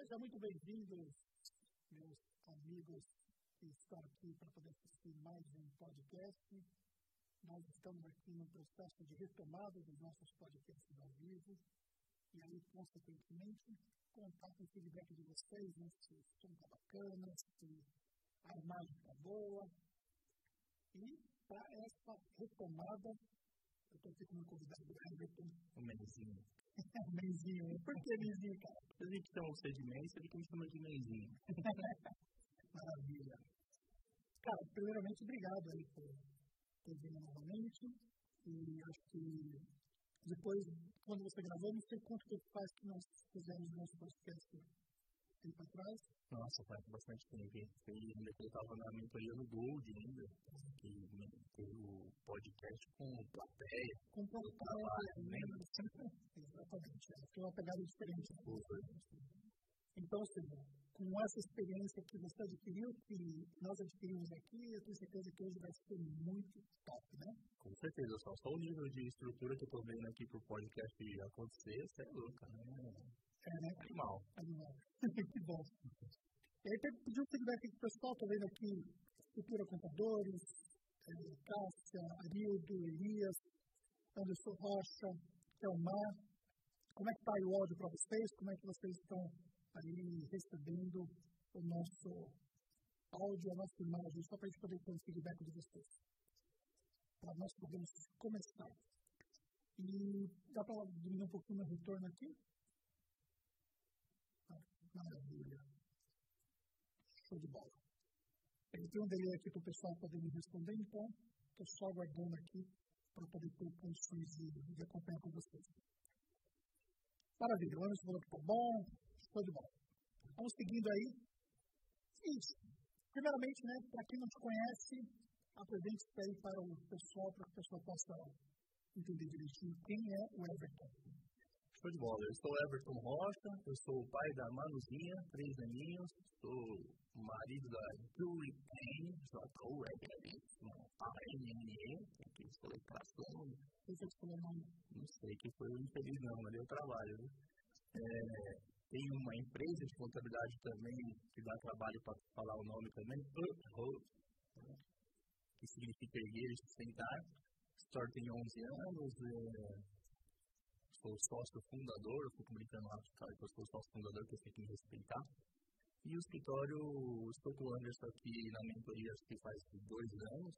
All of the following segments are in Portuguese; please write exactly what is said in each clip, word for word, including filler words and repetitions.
Sejam muito bem-vindos, meus amigos que estão aqui para poder assistir mais um podcast. Nós estamos aqui no processo de retomada dos nossos podcasts ao vivo e aí, consequentemente, contar com o feedback de vocês, né, se o som está bacana, se a imagem está boa. E para essa retomada, eu estou aqui com meu convidado, Everton. O Menzinho. Menzinho, por que Menzinho, cara? Eu vi que chama você de Menzinho, eu vi que me chama de Menzinho. Maravilha. Cara, primeiramente, obrigado aí por ter vindo novamente. E acho que depois, quando você gravou, não sei quanto tempo faz que nós fizemos o nosso podcast tempo atrás. Nossa, faz bastante tempo. Foi ainda que eu estava na mentoria do Gold ainda, que teve o podcast com plateia. Com plateia, lembra? Exatamente. Foi uma pegada diferente. Então, ou seja, com essa experiência que você adquiriu, que nós adquirimos aqui, eu tenho certeza que hoje vai ser muito top, né? Com certeza, só, só o nível de estrutura que eu estou vendo aqui para o podcast acontecer, você é louca, né? É, né? Animal. Animal. Que bom. E aí, tem que pedir um feedback aqui pro pessoal, estou vendo aqui Futura Contadores, é, Cássia, Arildo, Elias, Anderson Rocha, Elmar. Como é que está aí o áudio para vocês? Como é que vocês estão aí recebendo o nosso áudio, a nossa imagem, só para a gente poder ter um feedback de vocês. Para nós podermos começar. E dá para diminuir um pouquinho o meu retorno aqui? Maravilha. Show de bola. Tem um delay aqui para o pessoal poder me responder, então estou só aguardando aqui para poder ter condições de, de acompanhar com vocês. Maravilha, o Anderson falou que está bom, show de bola. Vamos seguindo aí. Seguinte, primeiramente, né, para quem não te conhece, apresente-se aí para o pessoal, para que o pessoal possa entender direitinho quem é o Everton. Show de bola, eu sou Everton Rocha, eu sou o pai da Manuzinha, três aninhos, sou o marido da Julie Payne, J U R L A N N E, que eu sou letração. Não sei se foi o nome. Não sei que foi o infeliz não, mas deu trabalho. Né? É, tenho uma empresa de contabilidade também, que dá trabalho para falar o nome também, que significa erguer e sustentar. A história tem onze anos, é, sou sócio fundador, eu fico brincando lá, cara, que eu sou sócio fundador, que eu sei que me respeitar. E o escritório, estou com o Anderson aqui na mentoria, acho que faz dois anos.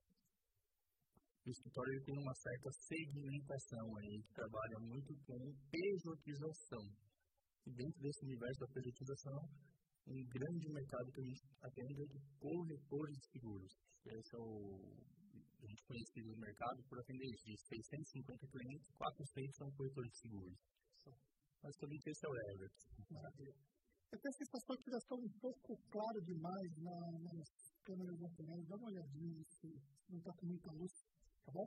O escritório tem uma certa segmentação aí, que trabalha muito com pejotização. E dentro desse universo da pejotização, um grande mercado que a gente atende é de corretores de seguros. Esse é o... A gente conhece o mercado por atender isso, de seiscentos e cinquenta clientes, quatrocentos são corretores de seguros. Basicamente esse é o Everton. Maravilha. Eu tenho a sensação que já está um pouco claro demais na, nas câmeras laterais. Dá uma olhadinha se não está com muita luz, tá bom?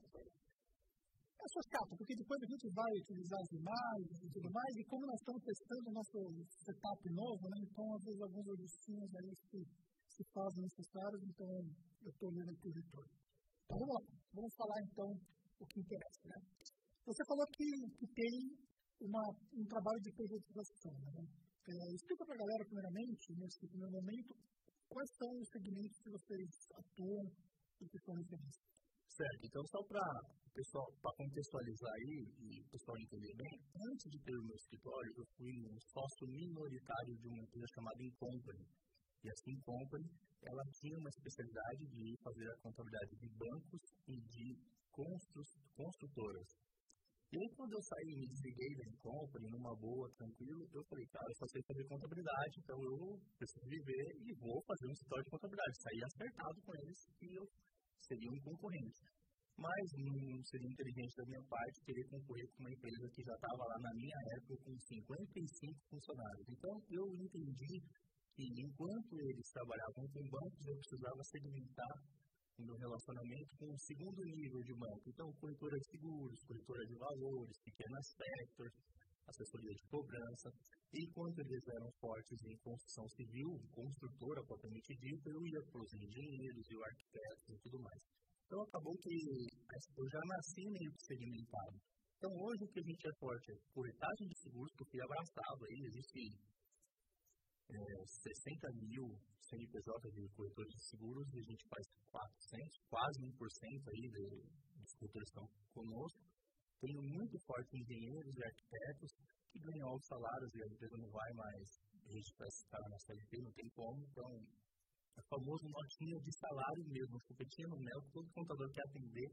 É só chato, porque depois a gente vai utilizar as imagens e tudo mais, e como nós estamos testando o nosso setup novo, né, então às vezes alguns ajustinhos aí se, se fazem necessários, então eu estou olhando aqui o retorno. Então vamos lá, vamos falar então o que interessa, né? Você falou que, que tem uma, um trabalho de pejotização, né? É, explica para a galera, primeiramente, nesse primeiro momento, quais são os segmentos que vocês atuam e que são referência. Certo, então só para contextualizar aí e o pessoal entender bem, antes de ter o meu escritório, eu fui um sócio minoritário de uma empresa chamada Incompany. E essa Incompany, ela tinha uma especialidade de fazer a contabilidade de bancos e de constru, construtoras. E aí, quando eu saí e me desliguei da Incompany, numa boa, tranquilo, eu falei, cara, eu só sei fazer contabilidade, então eu preciso viver e vou fazer um escritório de contabilidade. Saí acertado com eles e eu seria um concorrente. Mas não seria inteligente da minha parte querer concorrer com uma empresa que já estava lá na minha época com cinquenta e cinco funcionários. Então, eu entendi que enquanto eles trabalhavam com bancos, eu precisava segmentar o meu relacionamento com o segundo nível de banco. Então, corretora de seguros, corretora de valores, pequenas sectors, assessoria de cobrança. E enquanto eles eram fortes em construção civil, construtora propriamente dita, eu ia para os engenheiros e os arquitetos e tudo mais. Então, acabou que eu já nasci meio que segmentado. Então, hoje o que a gente é forte é corretagem de seguros, porque abraçava aí, existe é, sessenta mil C N P J de corretores de seguros e a gente faz quatrocentos, quase um por cento aí de, dos corretores que estão conosco. Tenho muito forte engenheiros e arquitetos que ganham altos salários e a empresa não vai mais registrar esse cara na C L T, não tem como. Então, é o famoso notinha de salário mesmo, chupetinha no mel, todo contador quer atender.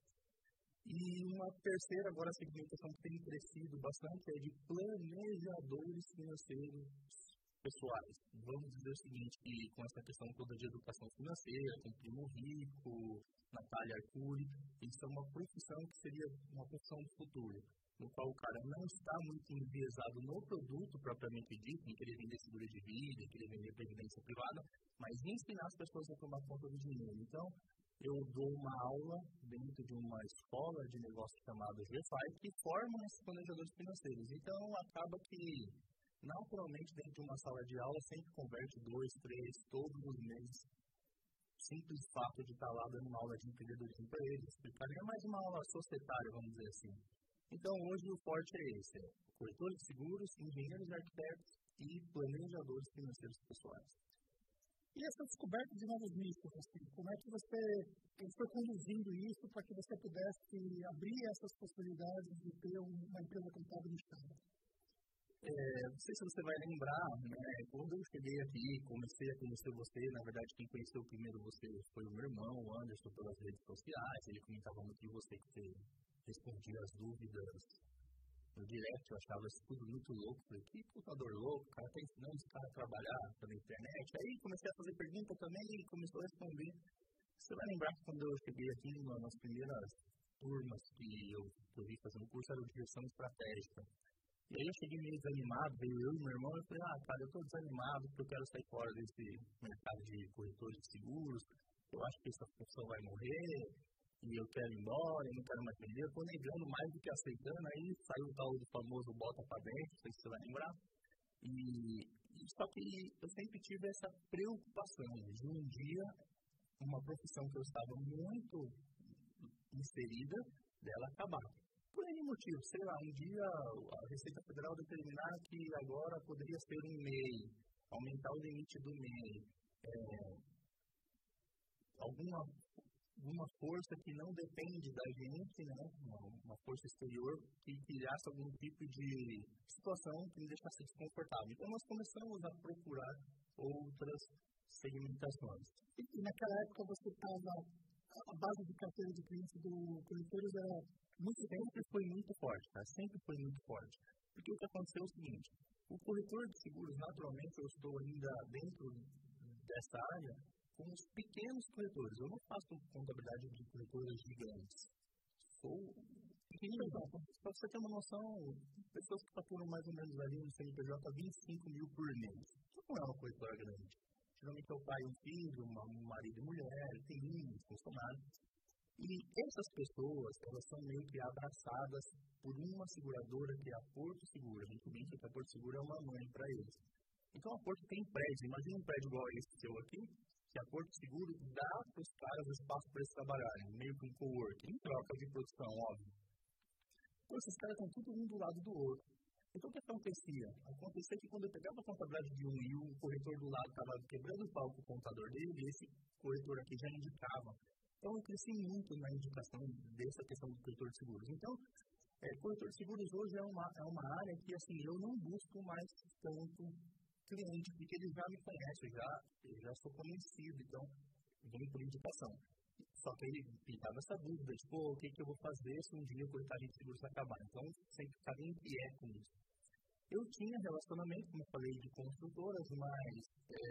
E uma terceira, agora, segmentação que tem crescido bastante é de planejadores financeiros pessoais. Vamos dizer o seguinte, que com essa questão toda de educação financeira, com Primo Rico, Natália Arcuri, isso é uma profissão que seria uma profissão do futuro, no qual o cara não está muito enviesado no produto propriamente dito, em querer vender seguro de vida, em querer vender previdência privada, mas ensinar as pessoas a tomar conta do dinheiro. Então, eu dou uma aula dentro de uma escola de negócio chamada G F I, que forma esses planejadores financeiros. Então, acaba que, naturalmente, dentro de uma sala de aula, sempre converte dois, três, todos os meses. Simples fato de estar lá dando uma aula de empreendedorismo para eles, explicar, é mais uma aula societária, vamos dizer assim. Então, hoje o forte é esse, é corretores de seguros, engenheiros e arquitetos e planejadores financeiros pessoais. E essa descoberta de novos nichos, assim, como é que você, você foi conduzindo isso para que você pudesse abrir essas possibilidades de ter uma empresa contábil nichada? É, não sei se você vai lembrar, né, quando eu cheguei aqui, comecei a conhecer você, na verdade quem conheceu primeiro você foi o meu irmão, o Anderson, pelas redes sociais, ele comentava muito de você, que você respondia as dúvidas no direct, eu achava isso tudo muito louco, falei, que contador louco, o cara está ensinando esse cara a trabalhar pela internet, aí comecei a fazer pergunta também e começou a responder. Você vai lembrar que quando eu cheguei aqui, nas primeiras turmas que eu, que eu vi fazendo curso, era de gestão estratégica. E aí eu cheguei meio desanimado, veio eu e meu irmão, eu falei, ah, cara, eu estou desanimado porque eu quero sair fora desse mercado de corretores de seguros, eu acho que essa função vai morrer, e eu quero ir embora, eu não quero mais vender, eu estou negando mais do que aceitando, aí saiu o tal do famoso bota para dentro, não sei se você vai lembrar. E, e só que eu sempre tive essa preocupação de um dia, uma profissão que eu estava muito inserida, dela acabar. Por N motivo, sei lá, um dia a Receita Federal determinar que agora poderia ser um M E I, aumentar o limite do M E I, é, alguma, alguma força que não depende da gente, né, uma, uma força exterior, que criasse algum tipo de situação que me deixasse desconfortável. Então nós começamos a procurar outras segmentações. E, e naquela época você estava, a base de carteira de clientes do Corretores era muito, sempre foi muito forte, tá? Sempre foi muito forte. Porque o que aconteceu é o seguinte, o corretor de seguros, naturalmente, eu estou ainda dentro dessa área com os pequenos corretores. Eu não faço contabilidade de corretores gigantes. Sou pequenino. Para você ter uma noção, pessoas que faturam mais ou menos ali no C N P J vinte e cinco mil por mês. Isso não é uma corretora grande. Geralmente é o pai e um filho, uma, um marido e mulher, tem um funcionário. E essas pessoas, elas são meio que abraçadas por uma seguradora que é a Porto Seguro. A gente brinca que a Porto Seguro é uma mãe para eles. Então a Porto tem prédio, imagina um prédio igual esse seu aqui, que a Porto Seguro dá para os caras espaço para eles trabalharem, meio que um co-work, em troca de produção, óbvio. Então esses caras estão tudo um do lado do outro. Então o que acontecia? Acontecia que quando eu pegava a contabilidade de um e o corretor do lado estava quebrando o pau com o contador dele, e esse corretor aqui já indicava. Então, eu cresci muito na indicação dessa questão do corretor de seguros. Então, é, corretor de seguros hoje é uma, é uma área que, assim, eu não busco mais tanto cliente, porque eles já me conhecem, já, eu já sou conhecido, então, vem por indicação. Só que ele ficava essa dúvida, tipo, o que, que eu vou fazer se um dia a corretagem de seguros acabar? Então, sempre ficava em pé com isso. Eu tinha relacionamento, como eu falei, de construtoras, mas... É,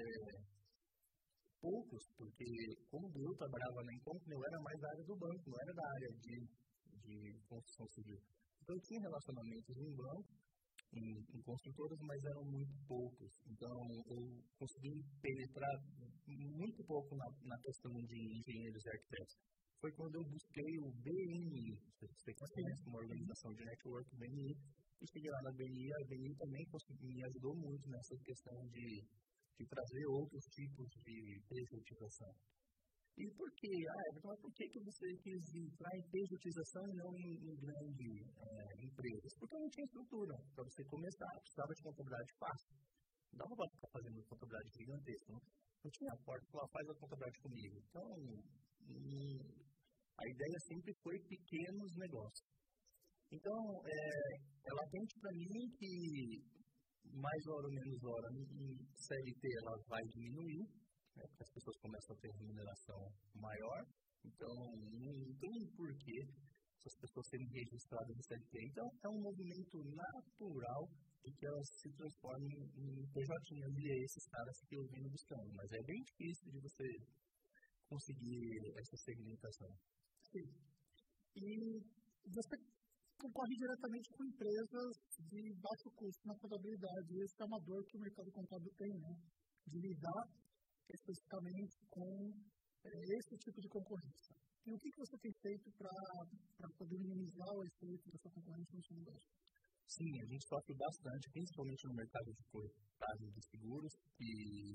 poucos, porque como eu trabalhava na Incompany, eu era mais da área do banco, não era da área de, de construção civil. Então eu tinha relacionamentos em banco, em, em construtoras, mas eram muito poucos. Então eu consegui penetrar muito pouco na, na questão de engenheiros e arquitetos. Foi quando eu busquei o B N I, você conhece uma organização de network, B N I, e cheguei lá na B N I, a B N I também consegui, me ajudou muito nessa questão de de trazer outros tipos de pejortização. E por que? Ah, mas por que, que você quis entrar em pejortização e não em, em grandes é, empresas? Porque eu não tinha estrutura. Para você começar, precisava de contabilidade fácil. dava para ficar fazendo contabilidade gigantesca, não, não tinha porta para falar, faz a contabilidade comigo. Então, hum, a ideia sempre foi pequenos negócios. Então, é, é latente para mim que mais hora ou menos hora em C L T ela vai diminuir, né, porque as pessoas começam a ter remuneração maior, então não tem porquê essas pessoas serem registradas no C L T. Então, é um movimento natural de que elas se transformem em P J, e é esses caras que eu venho buscando. Mas é bem difícil de você conseguir essa segmentação. Sim. E você concorre diretamente com empresas de baixo custo na contabilidade. Esse é uma dor que o mercado contábil tem, né? De lidar especificamente com é, esse tipo de concorrência. E o que, que você tem feito para poder minimizar o efeito dessa concorrência no seu negócio? Sim, a gente sofre bastante, principalmente no mercado de corretagem de seguros, e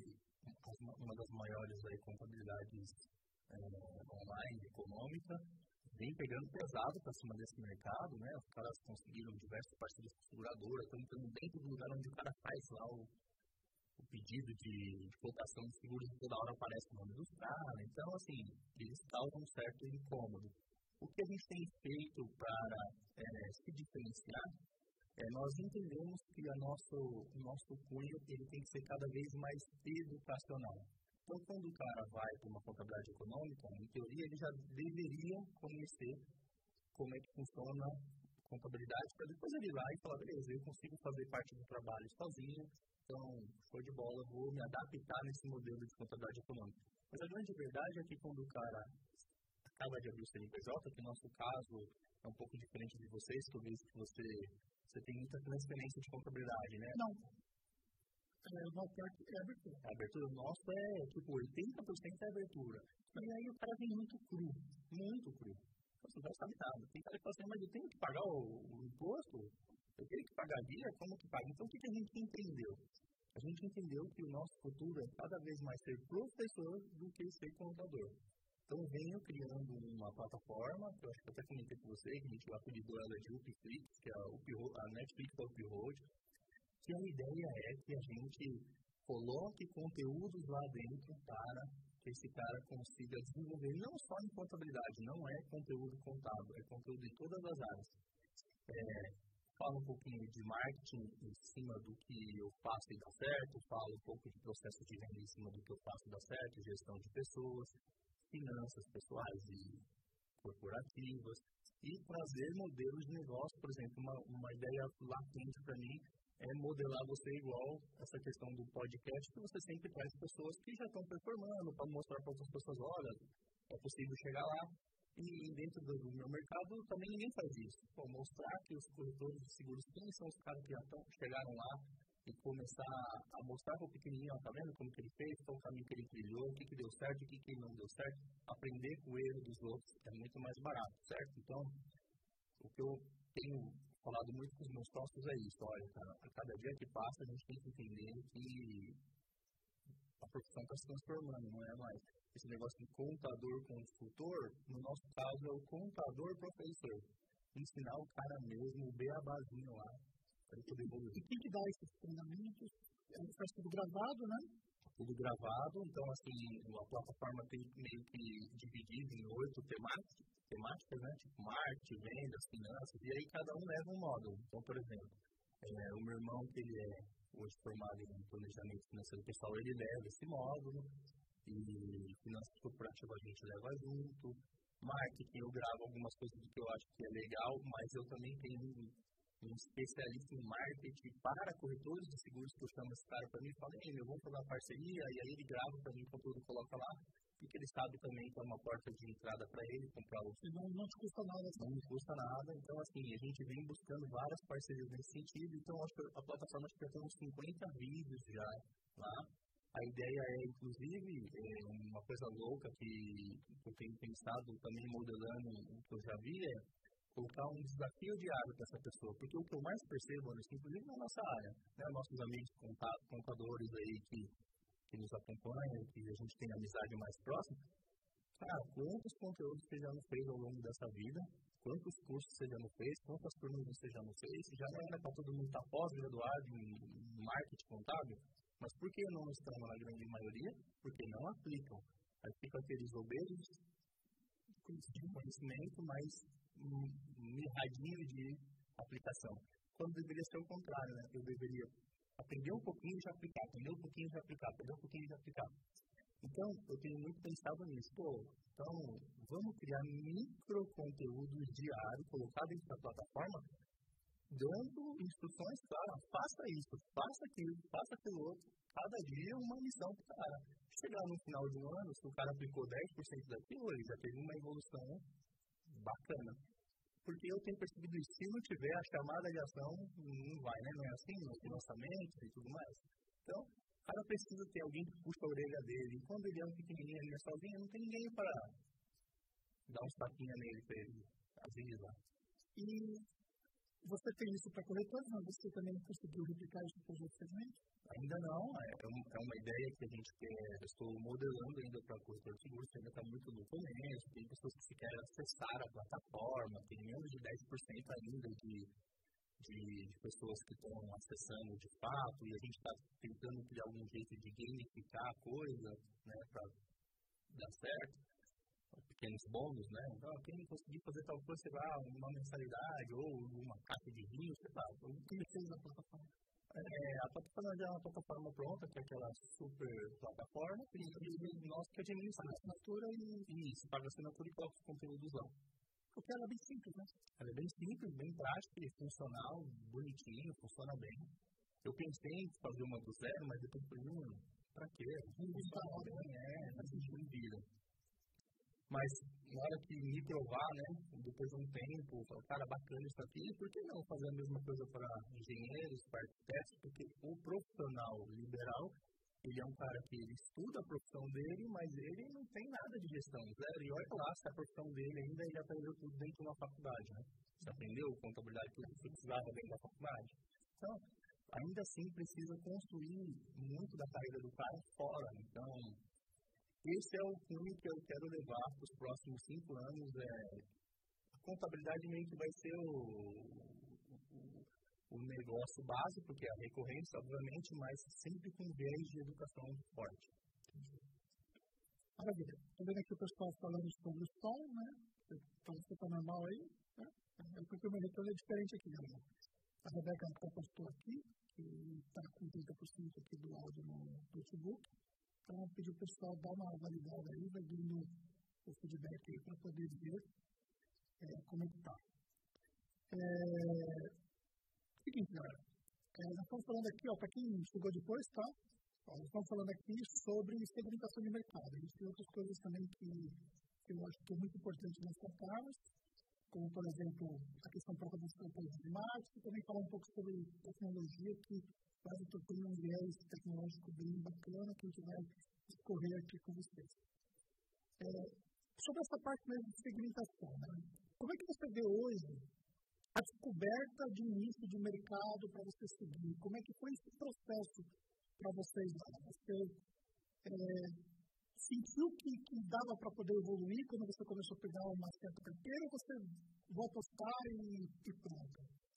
uma das maiores aí, contabilidades é, online, econômica, vem pegando pesado para cima desse mercado, né? Os caras conseguiram diversas parcerias com seguradoras, estão entrando dentro do lugar onde o cara faz lá o, o pedido de, de cotação de seguros e toda hora aparece o nome dos caras. Então, assim, eles causam um certo incômodo. O que a gente tem feito para é, se diferenciar é nós entendemos que a nosso, o nosso cunho ele tem que ser cada vez mais educacional. Então, quando o cara vai para uma contabilidade econômica, em teoria, ele já deveria conhecer como é que funciona a contabilidade, para depois ele ir lá e falar, beleza, eu consigo fazer parte do trabalho sozinho, então, show de bola, vou me adaptar nesse modelo de contabilidade econômica. Mas a grande verdade é que quando o cara acaba de abrir o C N P J, que no nosso caso é um pouco diferente de vocês, que eu vejo que você, você tem muita transferência de contabilidade, né? Não. É, o nosso é abertura. A abertura do nosso é tipo oitenta por cento é abertura. E aí o cara vem muito cru, muito cru. Você não sabe nada. Tem cara que fala assim, mas eu tenho que pagar o, o imposto? Eu tenho que pagar a guia? Como que paga? Então o que, que a gente entendeu? A gente entendeu que o nosso futuro é cada vez mais ser professor do que ser contador. Então venho criando uma plataforma, que eu acho que eu até comentei com você, que a gente apelidou ela de Upflix, que é a, Up, a Netflix da Upload. Que a ideia é que a gente coloque conteúdos lá dentro para que esse cara consiga desenvolver não só em contabilidade, não é conteúdo contábil, é conteúdo em todas as áreas. É, fala um pouquinho de marketing em cima do que eu faço e dá certo, fala um pouco de processo de venda em cima do que eu faço e dá certo, gestão de pessoas, finanças pessoais e corporativas, e trazer modelos de negócio. Por exemplo, uma, uma ideia latente para mim é modelar você igual essa questão do podcast, que você sempre traz pessoas que já estão performando, para mostrar para outras pessoas, olha, é possível chegar lá. E dentro do meu mercado também ninguém faz isso. Pô, mostrar que os corretores de seguros, quem são os caras que já tão, chegaram lá, e começar a mostrar para o pequenininho, ó, tá vendo como que ele fez, qual o caminho que ele trilhou, o que, que deu certo, o que, que não deu certo. Aprender com o erro dos outros é muito mais barato, certo? Então, o que eu tenho falado muito com os meus sócios é isso, olha, cara, a cada dia que passa a gente tem que entender que a profissão está se transformando, não é mais esse negócio de contador-consultor, no nosso caso é o contador-professor. Ensinar o cara mesmo, o beabazinho lá, para ele poder evoluir. E quem que dá esses treinamentos? É faz tudo gravado, né? Tudo gravado, então assim, a plataforma tem meio que dividido em oito temáticas, temáticas, né? Tipo marketing, vendas, finanças, e aí cada um leva um módulo. Então, por exemplo, é, o meu irmão, que ele é hoje formado em planejamento financeiro pessoal, ele leva esse módulo, e finanças corporativas a gente leva junto. Marketing, eu gravo algumas coisas que eu acho que é legal, mas eu também tenho um, um especialista em marketing para corretores de seguros que eu chamo esse cara para mim e falo, ei, meu, vamos fazer uma parceria, e aí ele grava para mim o conteúdo e coloca lá, porque ele sabe também que é uma porta de entrada para ele comprar o e não, não te custa nada. Não me custa nada, então assim, a gente vem buscando várias parcerias nesse sentido, então acho que a plataforma já tem uns cinquenta vídeos já lá. A ideia é, inclusive, é uma coisa louca que eu tenho pensado também modelando o que eu já vi, é colocar um desafio diário para essa pessoa, porque o que eu mais percebo, inclusive na nossa área, né, nossos amigos contadores aí que, que nos acompanham, que a gente tem amizade mais próxima, cara, quantos conteúdos você já não fez ao longo dessa vida, quantos cursos você já não fez, quantas turmas você já não fez, já não era para todo mundo estar pós-graduado em marketing contábil, Mas por que não estão na grande maioria? Porque não aplicam. Aí ficam aqueles obesos de conhecimento, mas um mirradinho de aplicação. Quando deveria ser o contrário, né? Eu deveria aprender um pouquinho e já aplicar, aprender um pouquinho e já aplicar, aprender um pouquinho e já aplicar. Então, eu tenho muito pensado nisso. Pô, então, vamos criar microconteúdos diários, colocar dentro da plataforma, dando instruções claras. Faça isso, faça aquilo, faça aquilo outro. Cada dia uma missão para o cara. Chegar no final de um ano, se o cara aplicou dez por cento daquilo, ele já teve uma evolução bacana. Porque eu tenho percebido isso. Se não tiver a chamada de ação, não vai, né? Não é assim, não tem lançamento e tudo mais. Então, o cara precisa ter alguém que puxa a orelha dele. E quando ele é um pequenininho, ele é sozinho, não tem ninguém para dar uns tapinhas nele para ele agilizar. E você tem isso para corretores, mas você também conseguiu replicar isso para os outros segmentos? Ainda não. É uma ideia que a gente quer. Eu estou modelando ainda para corretor de seguros, ainda está muito no começo. Tem pessoas que querem acessar a plataforma, tem menos de dez por cento ainda de, de, de pessoas que estão acessando de fato, e a gente está tentando criar algum jeito de gamificar a coisa, né, para dar certo. Pequenos bônus, né? Então, quem conseguir fazer tal coisa, você vai uma mensalidade ou uma caixa de vinho, sei lá. O que ele fez na plataforma? É, a plataforma já é uma plataforma pronta, que é aquela super plataforma, e, e nós que administramos a assinatura e, e isso, paga a assinatura e coloca os conteúdos lá. Porque ela é bem simples, né? Ela é bem simples, bem prática e funcional, bonitinho, funciona bem. Eu pensei em fazer uma do zero, mas depois falei, hum, pra quê? Funciona bem, é, faz sentido em vida. Mas na hora que me provar, né, depois de um tempo, falar, cara, bacana isso aqui, por que não fazer a mesma coisa para engenheiros, para arquitetos? Porque o profissional liberal, ele é um cara que ele estuda a profissão dele, mas ele não tem nada de gestão, zero. E olha lá, se a profissão dele ainda ele aprendeu tudo dentro de uma faculdade, né? Você aprendeu contabilidade, tudo que você precisava dentro da faculdade. Então, ainda assim, precisa construir muito da carreira do cara fora. Então, esse é o filme que eu quero levar para os próximos cinco anos. É, a contabilidade meio que vai ser o, o, o negócio básico, porque é a recorrência, obviamente, mas sempre com viés de educação forte. Maravilha. Estou vendo aqui o pessoal falando sobre o som, né? Então, você está normal aí, né? É porque o meu retorno é diferente aqui, galera. A Rebeca compostou aqui, que está com trinta por cento aqui do áudio no notebook. Então, eu pedi o pessoal dar uma validada aí, vai dando o feedback aí para poder ver é, como é que está. É... Seguinte, galera. É, nós estamos falando aqui, para quem chegou depois, tá? Ó, nós estamos falando aqui sobre segmentação de mercado. A gente tem outras coisas também que, que eu acho que é muito importante nós contarmos, como, por exemplo, a questão própria das campanhas de marketing, e também falar um pouco sobre tecnologia, que quase que eu tenho um viés tecnológico bem bacana que a gente vai escorrer aqui com vocês. É, sobre essa parte mesmo de segmentação, né? Como é que você vê hoje a descoberta de um nicho de mercado para você seguir? Como é que foi esse processo para vocês lá? Você é, sentiu que, que dava para poder evoluir quando você começou a pegar uma certa carteira ou você vai apostar e, e pronto?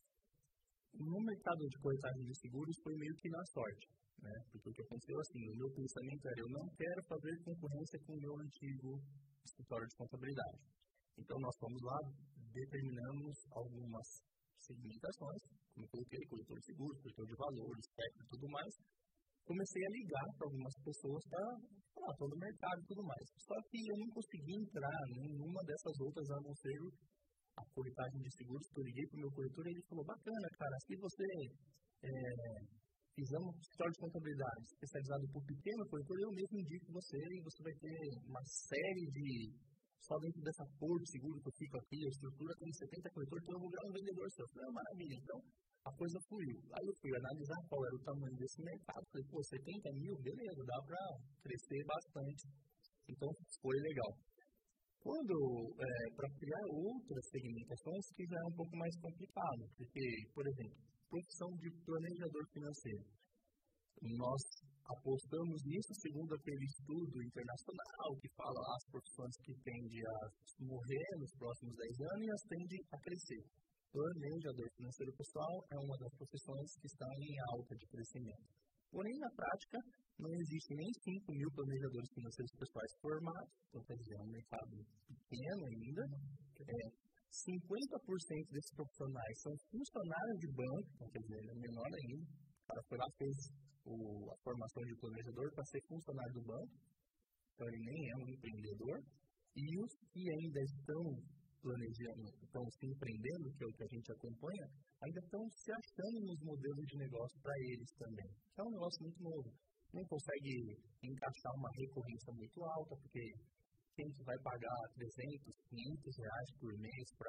No mercado de corretagem de seguros foi meio que na sorte, né? Porque o que aconteceu assim, o meu pensamento era, eu não quero fazer concorrência com o meu antigo escritório de contabilidade. Então nós fomos lá, determinamos algumas segmentações, como eu coloquei, corretor de seguros, corretor de valores, técnico e tudo mais. Comecei a ligar para algumas pessoas para falar todo o mercado e tudo mais. Só que eu não consegui entrar em nenhuma dessas outras, a não ser a corretagem de seguros, que eu liguei para o meu corretor e ele falou, bacana, cara, se você é, fizer um escritório de contabilidade especializado por pequeno corretor, eu mesmo indico você e você vai ter uma série de, só dentro dessa cor de seguro que eu fico aqui, a estrutura tem setenta corretores, então eu vou virar um vendedor seu. Eu falei, é maravilha, então a coisa fluiu. Aí eu fui analisar qual era o tamanho desse mercado, falei, pô, setenta mil, beleza, dá para crescer bastante, então foi legal. Quando, é, para criar outras segmentações, que já é um pouco mais complicado, porque, por exemplo, profissão de planejador financeiro. Nós apostamos nisso segundo aquele estudo internacional que fala as profissões que tendem a morrer nos próximos dez anos e as tendem a crescer. Planejador financeiro pessoal é uma das profissões que está em alta de crescimento. Porém, na prática, não existe nem cinco mil planejadores financeiros pessoais formados, então, quer dizer, é um mercado pequeno ainda. É, cinquenta por cento desses profissionais são funcionários de banco, então, quer dizer, é menor ainda. O cara foi lá, fez o, a formação de planejador para ser funcionário do banco, então ele nem é um empreendedor. E os que ainda estão planejando, estão se empreendendo, que é o que a gente acompanha, ainda estão se achando nos modelos de negócio para eles também. Que é um negócio muito novo. Não consegue encaixar uma recorrência muito alta, porque quem que vai pagar trezentos, quinhentos reais por mês para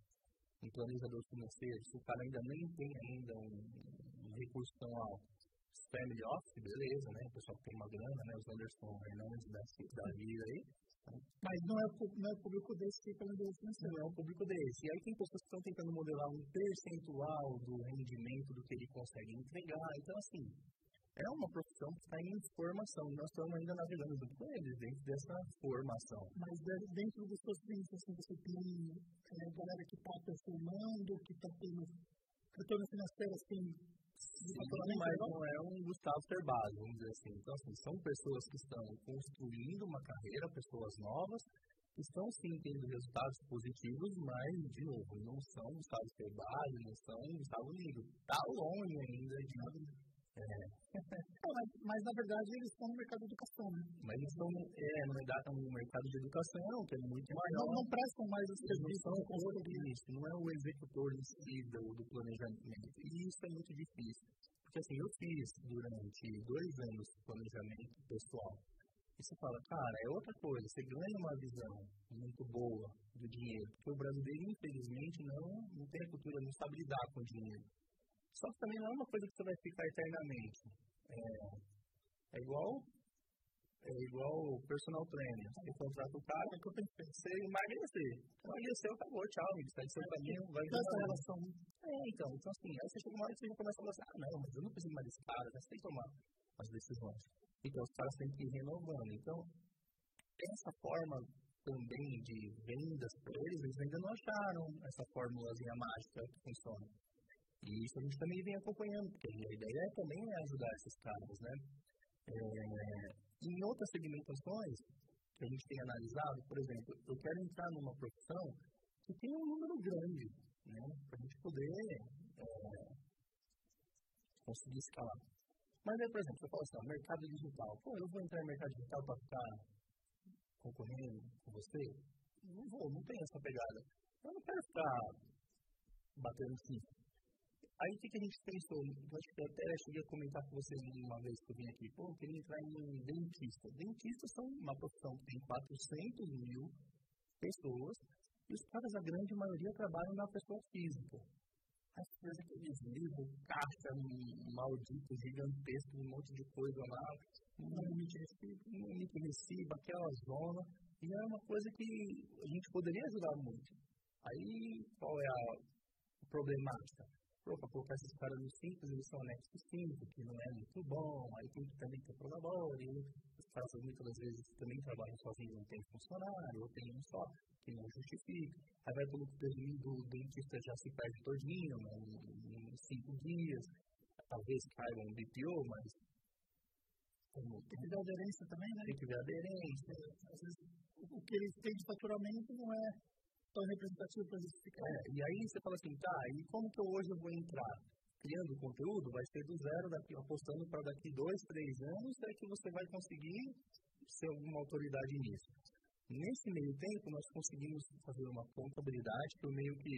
um planejador financeiro, se o cara ainda nem tem ainda um, um recurso tão alto? Family office, beleza, né? O pessoal que tem uma grana, né? Os Anderson Hernandes da, da vida aí. Mas não é, o, não é o público desse planejador financeiro. Não é o público desse. E aí tem pessoas que estão tentando modelar um percentual do rendimento do que ele consegue entregar. Então, assim, é uma profissão que está em formação. Nós estamos ainda navegando junto com eles dentro dessa formação. Mas dentro dos seus clientes, assim, você tem é, galera que está performando, que está tendo retorno financeiro, assim, Sim, mas não é um Gustavo Cerbasi, vamos dizer assim. Então, assim, são pessoas que estão construindo uma carreira, pessoas novas, que estão sim tendo resultados positivos, mas, de novo, não são Gustavo Cerbasi, não são Gustavo Nido. Está longe ainda de nada. É. mas, mas, na verdade, eles estão no mercado de educação, né? Mas eles estão é, no, no mercado de educação, que é muito maior. Não, não prestam mais esse serviço. Não são isso, não é o executor em si do, do planejamento. E isso é muito difícil. Porque, assim, eu fiz durante dois anos planejamento pessoal. E você fala, cara, é outra coisa. Você ganha uma visão muito boa do dinheiro. Porque o brasileiro, infelizmente, não, não tem a cultura, não sabe lidar com o dinheiro. Só que também não é uma coisa que você vai ficar eternamente. É, é igual é igual personal trainer. Você contrata o cara, que eu tenho que você emagrecer. Emagreceu, acabou, tchau, amigo. Está de seu caminho, vai ver essa relação. É, então, então assim, aí você chega uma hora que você já começa a falar assim, ah, não, mas eu não preciso mais desse cara, já sei tomar as decisões. Então, os caras têm que ir renovando. Então, essa forma também de vendas para eles, eles ainda não acharam essa formulazinha mágica que funciona. E isso a gente também vem acompanhando, porque a ideia também é ajudar esses caras, né? É, em outras segmentações que a gente tem analisado, por exemplo, eu quero entrar numa profissão que tem um número grande, né? Para a gente poder é, conseguir escalar. Mas aí, por exemplo, eu falo assim, ó, mercado digital. Pô, eu vou entrar no mercado digital para ficar concorrendo com você? Não vou, não tenho essa pegada. Eu não quero ficar batendo cifra. Aí o que, que a gente pensou? Eu acho que até cheguei a comentar com vocês uma vez que eu vim aqui. Pô, eu queria entrar em dentista. Dentistas são uma profissão que tem quatrocentos mil pessoas e os caras, a grande maioria, trabalham na pessoa física. As coisas que eles livram, caixa maldito, gigantesco, um monte de coisa lá, não emite recibo, aquela zona. E é uma coisa que a gente poderia ajudar muito. Aí, qual é a problemática? Para colocar esses caras no simples, eles são anexos cinco, que não é muito bom, aí tem que também ter prolabore, os caras muitas das vezes também trabalham sozinhos, não tem funcionário, ou tem um só, que não justifica. Aí vai pelo período do dentista já se perde todinho, né, em cinco dias, talvez caiba um B P O, mas como, tem que ver aderência também, né? Tem que ver aderência. Às vezes o que eles têm de faturamento não é tão representativo para justificar. É, e aí você fala assim, tá, e como que eu hoje eu vou entrar? Criando conteúdo, vai ser do zero, daqui, apostando para daqui dois, três anos, é que você vai conseguir ser alguma autoridade nisso. Nesse meio tempo, nós conseguimos fazer uma contabilidade que eu meio que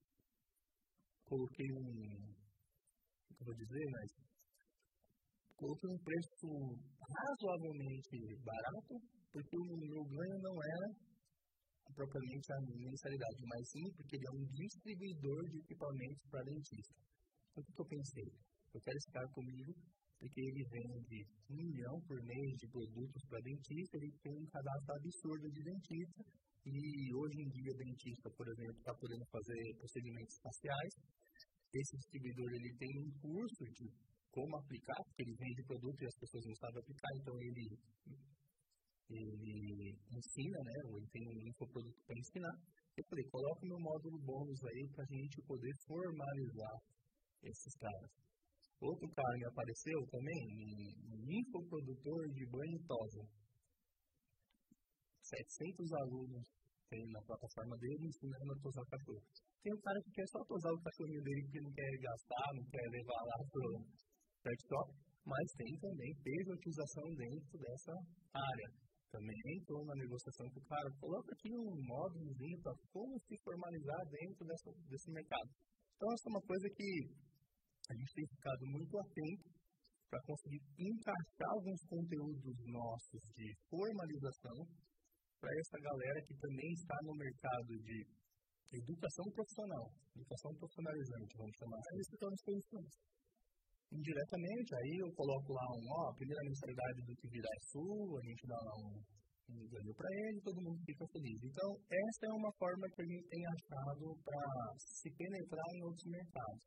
coloquei um, o que eu vou dizer, mas coloquei um preço razoavelmente barato, porque o meu ganho não era propriamente a mensalidade, mas sim porque ele é um distribuidor de equipamentos para dentista. Então, o que eu pensei? Eu quero esse cara comigo porque ele vende um milhão por mês de produtos para dentista, ele tem um cadastro absurdo de dentista e hoje em dia dentista, por exemplo, está podendo fazer procedimentos faciais. Esse distribuidor ele tem um curso de como aplicar, porque ele vende produto e as pessoas não sabem aplicar, então ele ele ensina, né, ou ele tem um infoproduto para ensinar. Eu falei, coloca o meu módulo bônus aí para a gente poder formalizar esses caras. Outro cara me apareceu também, um infoprodutor de banho e tosa. setecentos alunos tem na plataforma dele ensinando a tosar cachorro. Tem um cara que quer só tosar o cachorrinho dele porque não quer gastar, não quer levar lá pro pet shop, mas tem também pejotização dentro dessa área. Também entrou na negociação com o cara, coloca aqui um módulozinho para como se formalizar dentro dessa, desse mercado. Então, essa é uma coisa que a gente tem ficado muito atento para conseguir encaixar alguns conteúdos nossos de formalização para essa galera que também está no mercado de educação profissional, educação profissionalizante, vamos chamar assim. Isso que eu estou Indiretamente, aí eu coloco lá um, ó, a primeira mensalidade do que virá é sua, a gente dá lá um, um ganho para ele, todo mundo fica feliz. Então, essa é uma forma que a gente tem achado para se penetrar em outros mercados.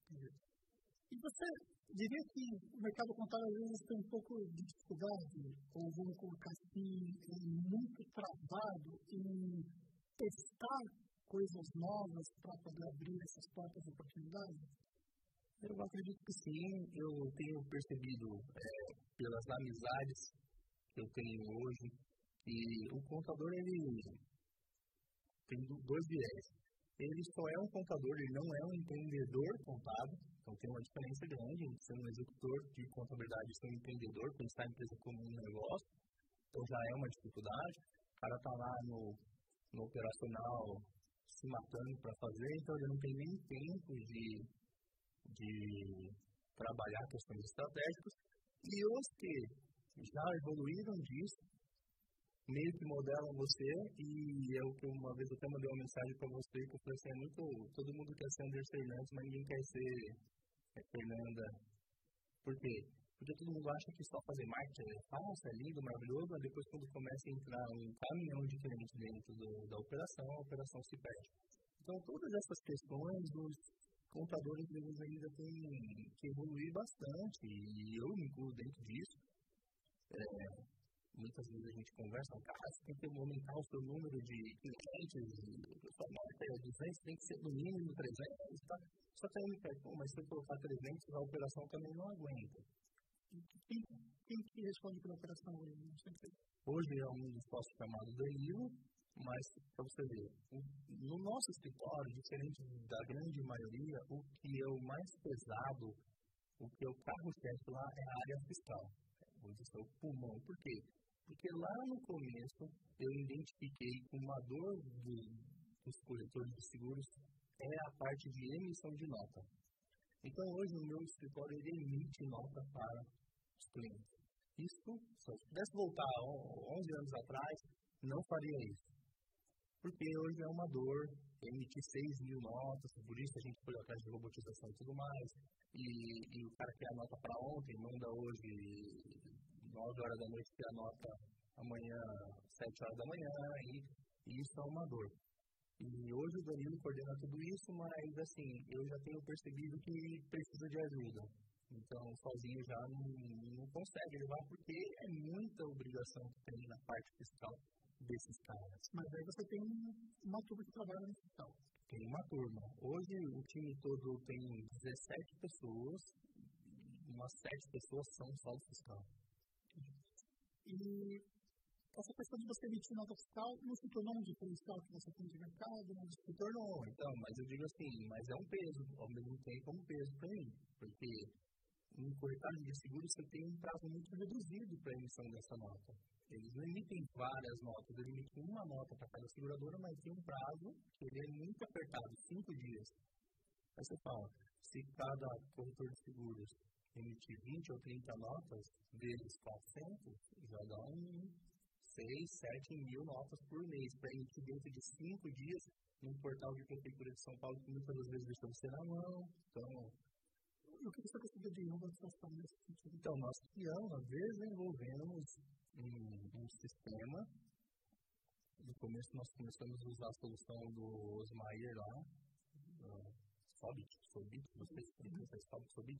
E você diria que o mercado contábil às vezes tem um pouco de dificuldade, ou vamos colocar assim, muito travado em testar coisas novas para poder abrir essas portas de oportunidade? Eu acredito que sim. Eu tenho percebido é, pelas amizades que eu tenho hoje que o contador ele tem dois viés. Ele só é um contador, ele não é um empreendedor contábil. Então tem uma diferença grande entre ser um executor de contabilidade e ser um empreendedor, pensar a empresa como um negócio. Então já é uma dificuldade. O cara está lá no, no operacional se matando para fazer, então ele não tem nem tempo de, de trabalhar questões estratégicas. E os que já evoluíram disso, meio que modelam você, e é o que uma vez eu até mandei uma mensagem para você, que eu falei assim, é muito, todo mundo quer ser Anderson Fernandes, mas ninguém quer ser é, Fernanda. Por quê? Porque todo mundo acha que só fazer marketing é fácil, é lindo, maravilhoso, mas depois quando começa a entrar um caminhão de clientes dentro do, da operação, a operação se perde. Então todas essas questões, os contadores eles ainda têm que evoluir bastante, e eu me incluo dentro disso. É, Muitas vezes a gente conversa, cara, você tem que aumentar o seu número de clientes, a sua nota é duzentos, tem que ser no mínimo trezentos, tá? Só que aí me pergunta, mas se eu colocar trezentos, a operação também não aguenta. Quem, quem que responde pela operação hoje? Hoje é um sócio chamado Danilo, mas, para você ver, no nosso escritório, diferente da grande maioria, o que é o mais pesado, o que é o carro-chefe lá é a área fiscal. Vamos dizer, o pulmão. Por quê? Porque lá no começo eu identifiquei que uma dor do, dos corretores de seguros é a parte de emissão de nota. Então hoje o meu escritório ele emite nota para os clientes. Isso, se eu pudesse voltar onze anos atrás, não faria isso. Porque hoje é uma dor emitir seis mil notas, por isso a gente foi atrás de robotização e tudo mais. E, e o cara quer a nota para ontem, manda hoje nove horas da noite, quer a nota amanhã, sete horas da manhã, e, e isso é uma dor. E hoje o Danilo coordena tudo isso, mas assim, eu já tenho percebido que precisa de ajuda. Então, sozinho já não, não consegue levar, porque é muita obrigação que tem na parte fiscal desses caras. Mas aí você tem uma turma que trabalha no fiscal. Tem uma turma. Hoje o time todo tem dezessete pessoas, umas sete pessoas são só do fiscal. E essa questão de você emitir nota fiscal não se tornou um diferencial que você tem de mercado? Não se tornou, então, mas eu digo assim, mas é um peso, ao mesmo tempo é um peso para mim, porque em corretagem de seguros você tem um prazo muito reduzido para a emissão dessa nota. Eles não emitem várias notas, eles emitem uma nota para cada seguradora, mas tem um prazo que ele é muito apertado, cinco dias. Aí você fala, se cada corretor de seguros emitir vinte ou trinta notas, vezes quatrocentos, já dá um seis, sete mil notas por mês, para emitir dentro de cinco dias num portal de prefeitura de São Paulo, que muitas das vezes deixa você na mão. Então, o que você conseguiu de inovação nesse sentido? Então, nós criamos, nós desenvolvemos um, um sistema. No começo, nós começamos a usar a solução do Osmaier lá, uh, Sobit, Sobit, não sei se é Sobit, Sobit.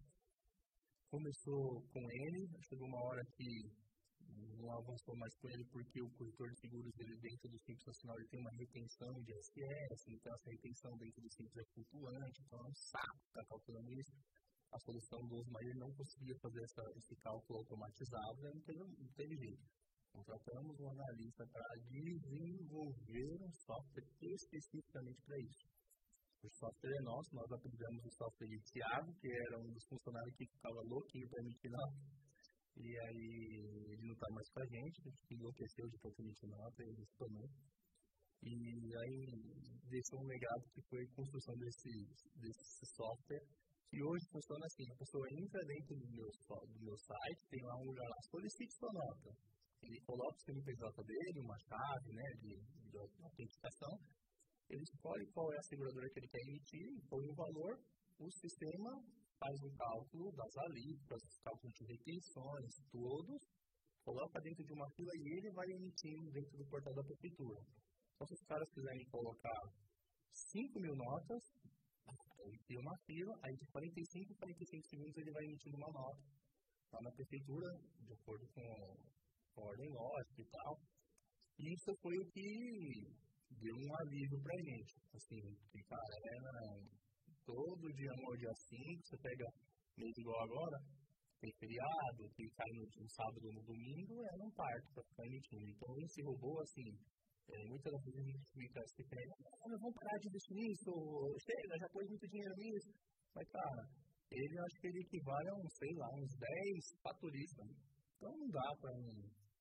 Começou com ele, chegou uma hora que não avançou mais com ele, porque o corretor de seguros dele dentro do Simples Nacional ele tem uma retenção de S S, então essa retenção dentro do Simples é flutuante, então é um saco estar calculando isso. a solução do Osmair não conseguia fazer essa, esse cálculo automatizado, né? não, teve, não teve jeito. Contratamos um analista para desenvolver um software especificamente para isso. O software é nosso, nós apelidamos o software de Thiago, que era um dos funcionários que ficava louquinho para emitir nota. E aí ele não está mais com a gente, a gente enlouqueceu de tanto emitir nota, ele se tornou. E aí deixou um legado que foi a construção desse, desse software, que hoje funciona assim, a pessoa entra dentro do meu, do meu site, tem lá um lugar lá, solicite sua nota. Ele coloca o C N P J dele, uma chave, né, de, de autenticação, ele escolhe qual é a seguradora que ele quer emitir, põe o valor, o sistema faz o cálculo das alíquotas, cálculo de requisições, todos, coloca dentro de uma fila e ele vai emitindo dentro do portal da prefeitura. Então, se os caras quiserem colocar cinco mil notas, ele cria uma fila, aí de quarenta e cinco a quarenta e cinco segundos ele vai emitindo uma nota lá na prefeitura, de acordo com a ordem lógica e tal. E isso foi o que deu um alívio pra gente. Assim, que, cara, era todo dia um dia cinco, você pega mês igual agora, tem feriado, tem cai no, no sábado ou no domingo, era um parto pra ficar emitindo. Então, esse robô, assim, é, muitas das vezes a gente fica se pega, ah, vamos parar de investir nisso, chega, já pôs muito dinheiro nisso. Mas, cara, ele acho que ele equivale a uns, sei lá, uns dez faturistas. Então, não dá pra um.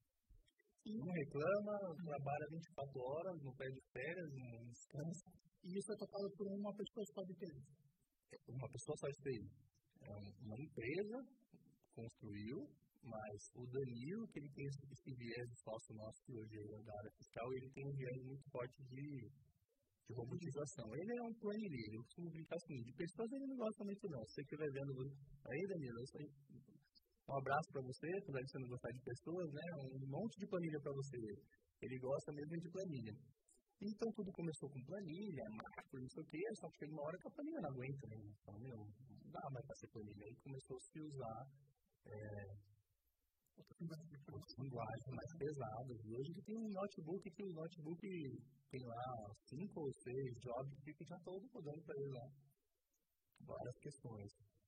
Não reclama, trabalha vinte e quatro horas, não perde férias, não descansa. E isso é tocado por uma pessoa só de T I? Uma pessoa só de T I. É uma empresa construiu, mas o Danilo, que ele tem esse, esse viés de sócio nosso, que hoje é da área fiscal, ele tem um viés muito forte de, de robotização. Ele é um planilheiro, eu costumo brincar assim, de pessoas ele não gosta muito não. Se você estiver vendo, aí Danilo, isso aí. Um abraço para você, apesar de você não gostar de pessoas, né? Um monte de planilha para você. Ele gosta mesmo de planilha. Então tudo começou com planilha, macro, não sei o quê, só que chega uma hora que a planilha não aguenta, né? Então, meu, não dá mais para ser planilha. Aí começou a se usar é, outras linguagens mais pesadas. E hoje ele tem um notebook que o notebook tem lá cinco ou seis jobs que já todo rodando para ele lá. Várias questões.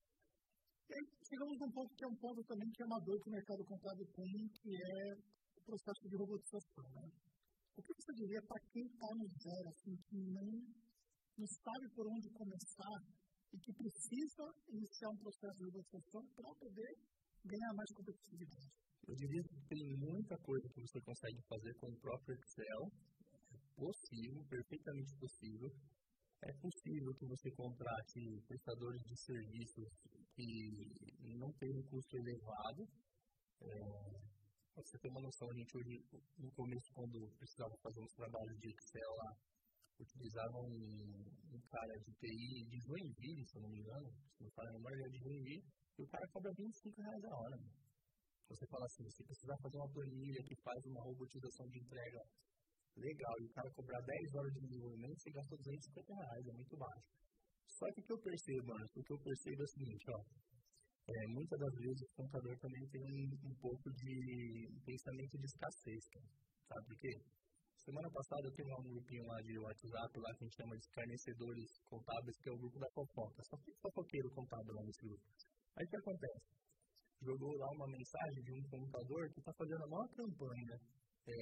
E aí, chegamos num ponto que é um ponto também que é uma dor que o mercado contábil tem, que é o processo de robotização, né? O que você diria para quem está no zero, assim, que não, não sabe por onde começar e que precisa iniciar um processo de robotização para poder ganhar mais competitividade? Eu diria que tem muita coisa que você consegue fazer com o próprio Excel. É possível, perfeitamente possível. É possível que você contrate prestadores de serviços que não têm um custo elevado. É, para você ter uma noção, a gente hoje, no começo, quando precisava fazer uns trabalhos de Excel lá, utilizava um, um cara de T I de Joinville, se eu não me engano, se não fala a memória, ele é de Joinville, e o cara cobra vinte e cinco reais a hora. Né? Você fala assim, se precisar fazer uma planilha que faz uma robotização de entrega legal, e o cara cobrar dez horas de desenvolvimento, você gastou duzentos e cinquenta reais, é muito baixo. Só que o que eu percebo, mano, o que eu percebo é o seguinte, ó, é, muitas das vezes o contador também tem um, um pouco de pensamento de escassez, cara. Sabe por quê? Semana passada eu tenho um grupinho lá de WhatsApp, lá que a gente chama de escarnecedores contábeis, que é o grupo da fofoca. Só tem fofoqueiro contábil lá nesse grupo. Aí o que acontece? Jogou lá uma mensagem de um contador que está fazendo a maior campanha é,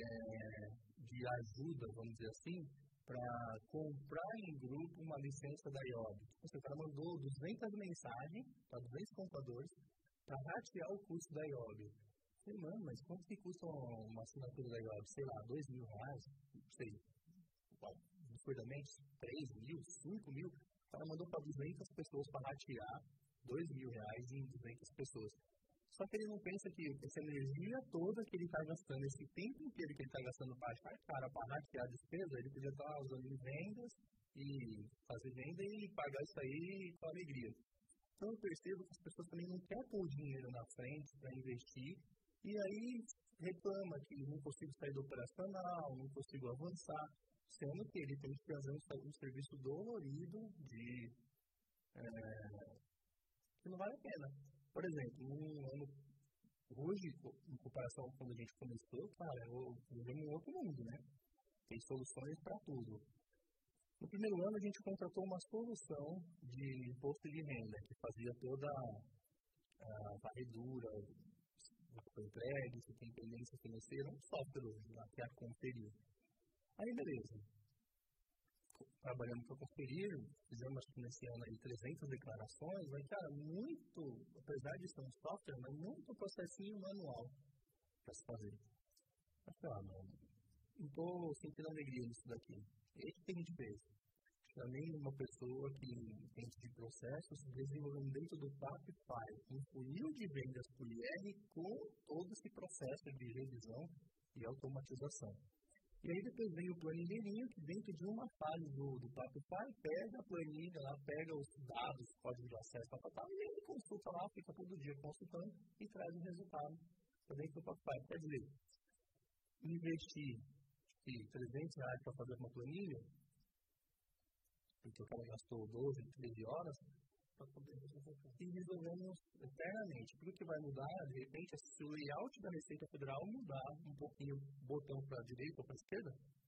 de ajuda, vamos dizer assim, para comprar em grupo uma licença da I O B. O cara mandou duzentas mensagens para duzentos contadores para ratear o custo da I O B. Eu falei, mano, mas quanto que custa uma assinatura da I O B? Sei lá, dois mil reais? Não sei. Absurdamente, três mil, cinco mil. O cara mandou para duzentas pessoas para ratear dois mil reais em duzentas pessoas. Só que ele não pensa que essa energia toda que ele está gastando, esse tempo inteiro que ele está gastando para achar cara, para ratear a despesa, ele podia estar usando em vendas e fazer venda e pagar isso aí com alegria. Então eu percebo que as pessoas também não querem pôr o dinheiro na frente para investir e aí reclama que não consigo sair do operacional, não consigo avançar, sendo que ele tem que fazer um, um serviço dolorido de é, que não vale a pena. Por exemplo, um ano, hoje, em comparação com quando a gente começou, cara, eu vivemos um outro mundo, né? Tem soluções para tudo. No primeiro ano, a gente contratou uma solução de imposto de renda, que fazia toda a varredura, o que foi entregue, se tem pendência financeira, um software lá que é a Conferir. Aí, beleza. Trabalhando para Conferir, fizemos acho que nesse ano aí trezentas declarações, mas, cara, muito, apesar de ser um software, mas muito processinho manual para se fazer. Mas, sei lá, não estou sentindo alegria nisso daqui. E aí, o que a gente fez? Chamei uma pessoa que dentro de processos, desenvolvendo dentro do Papify um funil de vendas por I R com todo esse processo de revisão e automatização. E aí depois vem o planilheirinho, que dentro de uma fase do, do Papify, pega a planilha, lá, pega os dados, código de acesso, tal, tal, e ele consulta lá, fica todo dia consultando e traz o resultado para dentro do Papify. Quer dizer, investir trezentos reais para fazer uma planilha, porque o cara gastou doze, treze horas, para poder resolver. E resolvemos eternamente. Porque o que vai mudar, de repente, é se o layout da Receita Federal mudar um pouquinho o botão para a direita ou para a esquerda,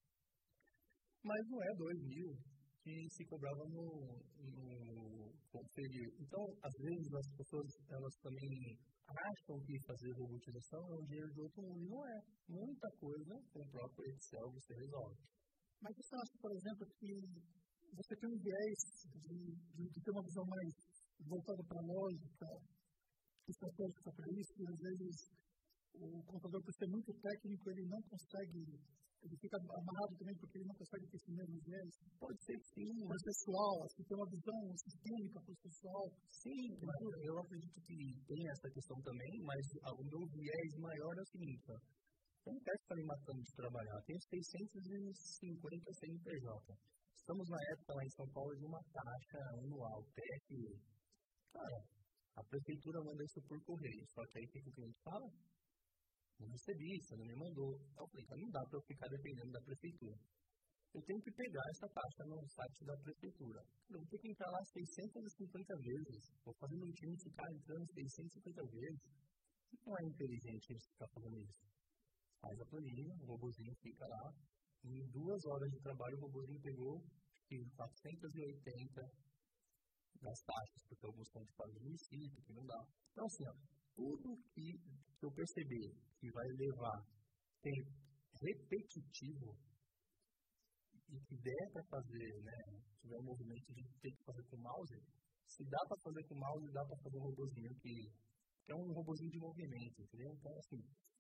mas não é dois mil que se cobrava no, no Conferir. Então, às vezes, as pessoas elas também acham que fazer robotização é um dinheiro de outro mundo, e não é. Muita coisa com o próprio Excel você resolve. Mas você acha, por exemplo, que você tem um viés de, de, de ter uma visão mais voltada para a lógica, estratégica para isso, e às vezes o contador, por ser muito técnico, ele não consegue, ele fica amarrado também porque ele não consegue ter esse mesmo viés. Pode ser que sim. Mas pessoal, assim, tem uma visão sistêmica para o pessoal. Sim, mas eu acredito que tem essa questão também, mas o meu viés maior é o seguinte, ó. Eu não quero ficar me matando de trabalhar. Tenho seiscentos e cinquenta C N P J. Estamos na época lá em São Paulo de uma taxa anual, T F E. Cara, a prefeitura manda isso por correio, só que aí o que o cliente fala? Não recebi, você não me mandou. Então eu falei, não dá para eu ficar dependendo da prefeitura. Eu tenho que pegar essa taxa no site da prefeitura. Eu vou ter que entrar lá seiscentas e cinquenta vezes. Vou fazer meu time ficar entrando seiscentas e cinquenta vezes. Não é inteligente a gente ficar fazendo isso. Faz a planilha, o robozinho fica lá. Em duas horas de trabalho, o robozinho pegou quatrocentas e oitenta das taxas, porque alguns estão de fora do município, que não dá. Então, assim, ó, tudo que, que eu perceber que vai levar tempo repetitivo e que der para fazer, né, tiver um movimento de ter que fazer com o mouse, se dá para fazer com o mouse, dá para fazer um robozinho que, que é um robozinho de movimento, entendeu? Então, assim,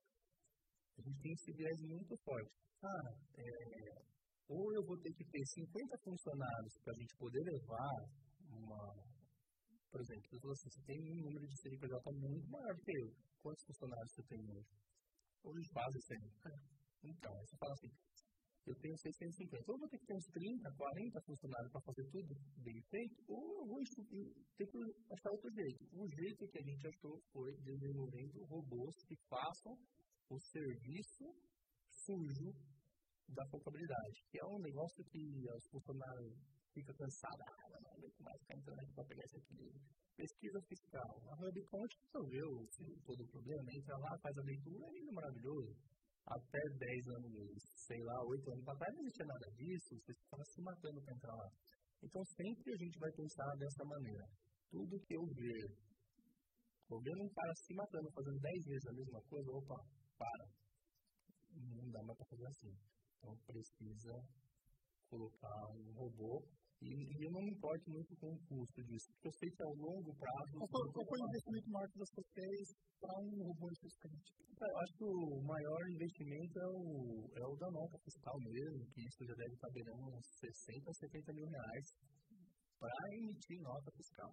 a gente tem esse viés muito forte. Ah, é, ou eu vou ter que ter cinquenta funcionários para a gente poder levar uma... Por exemplo, eu falo assim, você tem um número de C N P J muito maior do que eu. Quantos funcionários você tem hoje? Hoje quase cem. Então, aí você fala assim, eu tenho seiscentos e cinquenta. Ou eu vou ter que ter uns trinta, quarenta funcionários para fazer tudo bem feito, ou eu vou ter que achar outro jeito. O jeito que a gente achou foi desenvolvendo robôs que façam o serviço sujo da contabilidade, que é um negócio que os funcionários ficam cansados, ah, não, não, não mais ficar entrando aqui para pegar esse aqui. Pesquisa fiscal. A HubCount resolveu todo o problema, entra lá, faz a leitura, é lindo, maravilhoso. Até dez anos, sei lá, oito anos atrás não existia nada disso, você estava se matando para entrar lá. Então sempre a gente vai pensar dessa maneira. Tudo que eu ver, eu vendo um cara se matando, fazendo dez vezes a mesma coisa, opa, para. Não dá mais para fazer assim. Então precisa colocar um robô e, e eu não me importo muito com o custo disso, porque eu sei que ao longo prazo... Qual foi o investimento maior que você fez para um robô especificamente? Eu acho que o maior investimento é o, é o da nota fiscal mesmo, que isso já deve estar beirando uns sessenta, setenta mil reais para emitir nota fiscal.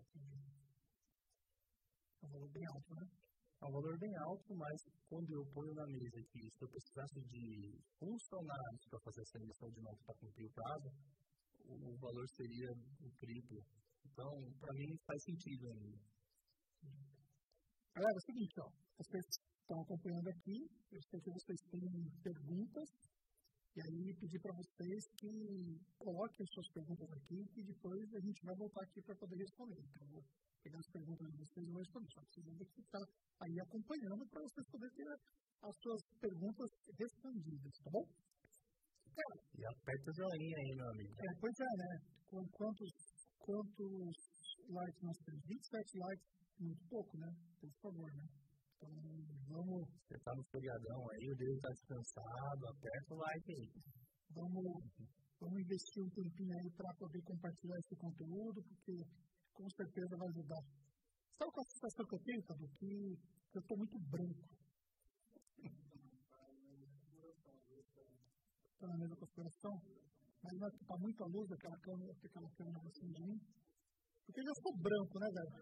É um valor bem alto, né? É um valor bem alto, mas quando eu ponho na mesa que se eu precisasse de funcionários para fazer essa emissão de nota para cumprir o prazo, o, o valor seria o triplo. Então, para mim, faz sentido ainda. Galera, é o seguinte, ó, vocês estão acompanhando aqui, eu sei que vocês têm perguntas, e aí pedir para vocês que coloquem suas perguntas aqui, e depois a gente vai voltar aqui para poder responder. Então, eu vou pegar as perguntas de vocês e vou responder. Só precisam ter que ficar aí acompanhando para vocês poderem ter as suas perguntas respondidas, tá bom? E E aperta o joinha aí, meu amigo. É, pois é, né? Quantos, quantos likes nós temos? vinte e sete likes, muito pouco, né? Por favor, né? Então, vamos... Você tá no feriadão aí, o dedo tá descansado, aperta o like aí. Vamos, vamos investir um tempinho aí para poder compartilhar esse conteúdo, porque com certeza vai ajudar. Sabe qual a sensação que eu tenho, Cadu? Que eu estou muito branco. Está na mesma configuração? Mas não é que está muita luz daquela câmera, aquela câmera assim de mim. Porque eu já sou branco, né, velho?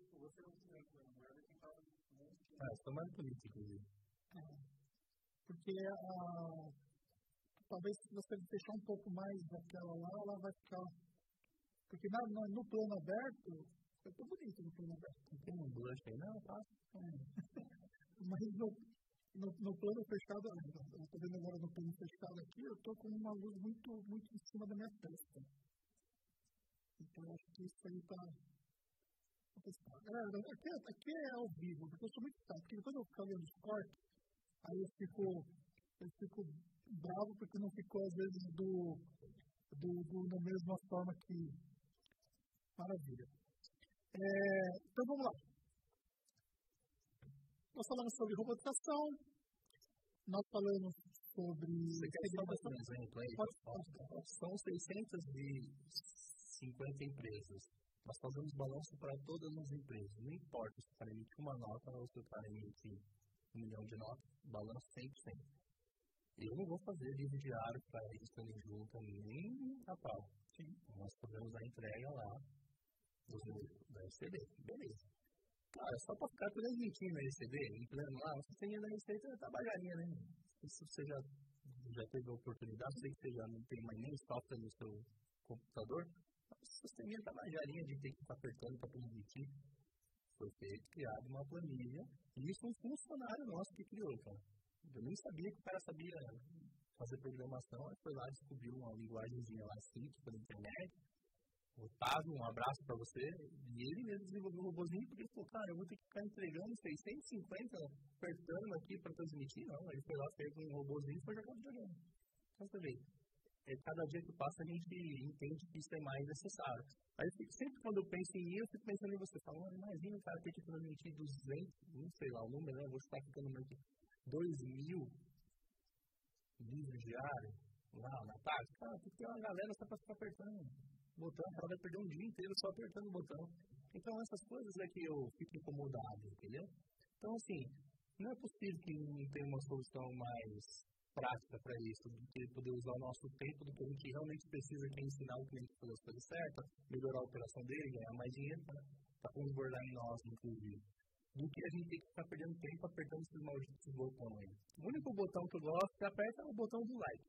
Ah, estou mais bonito, inclusive. É, porque a, talvez se você deixar um pouco mais daquela lá, ela vai ficar... Porque na, no, no plano aberto, eu estou bonito no plano aberto. Não tem um blush aí, não, tá? É. Mas no, no, no plano fechado, eu estou vendo agora no plano fechado aqui, eu estou com uma luz muito, muito em cima da minha testa. Então eu acho que isso aí está... Galera, aqui, aqui é ao vivo, porque eu sou muito chato, porque quando eu fico olhando os cortes, aí eu fico, eu fico bravo porque não ficou às vezes do, do, do, da mesma forma que... Maravilha. É, então vamos lá. Nós falamos sobre robotização, nós falamos sobre... Você quer só dar um exemplo aí? Pode, pode. São seiscentas e cinquenta empresas. Nós fazemos balanço para todas as empresas. Não importa se para emitir uma nota ou se para emitir um milhão de notas, balanço cem por cento. Eu não vou fazer livro diário para eles estarem juntos, nem a pau. Nós fazemos a entrega lá da R C D. Beleza. Cara, só para ficar transmitindo a R C D, em pleno lá, você tem a receita da bagarinha, né? Se você já, já teve a oportunidade, sei que você já não tem mais nem software no seu computador, o sisteminha da bagarinha de ter que estar apertando para transmitir. Foi feito, criado uma planilha, e isso um funcionário nosso que criou, cara. Eu nem sabia que o cara sabia fazer programação, aí foi lá e descobriu uma linguagemzinha lá simples pela internet. Otávio, um abraço pra você. E ele mesmo desenvolveu um robôzinho porque ele falou, cara, eu vou ter que ficar entregando seiscentos e cinquenta apertando aqui pra transmitir. Não, ele foi lá, fez um robôzinho e foi jogar videogame. Então você vê, é, cada dia que passa a gente entende que isso é mais necessário. Aí sempre quando eu penso em mim, eu fico pensando em você. Falo, imagina o cara ter que transmitir duzentos, não sei lá o número, né? Eu vou estar ficando mais de dois mil livros diários lá na tarde. Cara, tem que ter uma galera só pra ficar apertando botão, ela vai perder um dia inteiro só apertando o botão. Então essas coisas é que eu fico incomodado, entendeu? Então assim, não é possível que não tenha uma solução mais prática para isso, do que poder usar o nosso tempo, do que a gente realmente precisa, que é ensinar o cliente a fazer as coisas certas, melhorar a operação dele, ganhar mais dinheiro, né? Para transbordar em nós, inclusive. Do que a gente tem que ficar perdendo tempo apertando esses malditos botões aí. O único botão que eu gosto que aperta é o botão do like.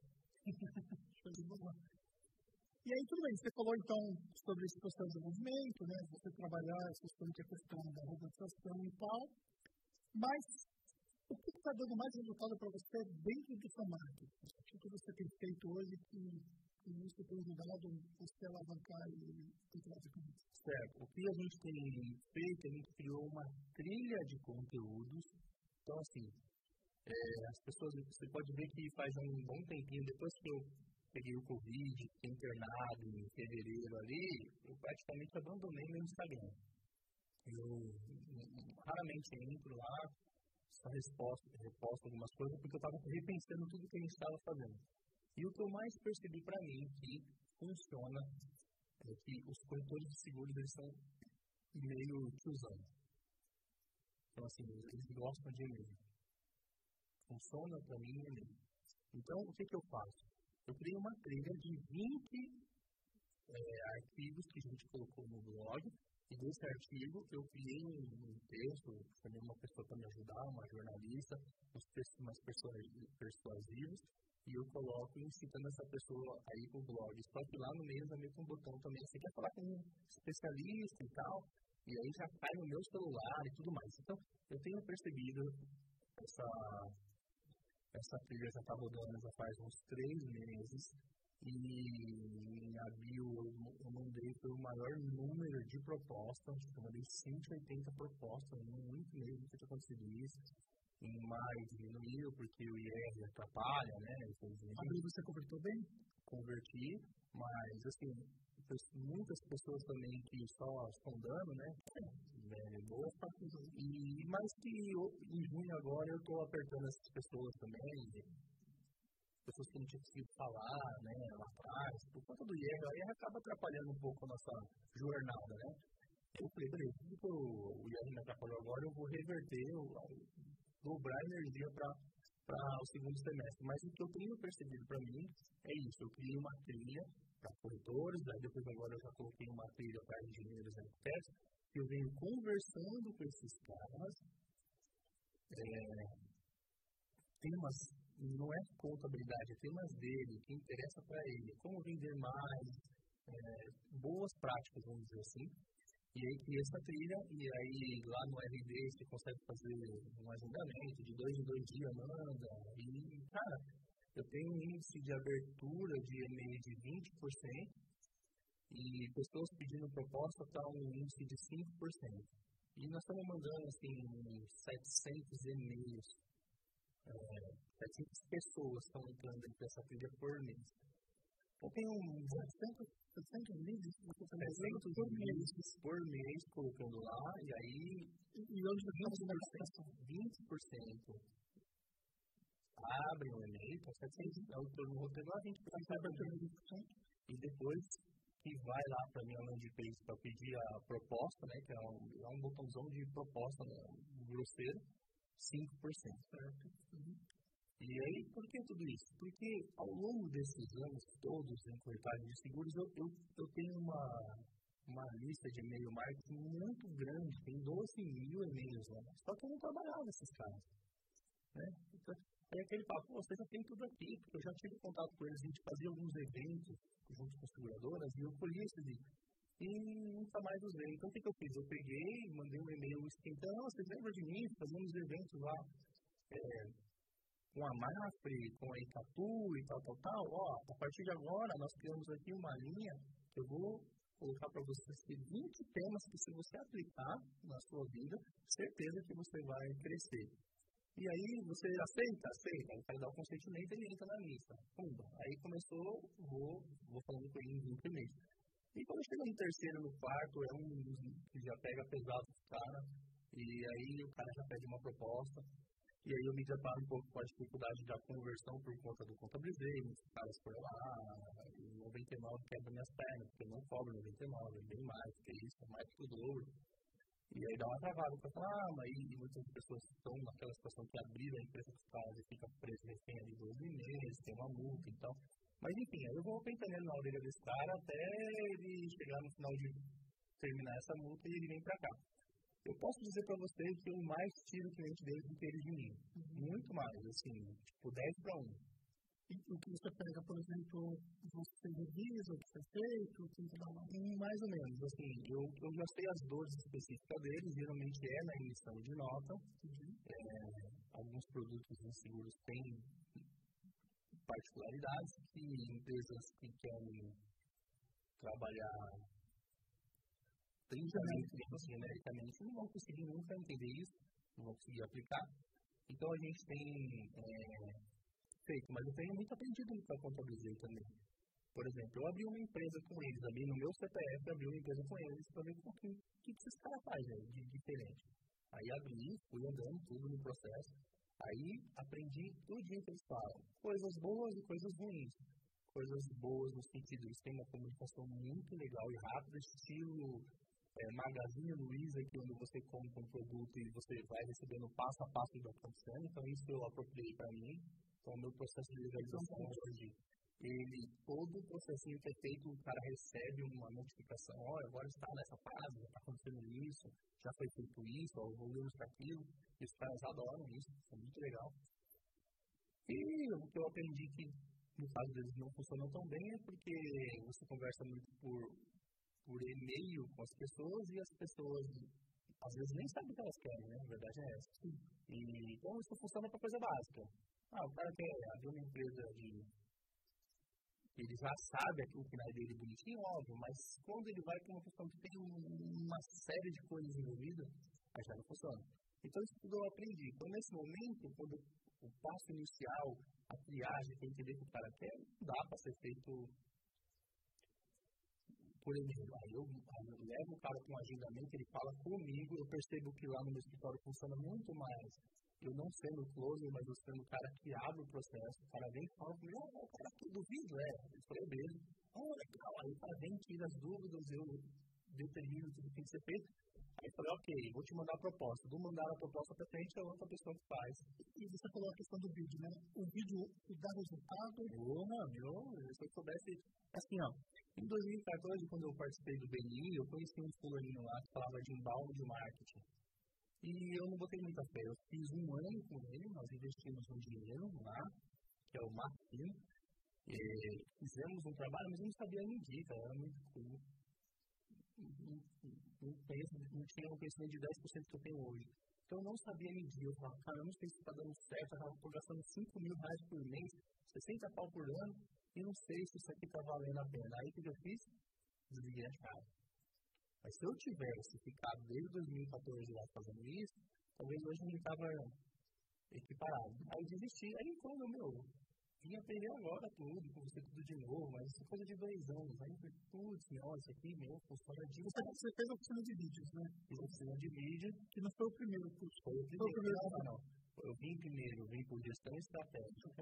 E aí, tudo bem, você falou então sobre esse processo de desenvolvimento, né? Você trabalhar especialmente a questão da robotização e tal, mas o que está dando mais resultado para você dentro do seu marketing? O que você tem feito hoje que, que isso tem ajudado você a alavancar e ter clientes? Certo. O que a gente tem feito, a gente criou uma trilha de conteúdos. Então, assim, é, as pessoas, você pode ver que faz um bom tempinho, depois que eu peguei o Covid, fiquei internado em fevereiro ali, eu praticamente abandonei meu Instagram. Eu raramente entro lá, só resposto, reposto algumas coisas, porque eu estava repensando tudo que a gente estava fazendo. E o que eu mais percebi para mim que funciona é que os corretores de seguros, eles são meio tiozão. Então, assim, eles gostam de e-mail. Funciona para mim e-mail. Então, o que, que eu faço? Eu criei uma trilha de vinte é, artigos que a gente colocou no blog, e desse artigo eu criei um, um texto, chamei uma pessoa para me ajudar, uma jornalista, uns textos mais persuasivos, e eu coloco incitando essa pessoa a ir para o blog. Só que lá no meio já meio com um botão também, você quer falar com um especialista e tal, e aí já cai no meu celular e tudo mais. Então, eu tenho percebido essa... Essa trilha já está rodando já faz uns três meses e em abril eu mandei foi o maior número de propostas, eu mandei cento e oitenta propostas, muito mesmo que eu tinha conseguido isso. Em maio diminuiu, porque o I R atrapalha, né? Abril você convertiu bem? Converti, mas, assim, muitas pessoas também que só estão dando, né? É, boas e mas que eu, em junho agora eu estou apertando essas pessoas também, pessoas que não tinham conseguido falar, né, lá atrás, por conta do I R, aí acaba atrapalhando um pouco a nossa jornada, né? Eu falei, peraí, se o I R me atrapalhou agora, eu vou reverter, eu, dobrar a energia para o segundo semestre. Mas o que eu tenho percebido para mim é isso, eu criei uma trilha para corretores, aí depois agora eu já coloquei uma trilha para engenheiros e arquitetos, que eu venho conversando com esses caras, é, temas, não é contabilidade, é temas dele, que interessa para ele, como vender mais, é, boas práticas, vamos dizer assim. E aí cria essa trilha, e aí lá no R D você consegue fazer um agendamento de dois em dois dias, manda, e cara, eu tenho um índice de abertura de e-mail de vinte por cento, e pessoas pedindo proposta está um índice de cinco por cento. E nós estamos mandando, assim, setecentos e-mails. É, setecentas pessoas estão entrando dentro dessa trilha por mês. Eu tenho uns setecentos leads por mês, por mês colocando lá, e aí e onde vinte por cento abrem o e-mail, então setecentos, eu vou ter lá vinte por cento, e depois que vai lá para a minha landing page para pedir a proposta, né, que é um, é um botãozão de proposta, né, grosseiro, cinco por cento. Certo? Uhum. E aí, por que tudo isso? Porque ao longo desses anos todos em corretagem de seguros, eu, eu, eu tenho uma, uma lista de e-mail marketing muito grande, tem doze mil e-mails lá, só que eu não trabalhava nesses caras. Né? Então, aí aquele papo, você já tem tudo aqui, porque eu já tive contato com eles, a gente fazia alguns eventos junto com as seguradoras e eu colhi esses e nunca mais os veio. Então o que, que eu fiz? Eu peguei, mandei um e-mail esquentando, vocês lembram de mim? Fazemos eventos lá é, com a Mafre, com a Icatu e tal, tal, tal. Ó, a partir de agora nós criamos aqui uma linha que eu vou colocar para vocês vinte temas que se você aplicar na sua vida, certeza que você vai crescer. E aí você aceita, aceita, aí vai dar o consentimento e ele entra na lista. Pumba. Aí começou, vou, vou falando com ele em vinte meses. E quando chega no terceiro, no quarto, é um que já pega pesado do cara, e aí o cara já pede uma proposta, e aí eu me deparo um pouco com a dificuldade da conversão por conta do contabilizei, os caras foram lá, noventa e nove quebra minhas pernas, porque eu não cobro noventa e nove, bem mais que isso, mais que o dobro. E aí dá uma travada para falar, ah, mas aí muitas pessoas estão naquela situação que abriram a empresa dos caras e fica preso refém ali doze meses, tem uma multa e tal. Mas enfim, aí eu vou pentelhando na orelha desse cara até ele chegar no final de terminar essa multa e ele vem para cá. Eu posso dizer para vocês que eu mais tiro o cliente dele do que ele de mim. Uhum. Muito mais, assim, tipo dez para um. E o que você pega, por exemplo, você revisa o que foi feito, tenta dar uma... Mais ou menos, assim, eu, eu já sei as dores específicas deles, geralmente é na emissão de nota. Uhum. É, alguns produtos em seguros têm particularidades que empresas que querem trabalhar trinitamente, assim, genericamente, não vão conseguir nunca entender isso, não vão conseguir aplicar. Então a gente tem é, feito, mas eu tenho muito aprendido com a contabilizei também. Por exemplo, eu abri uma empresa com eles, abri no meu C P F, abri uma empresa com eles para ver o que, que esses caras fazem de diferente. Aí abri, fui andando tudo no processo. Aí aprendi tudo que eles falam. Coisas boas e coisas ruins. Coisas boas no sentido, eles têm uma comunicação muito legal e rápida, estilo é, Magazine Luiza, que quando você compra um produto e você vai recebendo passo a passo do que está acontecendo. Então isso eu apropriei para mim. Então o meu processo de legalização hoje, ele, todo o processinho que é feito, o cara recebe uma notificação, olha, agora está nessa fase, já está acontecendo isso, já foi feito isso, ó, evoluímos para aquilo, e os caras adoram isso, isso é muito legal. E o que eu aprendi que no caso deles não funcionou tão bem é porque você conversa muito por, por e-mail com as pessoas e as pessoas às vezes nem sabem o que elas querem, né? A verdade é essa. E então isso funciona para coisa básica. Ah, o cara quer abrir uma empresa de... Ele já sabe aqui o final dele bonitinho, óbvio, mas quando ele vai para uma questão que tem uma série de coisas envolvidas, aí já não funciona. Então, isso tudo eu aprendi. Então, nesse momento, quando o passo inicial, a triagem, para entender o que o cara quer, não dá para ser feito por exemplo. Aí eu, aí eu levo o cara com um agendamento, ele fala comigo, eu percebo que lá no meu escritório funciona muito mais. Eu não sendo o closer, mas eu sendo o cara que abre o processo, o cara vem e fala comigo, ah, o cara aqui do vídeo, é, eu falei mesmo, oh, legal, aí o cara vem, tira as dúvidas, eu determino tudo que tem que ser feito. Aí eu falei, ok, vou te mandar a proposta. Vou mandar a proposta para frente, é outra pessoa que faz. E você falou a questão do vídeo, né? O vídeo dá resultado. Porra, meu, se eu soubesse... Assim, ó, em dois mil e quatorze, quando eu participei do B N I, eu conheci um fulaninho lá que falava de inbound de marketing. E eu não botei muita fé. Eu fiz um ano com ele, nós investimos um dinheiro lá, que é o marketing. E fizemos um trabalho, mas eu não sabia medir, cara, era muito cool. Não, conheço, não tinha um conhecimento de dez por cento que eu tenho hoje. Então eu não sabia medir. Eu falava, cara, eu não sei se está dando certo. Eu estou gastando cinco mil reais por mês, sessenta pau por ano, e não sei se isso aqui está valendo a pena. Aí o que eu fiz? Desliguei a chave. Mas se eu tivesse ficado desde dois mil e quatorze lá fazendo isso, talvez hoje não estava equiparado. Aí eu desisti. Aí quando, meu, vim aprender agora tudo, com você tudo de novo, mas isso é coisa de dois anos. Aí eu falei, putz, meu, isso aqui, meu, funciona de... Você, você fez a oficina de vídeos, né? Fiz a oficina de vídeo. Que não foi o primeiro curso. Foi o primeiro. Foi o primeiro não, não. Eu vim primeiro, vim por gestão estratégica.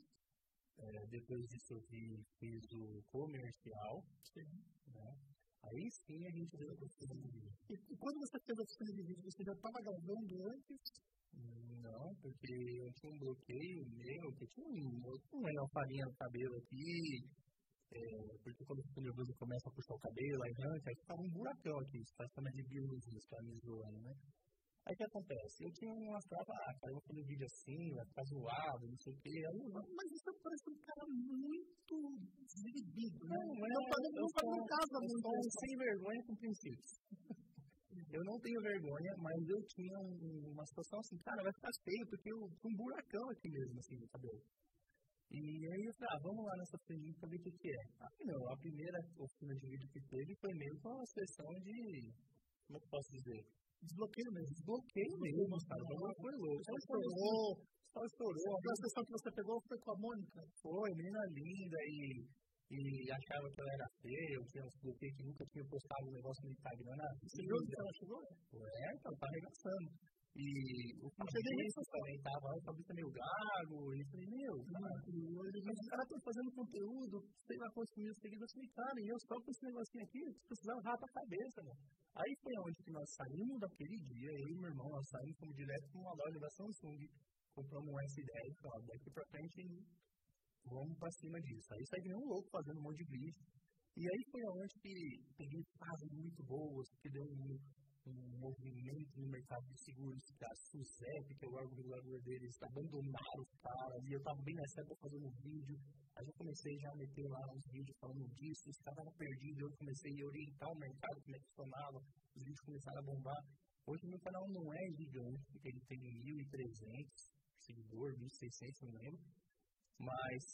É, depois disso eu vi, fiz o comercial. Sim. Né? Aí sim a gente fez a oficina de vídeo. E, e quando você fez a oficina de vídeo, você já estava gravando antes? Não, porque eu tinha um bloqueio meu, que tinha um, uma farinha no cabelo aqui, é, porque quando eu fico nervoso eu começo a puxar o cabelo, aí arranca, aí ficava um buracão aqui, isso faz também de biologia, isso tá me zoando, né? Aí o que acontece? Eu tinha umas travas, ah, cara, eu vou fazer vídeo assim, vai ficar zoado, não sei o quê, aí eu não... Mas isso parece um cara muito desvivido, né? Não, não, não, não, não faz um casa muito. Eu sou sem vergonha com princípios. Eu não tenho vergonha, mas eu tinha um, uma situação assim, cara, vai ficar feio, porque eu tinha um buracão aqui mesmo, assim, no cabelo. E aí eu falei, ah, vamos lá nessa oficina pra ver o que que é. Ah, não, a primeira oficina de vídeo que teve foi meio com uma sessão de, como é que eu posso dizer? Desbloqueio mesmo. Desbloqueio mesmo, cara. O foi louco. Só estourou. Só estourou. A sessão que você pegou foi com a Mônica? Foi, menina linda e... e achava que ela era feia, eu tinha uns bloqueios que nunca tinha postado um negócio no Instagram. Você viu onde ela chegou? É, então, tá arregaçando. E o Fabrício também tava, o Fabrício é meio gago, e eu falei, meu, cara, mas os caras estão fazendo conteúdo, sei lá quantos mil seguidores, eu falei, cara, e eu só com esse negocinho aqui, precisava ralar a cabeça, mano. Aí foi onde que nós saímos daquele dia, eu e meu irmão, nós saímos como direto para uma loja da Samsung, compramos um S dez, falamos, daqui pra frente vamos pra cima disso. Aí saí um louco fazendo um monte de vídeo. E aí foi onde que peguei fases muito boas, que deu um, um movimento no mercado de seguros, que a SUSEP, que é o órgão regulador deles, abandonaram os caras, e eu estava bem nessa época fazendo um vídeo. Aí eu comecei já a meter lá uns vídeos falando disso, os caras estavam perdidos, eu comecei a orientar o mercado, como é que funcionava, os vídeos começaram a bombar. Hoje meu canal não é gigante, porque ele tem mil e trezentos seguidores, mil e seiscentos, não lembro. Mas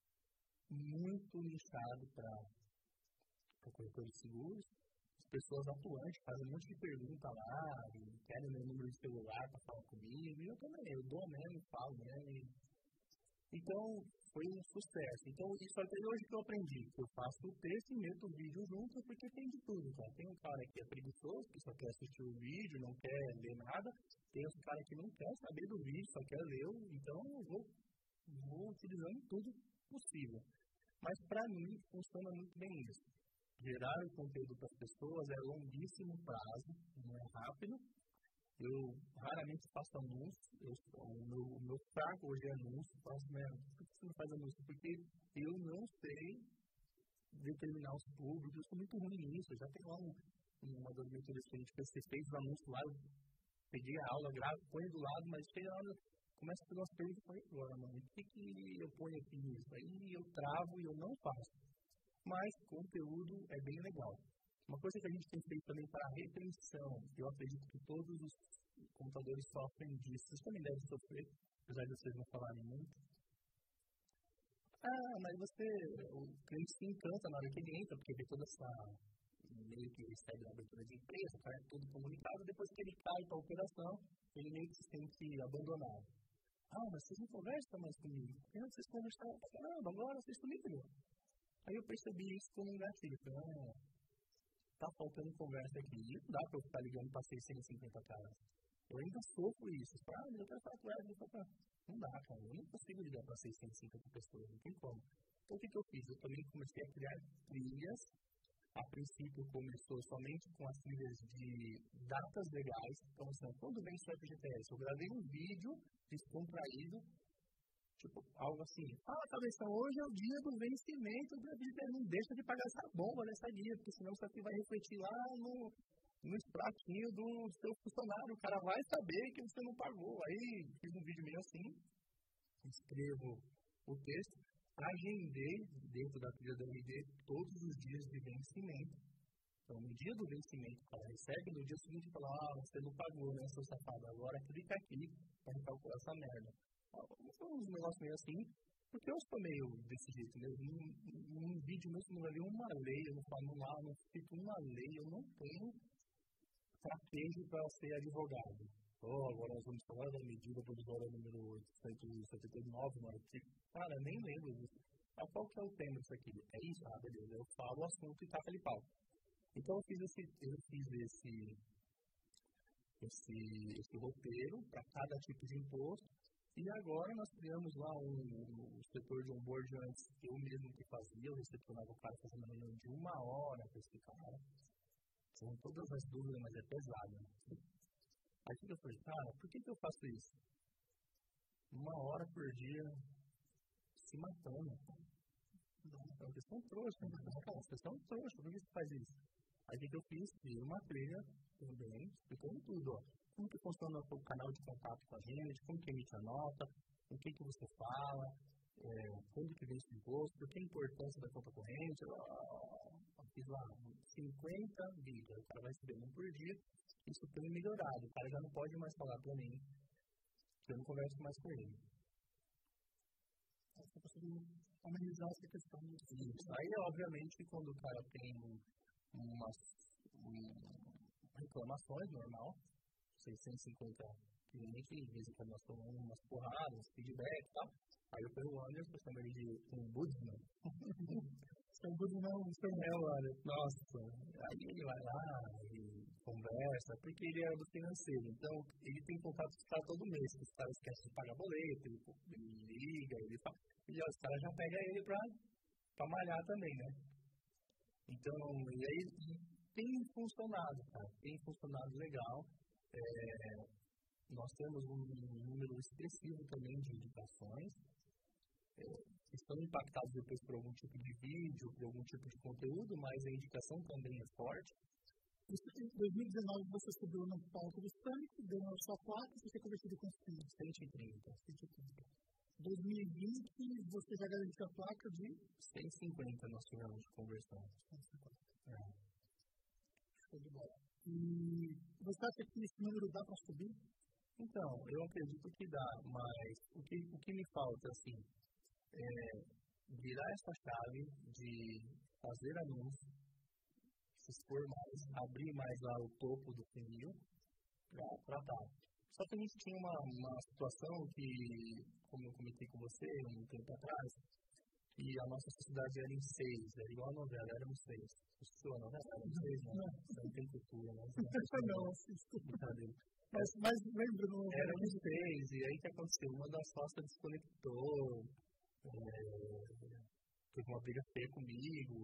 muito nichado para corretores de seguros, as pessoas atuantes fazem um monte de pergunta lá, e querem meu número de celular para falar comigo, e eu também, eu dou mesmo, falo mesmo. E... Então, foi um sucesso. Então, isso até hoje que eu aprendi, que eu faço o texto e meto o vídeo junto, porque tem de tudo, tá? Tem um cara que é preguiçoso, que só quer assistir o vídeo, não quer ler nada, tem outro cara que não quer saber do vídeo, só quer ler, então eu vou vou utilizando tudo possível. Mas para mim funciona muito bem isso. Gerar o conteúdo para as pessoas é longuíssimo prazo, não é rápido. Eu raramente faço anúncio, eu, o, meu, o meu fraco hoje é anúncio, faço mesmo. Por que você não faz anúncio? Porque eu não sei determinar os públicos, eu sou muito ruim nisso. Eu já tenho lá um, uma das mentorias que a gente fez, você fez o anúncio lá, eu peguei a aula, gravo, põe do lado, mas chega lá, começa a fazer umas perguntas e falei, agora, mano, o que, que eu ponho aqui nisso? Aí eu travo e eu não faço. Mas conteúdo é bem legal. Uma coisa que a gente tem feito também para retenção, eu acredito que todos os computadores sofrem disso, vocês também devem sofrer, apesar de vocês não falarem muito. Ah, mas você, o cliente se encanta na hora que ele entra, porque vê toda essa meio que recebe a abertura de empresa, o cara é todo comunicado, depois que ele cai para a operação, ele meio que se sente abandonado. Ah, mas vocês não conversam mais comigo? Antes vocês conversavam pra caramba, agora vocês sumiram. Aí eu percebi isso como um gatilho. Ah, tá faltando conversa aqui. E não dá pra eu ficar ligando pra seiscentos e cinquenta caras. Eu ainda sofro isso. Ah, mas eu quero falar com ela, eu quero falar. Não dá, cara. Eu não consigo ligar pra seiscentas e cinquenta pessoas. Não tem como. Então o que, que eu fiz? Eu também comecei a criar trilhas. A princípio começou somente com as trilhas de datas legais. Então, assim, quando vem o F G T S, eu gravei um vídeo descontraído. Tipo, algo assim, ah, cabeção, hoje é o dia do vencimento do F G T S, não deixa de pagar essa bomba nessa guia, porque senão isso aqui vai refletir lá no, no extratinho do seu funcionário, o cara vai saber que você não pagou. Aí, fiz um vídeo meio assim, escrevo o texto, agendei dentro da trilha da R D todos os dias de vencimento. Então, no dia do vencimento, o cara recebe, no dia seguinte fala, ah, você não pagou, né, seu safado, agora clica aqui para recalcular essa merda. Foi uns negócios meio assim, porque eu sou meio desse jeito, né? Num, num vídeo mesmo não vai ver uma lei, eu não falo lá, não cito uma lei, eu não tenho traquejo para ser advogado. Oh, agora nós vamos falar da medida provisória número oitocentos e setenta e nove, no artigo. Cara, nem lembro disso. Mas qual que é o tema disso aqui? É isso? Ah, beleza, eu falo o assunto e taca de pau. Então eu fiz esse, eu fiz esse, esse, esse roteiro para cada tipo de imposto. E agora nós criamos lá um, um setor de onboard antes, eu mesmo que fazia, eu recepcionava o cara fazendo uma reunião de uma hora para esse cara. São todas as dúvidas, mas é pesado. Né? Aí que eu falei, cara, por que, que eu faço isso? Uma hora por dia se matando. Então, vocês são trouxas, né? Vocês são trouxas, por que você faz isso? Aí o que eu fiz? Fiz uma trilha também, explicando tudo, ó. Como que funciona o canal de contato com a gente, como que emite a nota, o que que você fala, é, quando que vem esse imposto, por que a importância da conta corrente. Eu fiz lá cinquenta vídeos, o cara vai receber um por dia, isso tem melhorado, o cara já não pode mais falar pra mim, que eu não converso mais com ele. Você conseguiu amenizar essa questão. Isso. Aí, obviamente, quando o cara tem umas um, reclamações, normal, seiscentos e cinquenta clientes, de vez em quando nós tomamos umas porradas, feedback e tal. Aí eu pego o Anderson, eu chamo ele de um Budman. Seu Budman, seu é o Anderson. Nossa, aí ele vai lá e conversa, porque ele é do financeiro. Então, ele tem contato com os caras todo mês, que os caras esquecem de pagar boleto, ele, ele liga, ele fala. E os caras já pegam ele pra, pra malhar também, né? Então, e aí tem funcionado, cara, tem funcionado legal. É, nós temos um, um número expressivo também de indicações. É, estão impactados depois por algum tipo de vídeo, por algum tipo de conteúdo, mas a indicação também é forte. Em dois mil e dezenove você subiu no palco do Pânico, ganhou a sua placa e você convertido com cento e trinta. dois mil e vinte você já garantiu a placa de cento e cinquenta nós tivemos de conversão. cento e cinquenta. É. Show de bola. E você acha que esse número dá para subir? Então, eu acredito que dá, mas o que, o que me falta, assim, é virar essa chave de fazer anúncio, se expor mais, abrir mais lá o topo do funil para tratar. Só que a gente tinha uma, uma situação que, como eu comentei com você um tempo atrás, que a nossa sociedade era em seis, era igual a novela, éramos seis. Assistiu a novela? Éramos seis, não. Você não tem cultura, né? Não, assisto. Brincadeira. Mas, mas lembro no... Éramos seis, e aí o que aconteceu? Uma das sócias desconectou, é, teve uma briga feia comigo,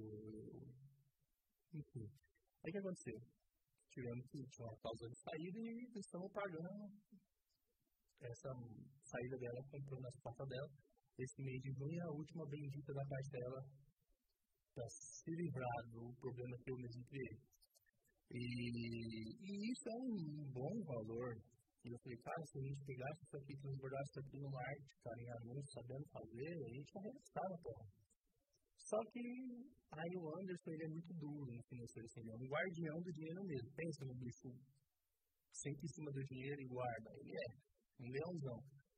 enfim. Aí o que aconteceu? Tivemos que tinha uma causa de saída e estamos pagando essa saída dela, comprando as pastas dela. Esse mês de junho é a última bendita da parcela para se livrar do problema que eu mesmo criei. E, e isso é um bom valor. E eu falei, cara, se a gente pegasse isso aqui, transbordasse isso aqui no marketing, cara, em anúncio, sabendo fazer, a gente arrestava, porra. Só que aí o Anderson, ele é muito duro no financeiro, assim, ele é um guardião do dinheiro mesmo. Pensa no bicho, sempre em cima do dinheiro e guarda. Ele é um leãozão.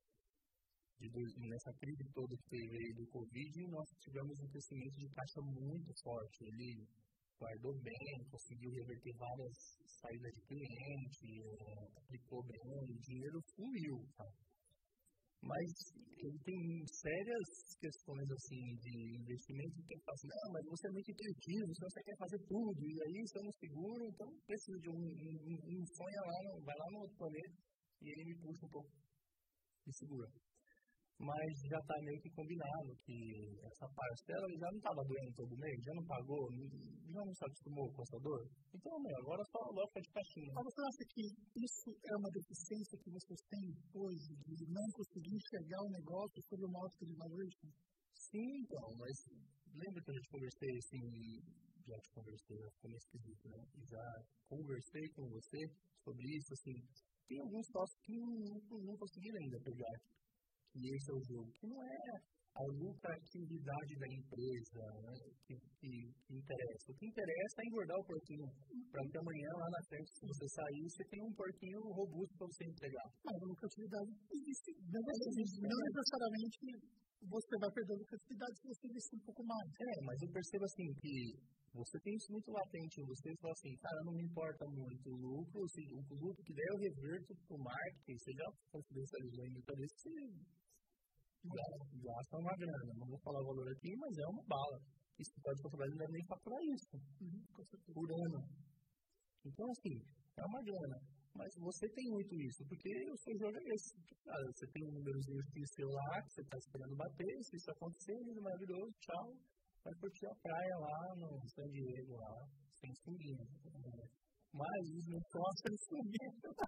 De dois, nessa crise toda que teve aí do Covid, nós tivemos um crescimento de caixa muito forte. Ele guardou bem, conseguiu reverter várias saídas de cliente, é, aplicou bem, o dinheiro fluiu, tá? Mas ele tem sérias questões assim de investimento que tem que falar assim, não, mas você é muito intuitivo, você quer fazer tudo, e aí você não segura, então precisa de um, um, um sonho lá, no, vai lá no outro planeta, e ele me puxa um pouco, me segura. Mas já está meio que combinado que essa parcela já não estava doendo todo mês, já não pagou, já não se acostumou com essa dor. Então, meu, agora só lógica de caixinha. Mas você acha que isso é uma deficiência que vocês têm hoje, de não conseguir enxergar o negócio sob uma ótica de valuation? Sim, então, mas lembra que a gente conversei assim, já te conversei, já ficou meio esquisito, né? E já conversei com você sobre isso, assim, tem alguns sócios que não, não, não conseguiram ainda pegar. E esse é o jogo, que não é a lucratividade da empresa, né, que, que, que interessa. O que interessa é engordar o porquinho, para que amanhã, lá na frente, se você sair, você tem um porquinho robusto para você entregar. Mas a lucratividade existe. Não, existe, não necessariamente você vai perder a lucratividade se você investir um pouco mais. É, mas eu percebo assim que você tem isso muito latente em você, você fala assim, cara, não me importa muito o lucro, o, o lucro que der eu reverto para o marketing, você já confidencializou ainda, talvez que você gasta uma grana, não vou falar o valor aqui, mas é uma bala. Isso pode controlar, não deve nem faturar isso, uhum, por ano. Então, assim, é uma grana. Mas você tem muito isso, porque o seu jogo é esse. Cara, você tem um númerozinho de seu lá, que você está esperando bater, se isso acontecer, lindo, maravilhoso, tchau. Vai curtir a praia lá no San Diego, lá, sem sunguinha. Mas os meus sócios sem sunguinha.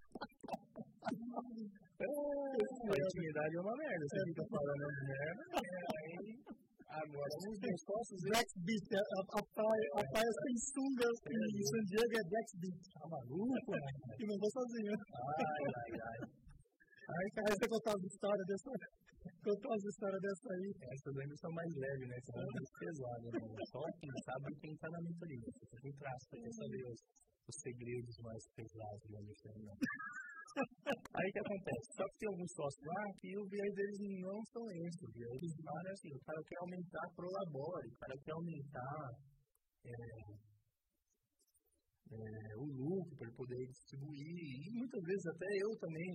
A intimidade é uma merda, você fica falando merda, aí agora os meus sócios... Black Beach, a, a, praia, a praia sem sunga em San Diego é Black Beach. Tá maluco, né? E não vou sozinho. Ai, ai, ai. Aí, aí você contar as histórias dessa... Contar as histórias dessa aí. Essas ainda são mais leves, né? São mais pesadas, né? Só quem sabe quem tá na mentoria. Você tem traço pra saber os, os segredos mais pesados da mentoria. Aí o que acontece? Só que tem alguns sócios lá que o viés deles não são esses. O viés deles é assim, o cara quer aumentar pro labore, o cara quer aumentar é, é, o lucro para ele poder distribuir. E muitas vezes até eu também,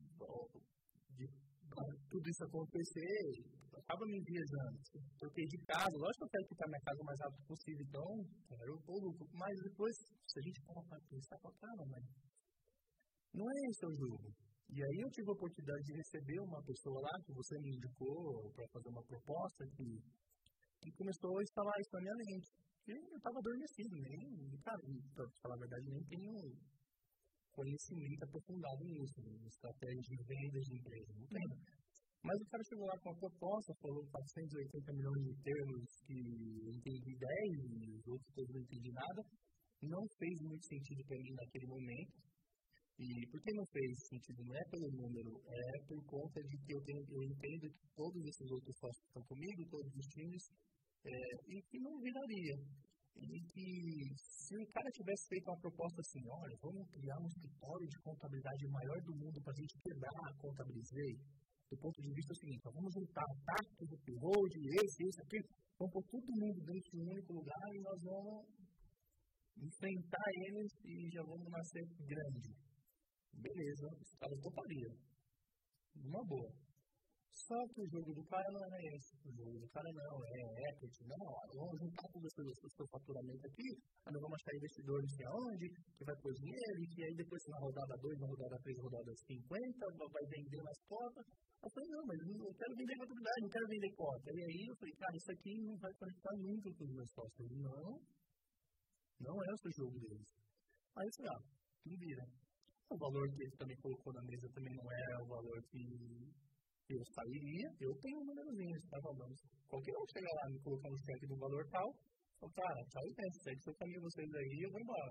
de tudo isso acontecer, acaba me enviesando. Porque de casa, lógico que eu quero quitar minha casa o mais rápido possível, então eu tô lucro. Mas depois, se a gente for para pensar, fala, cara, mas não é esse o jogo. E aí eu tive a oportunidade de receber uma pessoa lá, que você me indicou para fazer uma proposta, que, que começou a instalar isso na minha mente. E eu estava adormecido, nem, cara, para falar a verdade, nem tenho conhecimento aprofundado nisso, em estratégia de vendas de empresa, não tenho. Mas o cara chegou lá com uma proposta, falou quatrocentos e oitenta milhões de termos que eu entendi dez, e os outros todos não entendi nada. Não fez muito sentido para mim naquele momento. E por que não fez sentido? Não é pelo número, é por conta de que eu, tenho, eu entendo que todos esses outros sócios estão comigo, todos os times, é, e que não viraria. E que se o cara tivesse feito uma proposta assim, olha, vamos criar um escritório de contabilidade maior do mundo para a gente quebrar a Contabilizei, do ponto de vista seguinte, ó, vamos juntar a Tacto, o P-Road, esse, esse, aquele, vamos pôr todo mundo dentro de um único lugar e nós vamos enfrentar eles e já vamos nascer grande. Beleza, os caras topariam. Uma boa. Só que o jogo do cara não é esse. O jogo do cara não é equity. Não, vamos juntar todos os seus faturamentos aqui, aí nós vamos achar investidor não sei aonde, que vai pôr dinheiro, e que aí depois na rodada dois, na rodada três, na rodada cinquenta, vai vender mais cotas. Eu falei, não, mas eu não quero vender contabilidade, não quero vender cota. E aí eu falei, cara, isso aqui não vai conectar nunca com os meus sócios. Não, não é o seu jogo deles. Aí eu falei, ah, não vira. O valor que ele também colocou na mesa também não é o valor que eu sairia. Eu tenho um númerozinho, tá falando. Qualquer um chegar lá e me colocar um cheque do valor tal, eu, cara, tchau e pensa, segue seu caminho vocês aí e eu vou embora.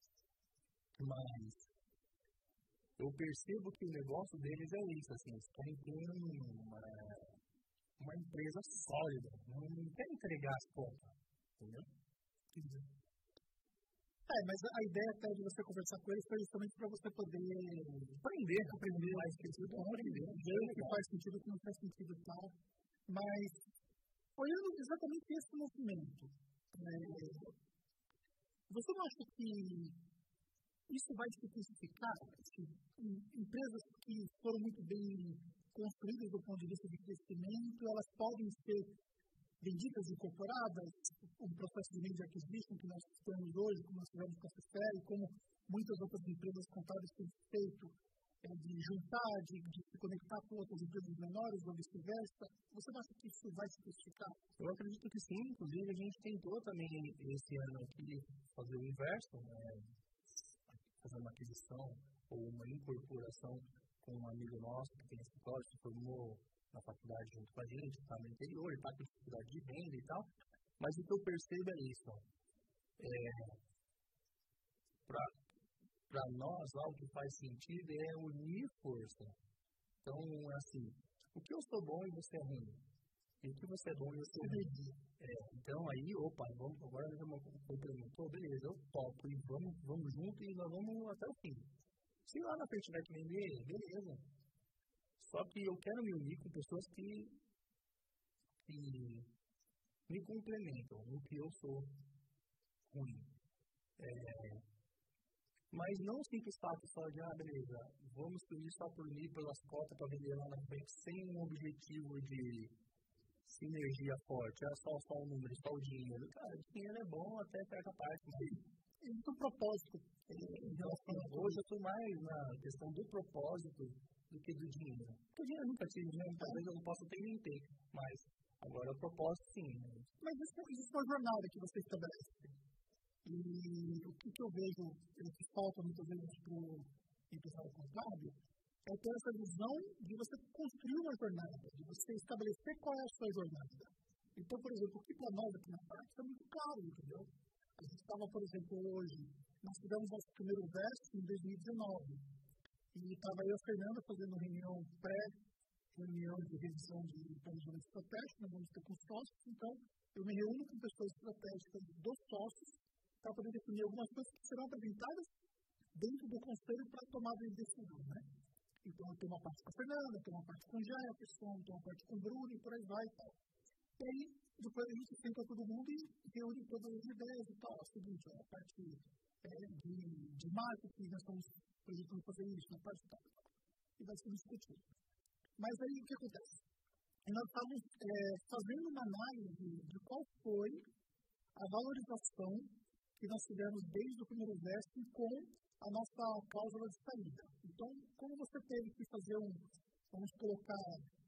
Mas eu percebo que o negócio deles é isso, assim, eles querem ter uma, uma empresa sólida, não querem entregar as contas, entendeu? É, mas a ideia até de você conversar com eles foi justamente para você poder aprender, aprender mais sentido, aprender, ver o que faz sentido, o que não faz sentido e tal. Mas, olhando exatamente esse movimento, é, Você não acha que isso vai se intensificar? Empresas que foram muito bem construídas do ponto de vista de crescimento, elas podem ser vendidas, incorporadas, um processo de land acquisition que nós temos hoje, como nós tivemos com a Cefere, como muitas outras empresas contábeis têm feito, é, de juntar, de, de se conectar com outras empresas menores ou vice-versa. Você acha que isso vai se intensificar? Eu acredito que sim. Inclusive, a gente tentou também esse ano aqui fazer o inverso, né? Fazer uma aquisição ou uma incorporação com um amigo nosso que tem escritório, que formou na faculdade junto com a gente, está no interior, está com dificuldade de renda e tal. Mas o que eu percebo é isso. É, Para nós, algo que faz sentido é unir força. Então, assim, o que eu sou bom e você é ruim? E o que você é bom e você é ruim? É, então, aí, opa, vamos, agora nós vamos complementar, beleza, eu topo e vamos, vamos junto e nós vamos até o fim. Se lá na frente tiver que vender, beleza. Só que eu quero me unir com pessoas que, que me complementam no que eu sou ruim. É, mas não simples fato só de, ah, beleza, vamos se unir só por unir pelas cotas para vender lá na frente, sem um objetivo de sinergia forte, é só, só o número, só o dinheiro. Cara, o dinheiro é bom até certa parte, mas e do propósito. Em relação a hoje, eu estou mais na questão do propósito do que do dinheiro. Porque o dinheiro eu nunca tive, né? Talvez eu não possa ter nem ter, mas agora o propósito sim. Né? Mas isso, isso é uma jornada que você estabelece. E o que, que eu vejo, que falta muitas vezes para o empresário contábil, é ter essa visão de você construir uma jornada, de você estabelecer qual é a sua jornada. Então, por exemplo, o que para nós aqui na prática é muito claro, entendeu? A gente estava, por exemplo, hoje, nós tivemos nosso primeiro verso em dois mil e dezenove. E estava eu e a Fernanda fazendo reunião pré-reunião de revisão de planejamento estratégico, nós vamos ter com sócios, então eu me reúno com pessoas estratégicas dos sócios para poder definir algumas coisas que serão apresentadas dentro do conselho para tomada de decisão, né? Então eu tenho uma parte com a Fernanda, tenho uma parte com o Jefferson, tenho uma parte com o Bruno e por aí vai e tal. E aí, depois a gente senta todo mundo e reúne todas as ideias e tal. É o seguinte, ó, a parte é, de, de marketing, nós estamos projetando fazer isso, na parte tal, e vai ser discutido. Mas aí o que acontece? Nós estamos é, fazendo uma análise de qual foi a valorização que nós tivemos desde o primeiro verso com a nossa cláusula de saída. Então, como você teve que fazer um, vamos colocar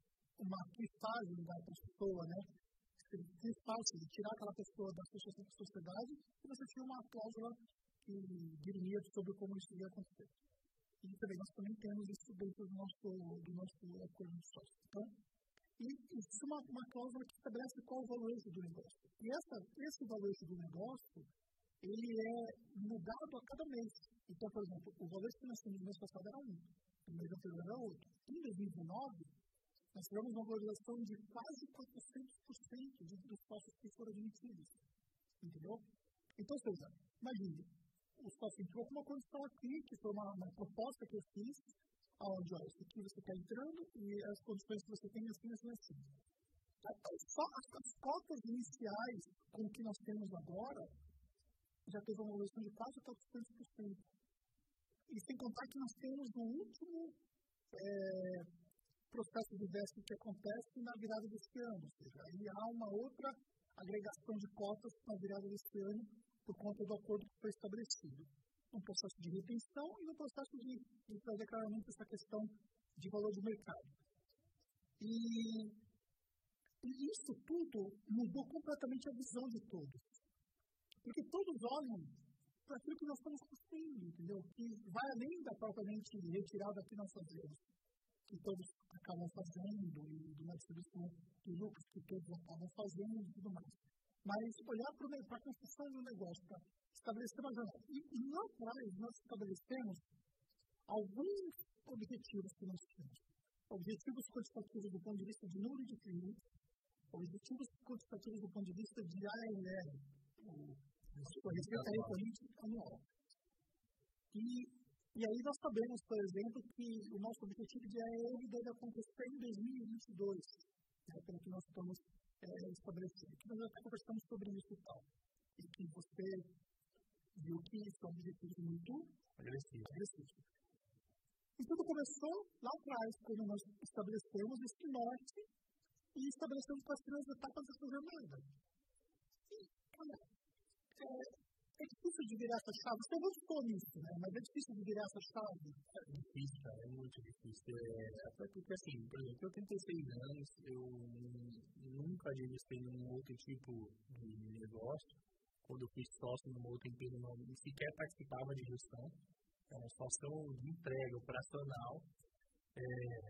uma cristagem da pessoa, né? Cristagem, de tirar aquela pessoa da sociedade, e você tinha uma cláusula que diria sobre como isso ia acontecer. E também nós também temos isso dentro do nosso, do nosso acordo de sócio. Então, e isso é uma, uma cláusula que estabelece qual é o valuation do negócio. E essa, esse valuation do negócio, ele é mudado a cada mês. Então, por exemplo, o valuation que nós tínhamos no mês passado era um, no mês anterior era outro. Em dois mil e dezenove, nós tivemos uma valorização de quase quatrocentos por cento dos sócios que foram admitidos. Entendeu? Então, ou seja, imagine, o sócio entrou com uma condição aqui, que foi uma, uma proposta que eu fiz, onde, olha, isso aqui você está entrando e as condições que você tem assim, assim, assim. Só as, as cotas iniciais com o que nós temos agora já teve uma valorização de quase quatrocentos por cento. E sem contar que nós temos o último é, processo de vesting que acontece na virada desse ano. Ou seja, aí há uma outra agregação de cotas na virada desse ano por conta do acordo que foi estabelecido. Um processo de retenção e um processo de, de trazer claramente essa questão de valor de mercado. E, e isso tudo mudou completamente a visão de todos. Porque todos olham para aquilo que nós estamos construindo, entendeu? Que vai além da propriamente retirada que nós fazemos, que todos acabam fazendo, e de uma distribuição de lucros que todos acabam fazendo e tudo mais. Mas olhar para a construção do negócio, para estabelecer uma jornada. E, e lá atrás nós estabelecemos alguns objetivos que nós temos. Objetivos quantitativos do ponto de vista de número de clientes, objetivos quantitativos do ponto de vista de A R L, a receita recorrente anual. E, e aí nós sabemos, por exemplo, que o nosso objetivo de A R L deve acontecer em dois mil e vinte e dois, né, pelo que nós estamos é, estabelecendo. Nós até conversamos sobre isso e tal. E que você viu que são objetivos muito agressivos. agressivos. E tudo começou lá atrás, quando nós estabelecemos esse norte e estabelecemos quais seriam as etapas dessa jornada. E, olha, é, é difícil de virar essa chave. Você não ficou nisso, né? Mas é difícil de virar essa chave. É difícil, cara. É muito difícil. É, até porque, assim, por exemplo, eu tenho trinta e seis anos, eu nunca administrei nenhum outro tipo de negócio. Quando eu fui sócio numa outra empresa, não sequer participava de gestão. É uma situação de entrega operacional. É,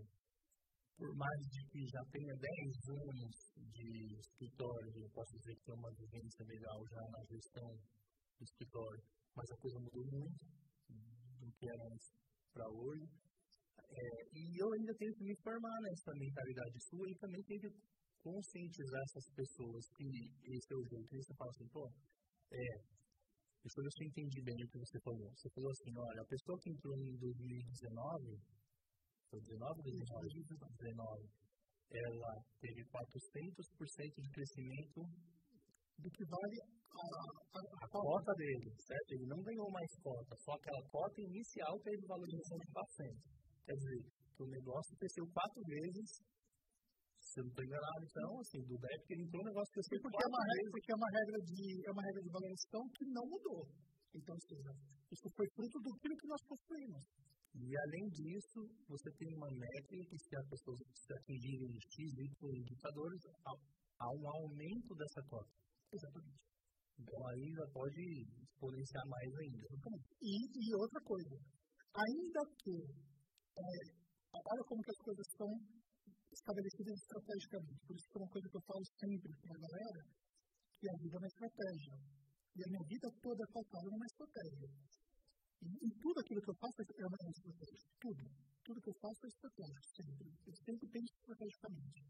por mais de que já tenha dez anos de escritório, eu posso dizer que tem uma vivência legal já na gestão do escritório, mas a coisa mudou muito do que era antes para hoje. É, e eu ainda tenho que me formar nessa mentalidade sua e também tenho que conscientizar essas pessoas que esse é o jeito. E você fala assim, pô, é, deixa eu ver se eu entendi bem o que você falou. Você falou assim, olha, a pessoa que entrou em dois mil e dezenove, foi dezenove ou dezenove? Ela teve quatrocentos por cento de crescimento do que vale a, a, a cota dele, certo? Ele não ganhou mais cota, só aquela cota inicial teve valorização de quatrocentos. Quer dizer, que o negócio cresceu quatro vezes, se eu não estou enganado, então, assim, do débito que ele entrou, o negócio cresceu porque quatro é uma regra, vezes. porque é uma regra de, é uma regra de valorização que não mudou. Então, ou seja, isso foi fruto do que nós construímos. E, além disso, você tem uma métrica que, se as pessoas se atingirem X, Y indicadores, há, há um aumento dessa cota. Exatamente. Então, aí já pode exponenciar mais ainda. E, e outra coisa, ainda que, é, olha como que as coisas são estabelecidas estrategicamente. Por isso que é uma coisa que eu falo sempre para a galera, que a vida é uma estratégia. E a minha vida toda é pautada numa estratégia. E, e tudo aquilo que eu faço é uma estratégia. Tudo. Tudo que eu faço é estratégico, sempre. Eu sempre penso estrategicamente.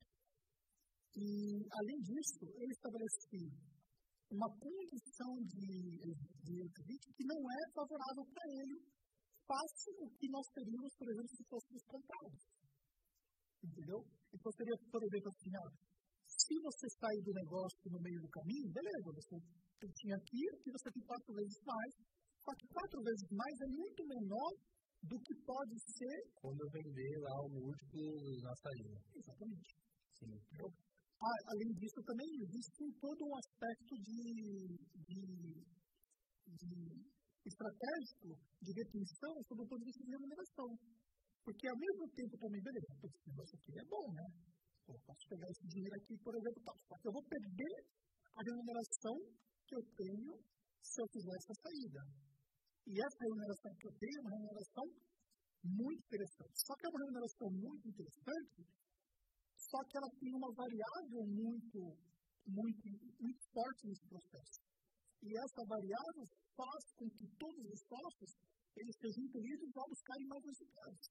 E, além disso, eu estabeleci uma condição de, de equilíbrio que não é favorável para ele, face o que nós teríamos, por exemplo, se fôssemos comprados. Entendeu? Então, seria, por exemplo, assim, ah, se você sair do negócio no meio do caminho, beleza, você tinha aqui, aqui você tem quatro vezes mais, só que quatro vezes mais é muito menor do que pode ser quando eu vender lá o múltiplo na saída. Exatamente. Sim. Então, ah, além disso, também existe todo um aspecto de, de, de estratégico de retenção sob o ponto de vista de remuneração. Porque, ao mesmo tempo, também, beleza, esse negócio aqui é bom, né? Eu posso pegar esse dinheiro aqui, por exemplo, tá, só que eu vou perder a remuneração que eu tenho se eu fizer essa saída. E essa remuneração que eu tenho é uma remuneração muito interessante. Só que é uma remuneração muito interessante, só que ela tem uma variável muito, muito, muito forte nesse processo. E essa variável faz com que todos os sócios eles sejam impelidos a buscarem mais resultados.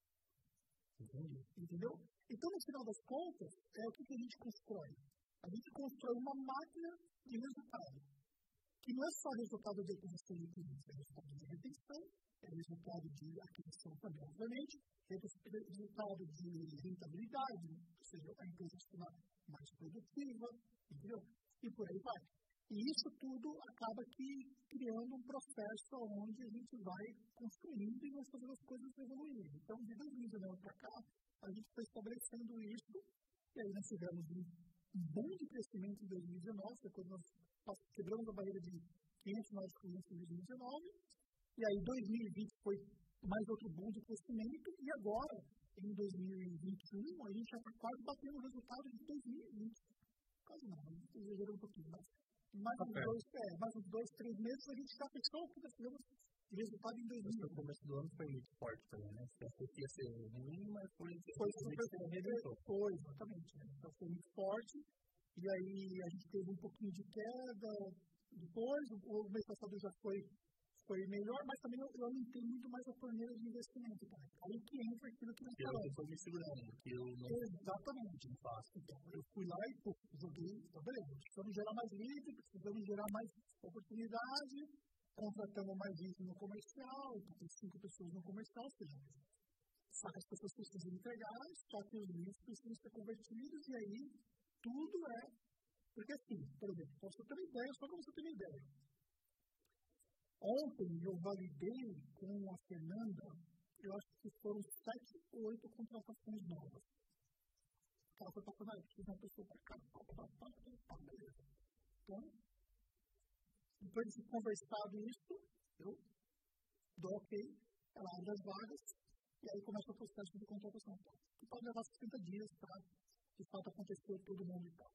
Entendi. Entendeu? Então, no final das contas, é o que a gente constrói. A gente constrói uma máquina de resultado. Que não é só resultado de aquisição de clientes, é resultado de retenção, é resultado de aquisição também, obviamente, é resultado de rentabilidade, ou seja, a empresa se tornar mais produtiva, entendeu? E por aí vai. E isso tudo acaba que criando um processo onde a gente vai construindo e vai fazendo as coisas evoluírem. Então, de dois mil e dezenove para cá, a gente foi estabelecendo isso, e aí nós tivemos um, um bom de crescimento em dois mil e dezenove, foi quando nós quebramos a barreira de quinhentos novos clientes em dois mil e dezenove, e aí dois mil e vinte foi mais outro boom de crescimento, e agora, em dois mil e vinte e um, a gente já está quase batendo o resultado de dois mil e vinte. Quase não, a gente exagerou um pouquinho, mas mais uns, dois, é, mais uns dois, três meses a gente já fechou o que nós fizemos de resultado em dois mil e vinte. O começo do ano foi muito forte também, né? Você achou que ia ser ruim, mas foi... Foi super forte. Foi, exatamente. Né? Então foi muito forte. E aí a gente teve um pouquinho de queda. Depois, o mês passado já foi, foi melhor, mas também eu, eu aumentei muito mais a torneira de investimento. Tá? Aí que entra aquilo que nós falamos. Eu estou me segurando, que eu não... Exatamente. Não faço. Então, eu fui lá e pô, joguei, então beleza, precisamos gerar mais lead, precisamos gerar mais oportunidade, contratamos mais gente no comercial, então tem cinco pessoas no comercial, ou seja, só que as pessoas precisam entregar, só que os leads precisam ser convertidos, e aí tudo é... Porque assim, por exemplo, para você ter uma ideia, só para você ter uma ideia, Ontem eu validei com a Fernanda, eu acho que foram sete ou oito contratações novas. Ela foi passando, ah, eu preciso de uma pessoa para cá, pá, pá, pá, pá, pá, beleza. Então, depois de conversado isso, eu dou ok, ela abre as vagas, e aí começa o processo de contratação. Que pode levar sessenta dias para, de fato, acontecer todo mundo e tal.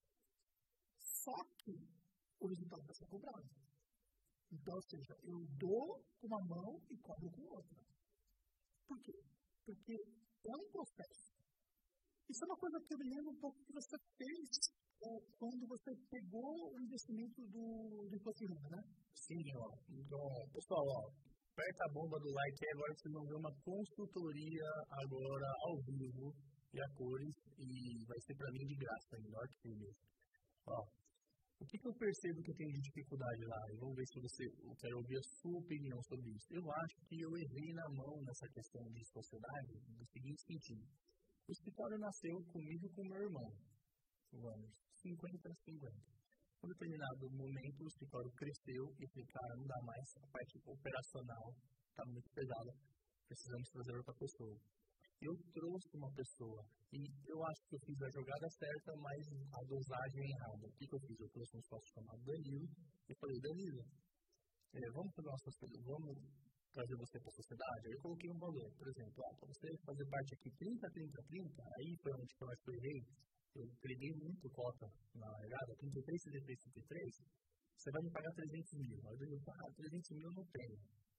Só que o resultado vai ser cobrado. Então, ou seja, eu dou com uma mão e cobro com outra. Por quê? Porque é um processo. Isso é uma coisa que eu me lembro um pouco que você fez é, quando você pegou o investimento do, do Imposto de Renda, né? Sim, ó. Então, pessoal, ó, aperta a bomba do like aí, agora vocês vão ver uma consultoria agora ao vivo e a cores e vai ser pra mim de graça, melhor que mesmo. Ó, o que, que eu percebo que eu tenho de dificuldade lá? E vamos ver se você, eu quero ouvir a sua opinião sobre isso. Eu acho que eu errei na mão nessa questão de sociedade no seguinte sentido. O escritório nasceu comigo e com meu irmão, anos cinquenta a cinquenta. Em um determinado momento, o escritório cresceu e falei, cara, não dá mais, a parte operacional está muito pesada, precisamos trazer outra pessoa. Eu trouxe uma pessoa e eu acho que eu fiz a jogada certa, mas a dosagem é errada. O que, que eu fiz? Eu trouxe um sócio chamado Danilo e falei, Danilo, é, vamos fazer uma sociedade, vamos trazer você para a sociedade? Aí eu coloquei um valor, por exemplo, ah, para você fazer parte aqui trinta, trinta, trinta, aí foi onde que eu acho que eu errei. Eu entreguei muito cota na largada, trinta e três, trinta e três, trinta e três, você vai me pagar trezentos mil. Aí eu digo, ah, trezentos mil eu não tenho.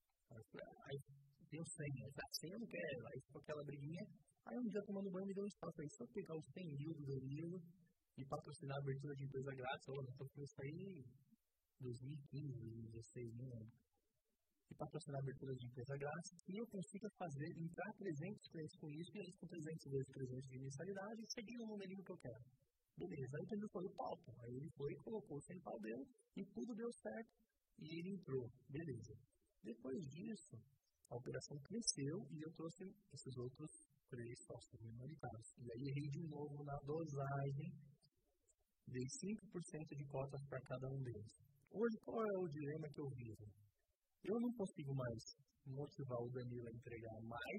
Aí deu cem, aí cem eu não quero, aí ficou aquela briguinha. Aí um dia tomando banho me deu um espaço aí, se eu pegar os cem mil do Danilo e patrocinar a abertura de empresa grátis, olha, então foi isso aí em dois mil e quinze, dois mil e dezesseis, não lembro. E patrocinar a abertura de empresa grátis, e eu consiga fazer, entrar trezentos clientes com isso, e eles com trezentos vezes trezentos de mensalidade, e seguir o numerinho que eu quero. Beleza, aí o Danilo foi o palco. Aí ele foi e colocou o cem pau dele, e tudo deu certo, e ele entrou. Beleza. Depois disso, a operação cresceu e eu trouxe esses outros três sócios minoritários. E aí errei de novo na dosagem, dei cinco por cento de cotas para cada um deles. Hoje, qual é o dilema que eu vivo? Eu não consigo mais motivar o Danilo a entregar mais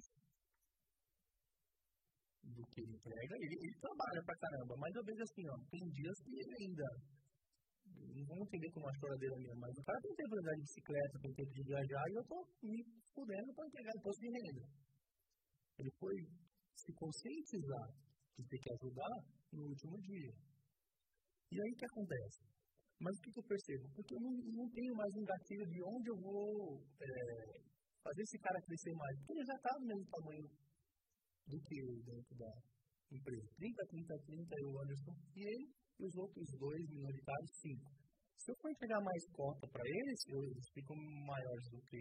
do que ele entrega. Ele, ele trabalha pra caramba, mas eu vejo assim, ó, tem dias que ele ainda... Não vão entender como a choradeira minha, mas o cara tem tempo de andar de bicicleta, tem tempo de viajar, e eu tô me fudendo para entregar imposto de renda. Ele foi se conscientizar de ter que ajudar no último dia. E aí o que acontece? Mas o que, que eu percebo? Porque eu não, não tenho mais um gatilho de onde eu vou é, fazer esse cara crescer mais. Porque ele já está do mesmo tamanho do que eu dentro da empresa. trinta, trinta, trinta, eu, Anderson, e ele. E os outros dois minoritários, cinco. Se eu for entregar mais cota para eles, eu, eles ficam maiores do que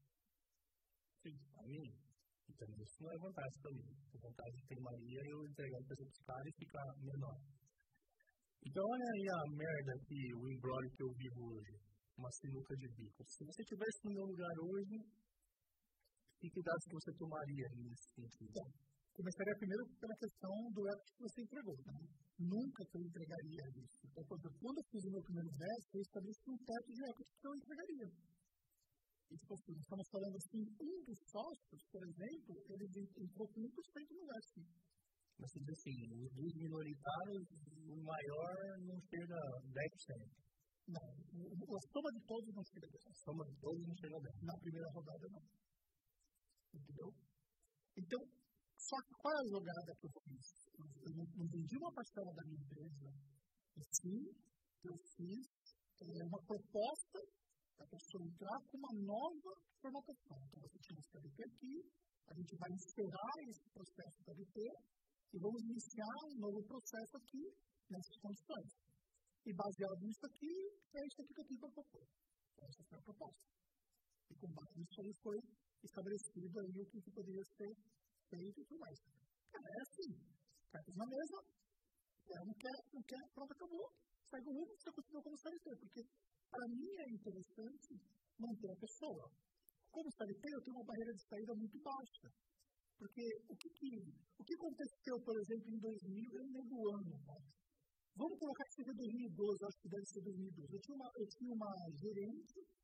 a mim. Então, isso não é vantagem para mim. A vantagem que tem Maria é eu entregar para os caras e ficar menor. Então, olha aí a merda que o embrólio que eu vivo hoje. Uma sinuca de bico. Se você estivesse no meu lugar hoje, que cuidados que você tomaria nesse sentido? Bom, começaria primeiro pela questão do equity que você entregou, né? Nunca que eu entregaria isso. Então, por exemplo, quando eu fiz o meu primeiro veste, eu estabeleci um teto de equity que eu entregaria. E, tipo assim, estamos falando assim, um dos sócios, por exemplo, ele entrou com um por cento no veste. Mas você diz assim, os dos minoritários, o maior não chega a dez por cento. Não, a soma de todos não chega a dez por cento. A soma de todos não chega a dez por cento. Na primeira rodada, não. Entendeu? Então, só que qual é a jogada que eu fiz? Eu não, não vendi uma parcela da minha empresa, e sim, eu fiz é, uma proposta para a pessoa entrar com uma nova formatação. Então, você tinha esse K B T aqui, a gente vai encerrar esse processo K B T e vamos iniciar um novo processo aqui, nessas condições. E baseado nisso aqui, é isso aqui que eu tenho para propor. Essa foi a proposta. E com base nisso aí foi estabelecido aí o que poderia ser feito e tudo mais. Cara, é assim, cartas na mesa, ela não quer, não quer, pronto, acabou. Segue o rumo, você continua como C L T, porque para mim é interessante manter a pessoa. Como C L T, eu tenho uma barreira de saída muito baixa. Porque o que, que, o que aconteceu, por exemplo, em dois mil, eu não lembro o ano, mas vamos colocar que seja dois mil e doze, acho que deve ser dois mil e doze. Eu tinha uma, eu tinha uma gerente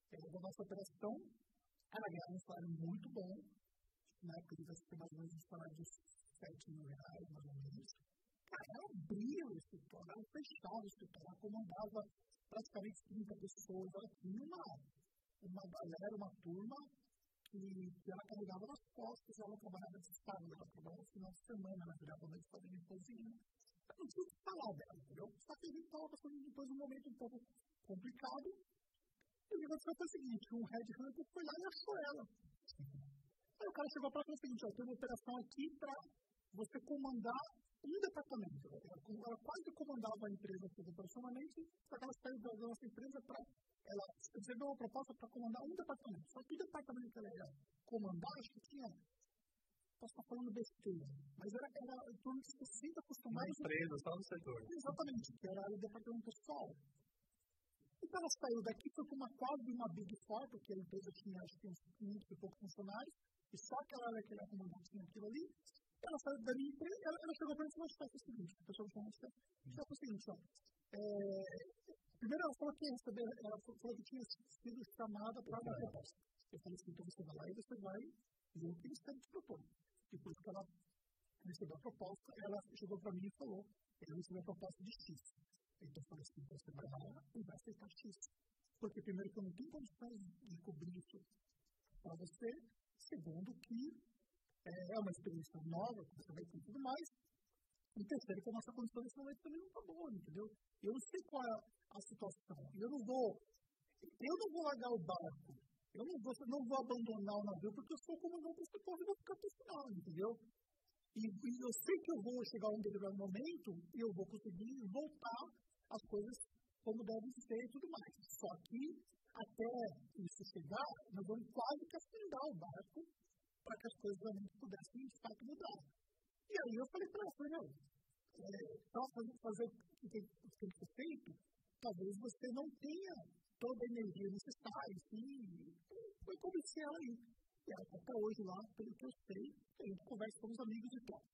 é, da nossa operação, ela ganhava um salário muito bom, na época de ter mais ou menos um salário de sete mil reais, mais ou menos. Cara, ela abria o escritório, ela fechava o escritório, ela comandava praticamente trinta pessoas, ela tinha uma, uma galera, uma turma que, que ela carregava nas costas, ela trabalhava de sábado, ela trabalhava no final de semana, ela virava noite fazendo cozinha. Eu não tinha o que falar dela, entendeu? Só que a gente estava passando depois um momento um pouco complicado. E o que aconteceu foi o seguinte, um headhunter foi lá e achou ela. Aí o cara chegou para ela e falou o seguinte, ó, tem uma operação aqui para você comandar um departamento. Ela, ela quase comandava a empresa operacionalmente, só que ela saiu da nossa empresa para... Ela recebeu uma proposta para comandar um departamento. Só que o departamento que ela ia comandar, acho que tinha... Posso estar falando besteira, mas era, era em torno de sessenta funcionários. Uma empresa, só no setor. Exatamente, que era o departamento pessoal. Então ela saiu daqui, foi para uma quase uma Big Four, porque a empresa tinha acho que uns quinhentos e poucos funcionários, e só aquela área que ela comandava tinha aquilo ali. Ela saiu da minha empresa, ela, ela chegou para mim e falou o seguinte, a pessoa falou o seguinte, ó, é, primeiro ela falou que ia receber, ela falou que tinha sido chamada para uma proposta. Eu falei assim, então você vai lá e você vai ver o que eles querem te propor. Depois que ela recebeu a proposta, ela chegou para mim e falou, eu recebi a proposta de X. Então eu falei assim, você vai lá e vai aceitar X. Porque primeiro que eu não tenho condições de cobrir isso para você, segundo que é uma experiência nova, que você vai ter tudo mais, e terceiro que a nossa condição nesse momento também não está boa, entendeu? Eu não sei qual é a situação, eu não vou, eu não vou largar o barco, eu não vou, não vou abandonar o navio, porque eu sou o comandante desse povo e vou ficar profissional, entendeu? E, e eu sei que eu vou chegar a um determinado momento e eu vou conseguir voltar as coisas como devem ser e tudo mais. Só que, até isso chegar, nós vamos quase que afundar o barco para que as coisas realmente pudessem, de fato, mudar. E aí eu falei para ela, falei, não, é, para fazer, fazer o que tem, tem que ser feito, talvez você não tenha toda a energia necessária, e foi convencer ela aí. E ela está até hoje lá, pelo que eu sei, a gente conversa com os amigos e tal.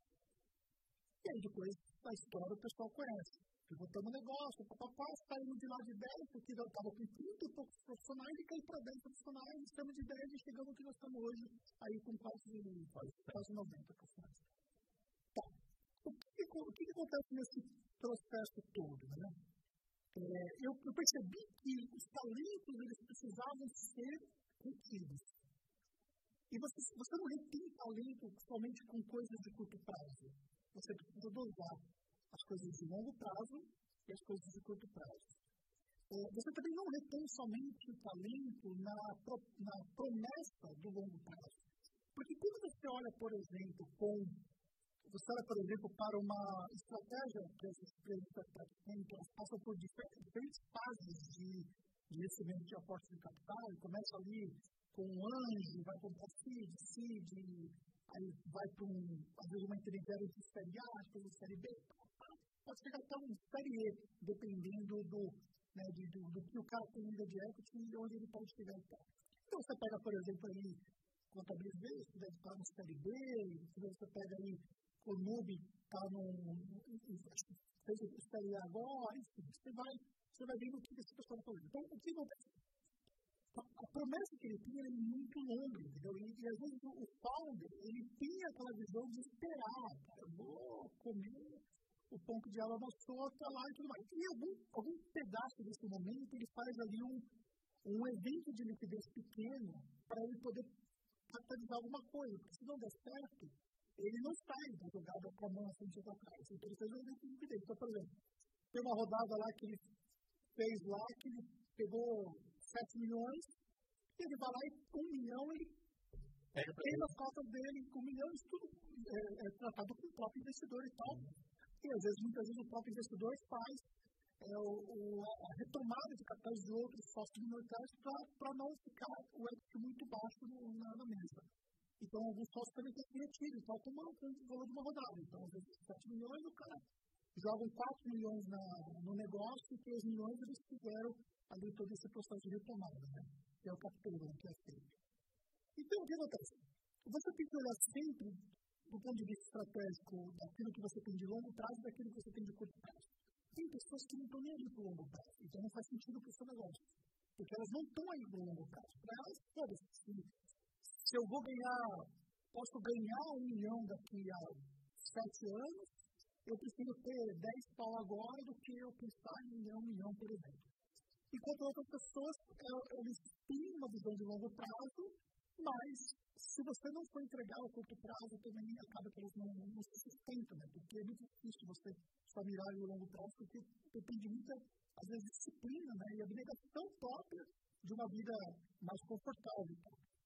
E aí depois da história o pessoal conhece. Pivotamos o negócio, papapá, saímos de lá de dez, porque já estava com trinta e poucos profissionais, e caiu para dez profissionais, estamos de dez e chegamos ao que nós estamos hoje, aí com quase, quase, quase noventa profissionais. Tá. O que, o que acontece nesse processo todo, né? É, eu, eu percebi que os talentos, eles precisavam ser retidos. E você, você não retém talento somente com coisas de curto prazo. Você precisa dosar as coisas de longo prazo e as coisas de curto prazo. É, você também não retém somente o talento na, na promessa do longo prazo. Porque quando você olha, por exemplo, com, você olha, por exemplo, para uma estratégia que essas empresas têm, que elas passam por diferentes fases de, de investimento de aporte de capital, e começa ali com um anjo, vai para um seed, seed, aí vai para um, às vezes uma intermediária de série A, depois de série B, pode chegar até um série E, dependendo do, né, de, do, do que o cara tem ainda de equity e onde ele pode chegar. Então, então você pega, por exemplo, aí, contabilidade, você deve estar no série B, você pega aí, o Nube está no, fez o série A agora, enfim, você vai, você vai vendo o que esse pessoal está fazendo. Então, o que acontece? A promessa que ele tem é muito longa, entendeu? E, e às vezes o, o founder, ele tem aquela visão de esperar, cara, eu vou comer o pão que o diabo amassou até lá e tudo mais. E algum, algum pedaço desse momento, ele faz ali um, um evento de liquidez pequeno para ele poder capitalizar alguma coisa, porque se não der certo, ele não sai da jogada com a mão assim de atrás. Então ele fez um evento de liquidez. Então, por exemplo, tem uma rodada lá que ele fez lá, que ele pegou sete milhões, e ele vai lá e um milhão, ele tem nas cotas dele, um milhão, isso tudo é, é tratado com o próprio investidor e tal. E às vezes, muitas vezes, o próprio investidor faz é, o, o, a retomada de capitais de outros sócios minoritários para não ficar o equity muito baixo no, na, na mesa. Então, alguns sócios também têm que retirar, tal como com o valor de uma rodada. Então, às vezes, sete milhões, o cara jogam quatro milhões na, no negócio e três milhões eles fizeram ali todo esse processo de retomada, né? Que é o capital que é feito. Então, o que acontece? Você tem que olhar sempre do ponto de vista estratégico daquilo que você tem de longo prazo e daquilo que você tem de curto prazo. Tem pessoas que não estão nem ali para o longo prazo, então não faz sentido para o seu negócio. Porque elas não estão aí no longo prazo. Para elas, foda-se, se, se eu vou ganhar, posso ganhar um milhão daqui a sete anos, eu prefiro ter dez pau agora do que eu pensar em ganhar um milhão, por exemplo. Enquanto outras pessoas, eles têm uma visão de longo prazo, mas se você não for entregar a curto prazo, também acaba que eles não, não se sustentam, né? Porque é muito difícil você só mirar no longo prazo, porque depende muito, às vezes, de disciplina, né? E abnegação própria de uma vida mais confortável.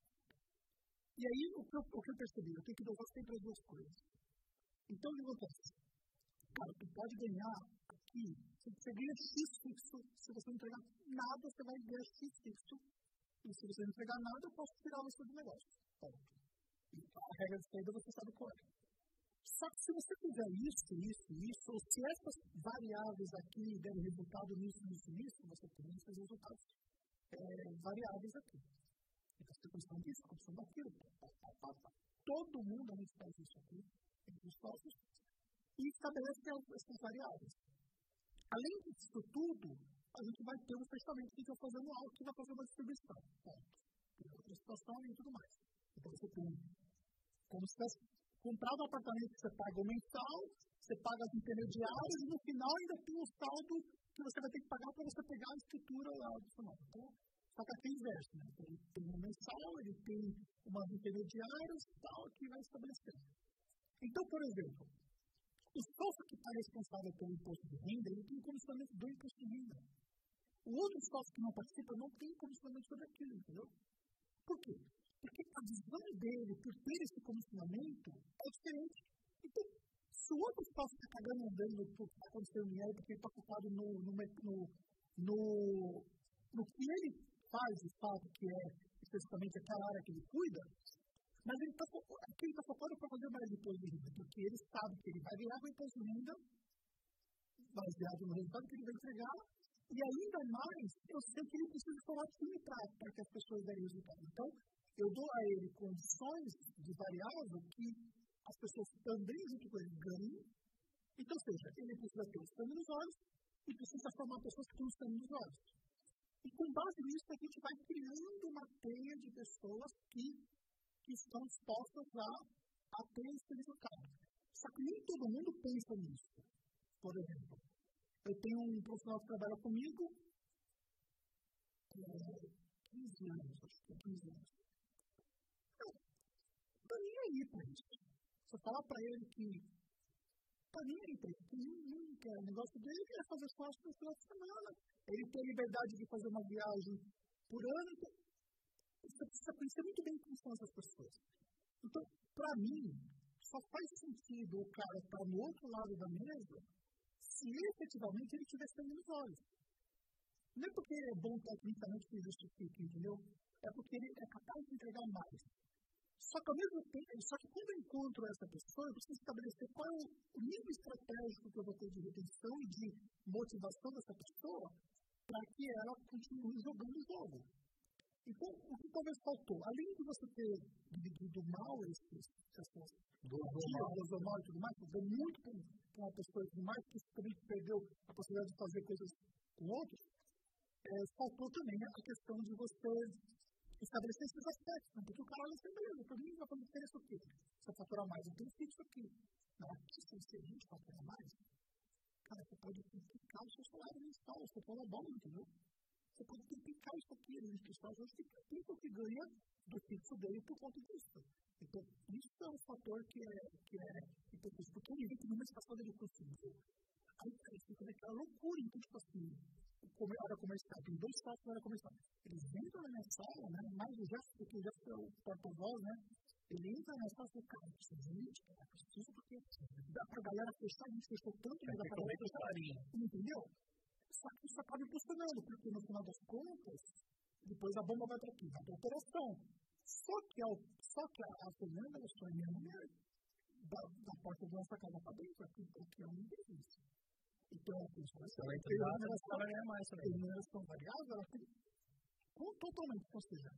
E aí, o que eu, o que eu percebi? Eu tenho que dosar sempre as duas coisas. Então, o que acontece? Cara, tu pode ganhar aqui, você ganha X fixo, se você não entregar nada, você vai ganhar X fixo. E se você não entregar nada, eu posso tirar você do negócio. Ponto. A regra de saída você sabe qual é. Só que se você fizer isso, isso, isso, ou se essas variáveis aqui derem resultado nisso, nisso, nisso, você tem esses resultados é, variáveis aqui. Então você tem condição disso, condição daquilo. Todo mundo a gente faz isso aqui, entre os sócios, e estabelece essas variáveis. Além disso tudo, a gente vai ter um fechamento que vai fazer anual, que vai fazer uma distribuição. Ponto. Tem outra situação e tudo mais. Então você tem, como se tivesse comprado um apartamento que você paga o mensal, você paga as intermediárias e no final ainda tem o saldo que você vai ter que pagar para você pegar a escritura lá do final. Então, só que aqui é inverso, né? Então, ele tem um mensal, ele tem umas intermediárias e tal, que vai estabelecer. Então, por exemplo, o sócio que está responsável pelo imposto de renda, ele tem comissionamento do imposto de renda. O outro sócio que não participa não tem comissionamento sobre aquilo, entendeu? Por quê? Porque a visão dele, por ter esse comissionamento, é diferente. Então, se o outro sócio está cagando andando por que está acontecendo em ele, porque ele está focado no, no, no, no, no que ele faz, de fato, que é especificamente aquela área que ele cuida, mas ele está tá focado para fazer mais imposto de renda, porque ele sabe que ele vai ganhar com imposto de renda, baseado no resultado que ele vai entregar, e ainda mais, eu sei que ele precisa falar time para que as pessoas derem resultado. Então, eu dou a ele condições de variável que as pessoas também, junto com ele, ganhem. Então, ou seja, ele precisa ter os sangue nos olhos e precisa formar pessoas que têm os sangue nos olhos. E com base nisso, a gente vai criando uma teia de pessoas que que estão dispostas a, a ter esse resultado. Só que nem todo mundo pensa nisso. Por exemplo, eu tenho um profissional que trabalha comigo há é, quinze anos, acho que é quinze anos. Não, não tá nem aí para isso. Você falar para ele que tá nem aí para isso, que nunca o negócio dele é fazer sócio no final de semana. Ele tem a liberdade de fazer uma viagem por ano. Então, você precisa conhecer muito bem quem são essas pessoas. Então, para mim, só faz sentido o cara estar no outro lado da mesa se efetivamente ele tiver sangue nos olhos. Não é porque ele é bom tecnicamente que justifica, entendeu? É porque ele é capaz de entregar mais. Só que ao mesmo tempo, só que quando eu encontro essa pessoa, eu preciso estabelecer qual é o nível estratégico que eu vou ter de retenção e de motivação dessa pessoa para que ela continue jogando o jogo. Então, o que talvez faltou? Além de você ter dividido mal esses, essas dozomal e tudo mais, deu muito para uma pessoa e tudo mais, que também perdeu a possibilidade de fazer coisas com outros, é, faltou também a questão de você estabelecer esses aspectos. Né? Porque o cara olha assim, beleza, para mim vai fazer diferença o quê? Se eu faturar mais, eu tenho fixo aqui. Não, aqui se você gente faturar mais, cara, você pode triplicar o seu salário mensal, o seu salário bom, entendeu? Você pode triplicar isso aqui, a gente pessoal hoje triplica o que ganha do fixo dele por conta disso. Então, isso é um fator que é, que é importante, porque ele vê que numa situação dele conseguiu. Aí, cara, você fica naquela loucura, então, tipo assim, a hora comercial, tem dois sócios na hora comercial. Eles entram na minha sala, né, mais o Jeff, porque o Jeff é o porta-voz, né, ele entra na minha sala e fala, cara, precisa de gente, cara, preciso, porque dá pra galera fechar, a gente fechou tanto, mas dá pra galera fechar, entendeu? Só que isso acaba impulsionando, porque no final das contas, depois a bomba vai para aqui, vai para a operação. Só que, ao, só que a, a Fernanda, ela só é minha mulher, da, da porta da nossa casa para dentro, aqui, aqui é um serviço. Então, ela tem uma remuneração variável, ela tem totalmente, ou seja,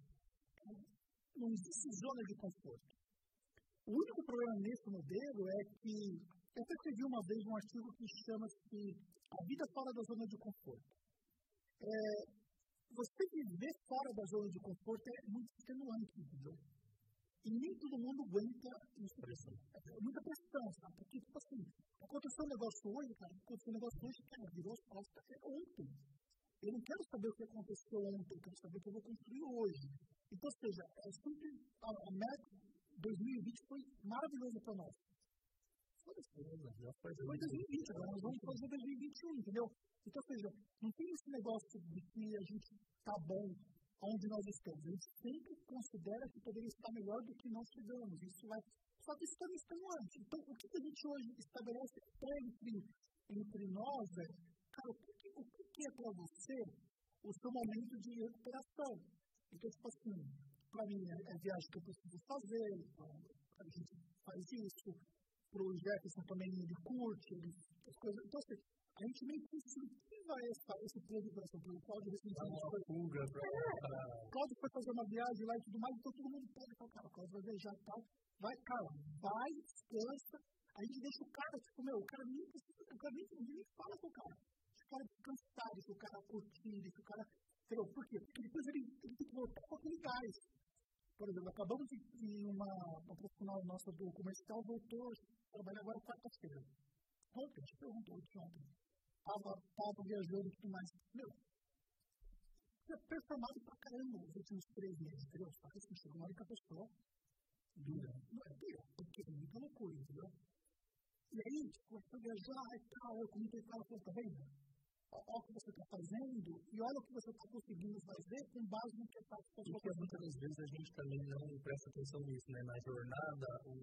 não existe zona de conforto. O único problema nesse modelo é que eu escrevi uma vez um artigo que chama-se A Vida Fora da Zona de Conforto. É, você viver fora da zona de conforto é muito extenuante, entendeu? E nem todo mundo aguenta isso. Pressão. É muita pressão, sabe? Porque, tipo assim, aconteceu um negócio hoje, cara, aconteceu um negócio hoje, cara, virou as costas é ontem. Eu não quero saber o que aconteceu ontem, eu quero saber o que eu vou construir hoje. Então, ou seja, é sempre, a, a meta dois mil e vinte foi maravilhoso para nós. Foi dois mil e vinte, agora nós vamos fazer dois mil e vinte e um, entendeu? Então, ou seja, não tem esse negócio de que a gente tá bom onde nós estamos. A gente sempre considera que poderia estar melhor do que nós chegamos. Isso vai. Só que isso também está antes. Então, o que a gente hoje estabelece entre, entre nós é, cara, o que, o que é para você o seu momento de recuperação? Então, tipo assim, para mim é a viagem que eu preciso fazer, então, a gente faz isso. Para o Jefferson também ele curte, ele, as coisas. Então, assim, a gente meio que incentiva essa, esse plano de coração. O Cláudio recentemente foi. O Cláudio foi fazer uma viagem lá e tudo mais, então todo mundo pode falar, cara, o Cláudio vai viajar e tal. Vai, cara, vai, descansa. A gente deixa o cara, tipo, meu, o cara nem precisa, o cara nem, nem fala com o cara. Deixa o cara descansar, deixa o cara curtir, deixa o cara. Entendeu? Por quê? Porque depois ele, ele tem que voltar com aquele gás. Por exemplo, acabamos de ir uma, uma profissional nossa do comercial, voltou a trabalhar agora quarta-feira. Ontem, a gente perguntou ontem. Tava, tava viajando e tudo mais. Meu, você é performado pra caramba nos últimos três meses, entendeu? Só que assim, chegou uma hora que a pessoa dura. Não é pior, porque é muita loucura, entendeu? E aí, tipo, você viajar e tal, eu comentei com ela, falei, tá vendo? Olha o que você está fazendo e olha o que você está conseguindo fazer com base no que está fazendo. Porque muitas vezes a gente também não presta atenção nisso, né? Na jornada, o,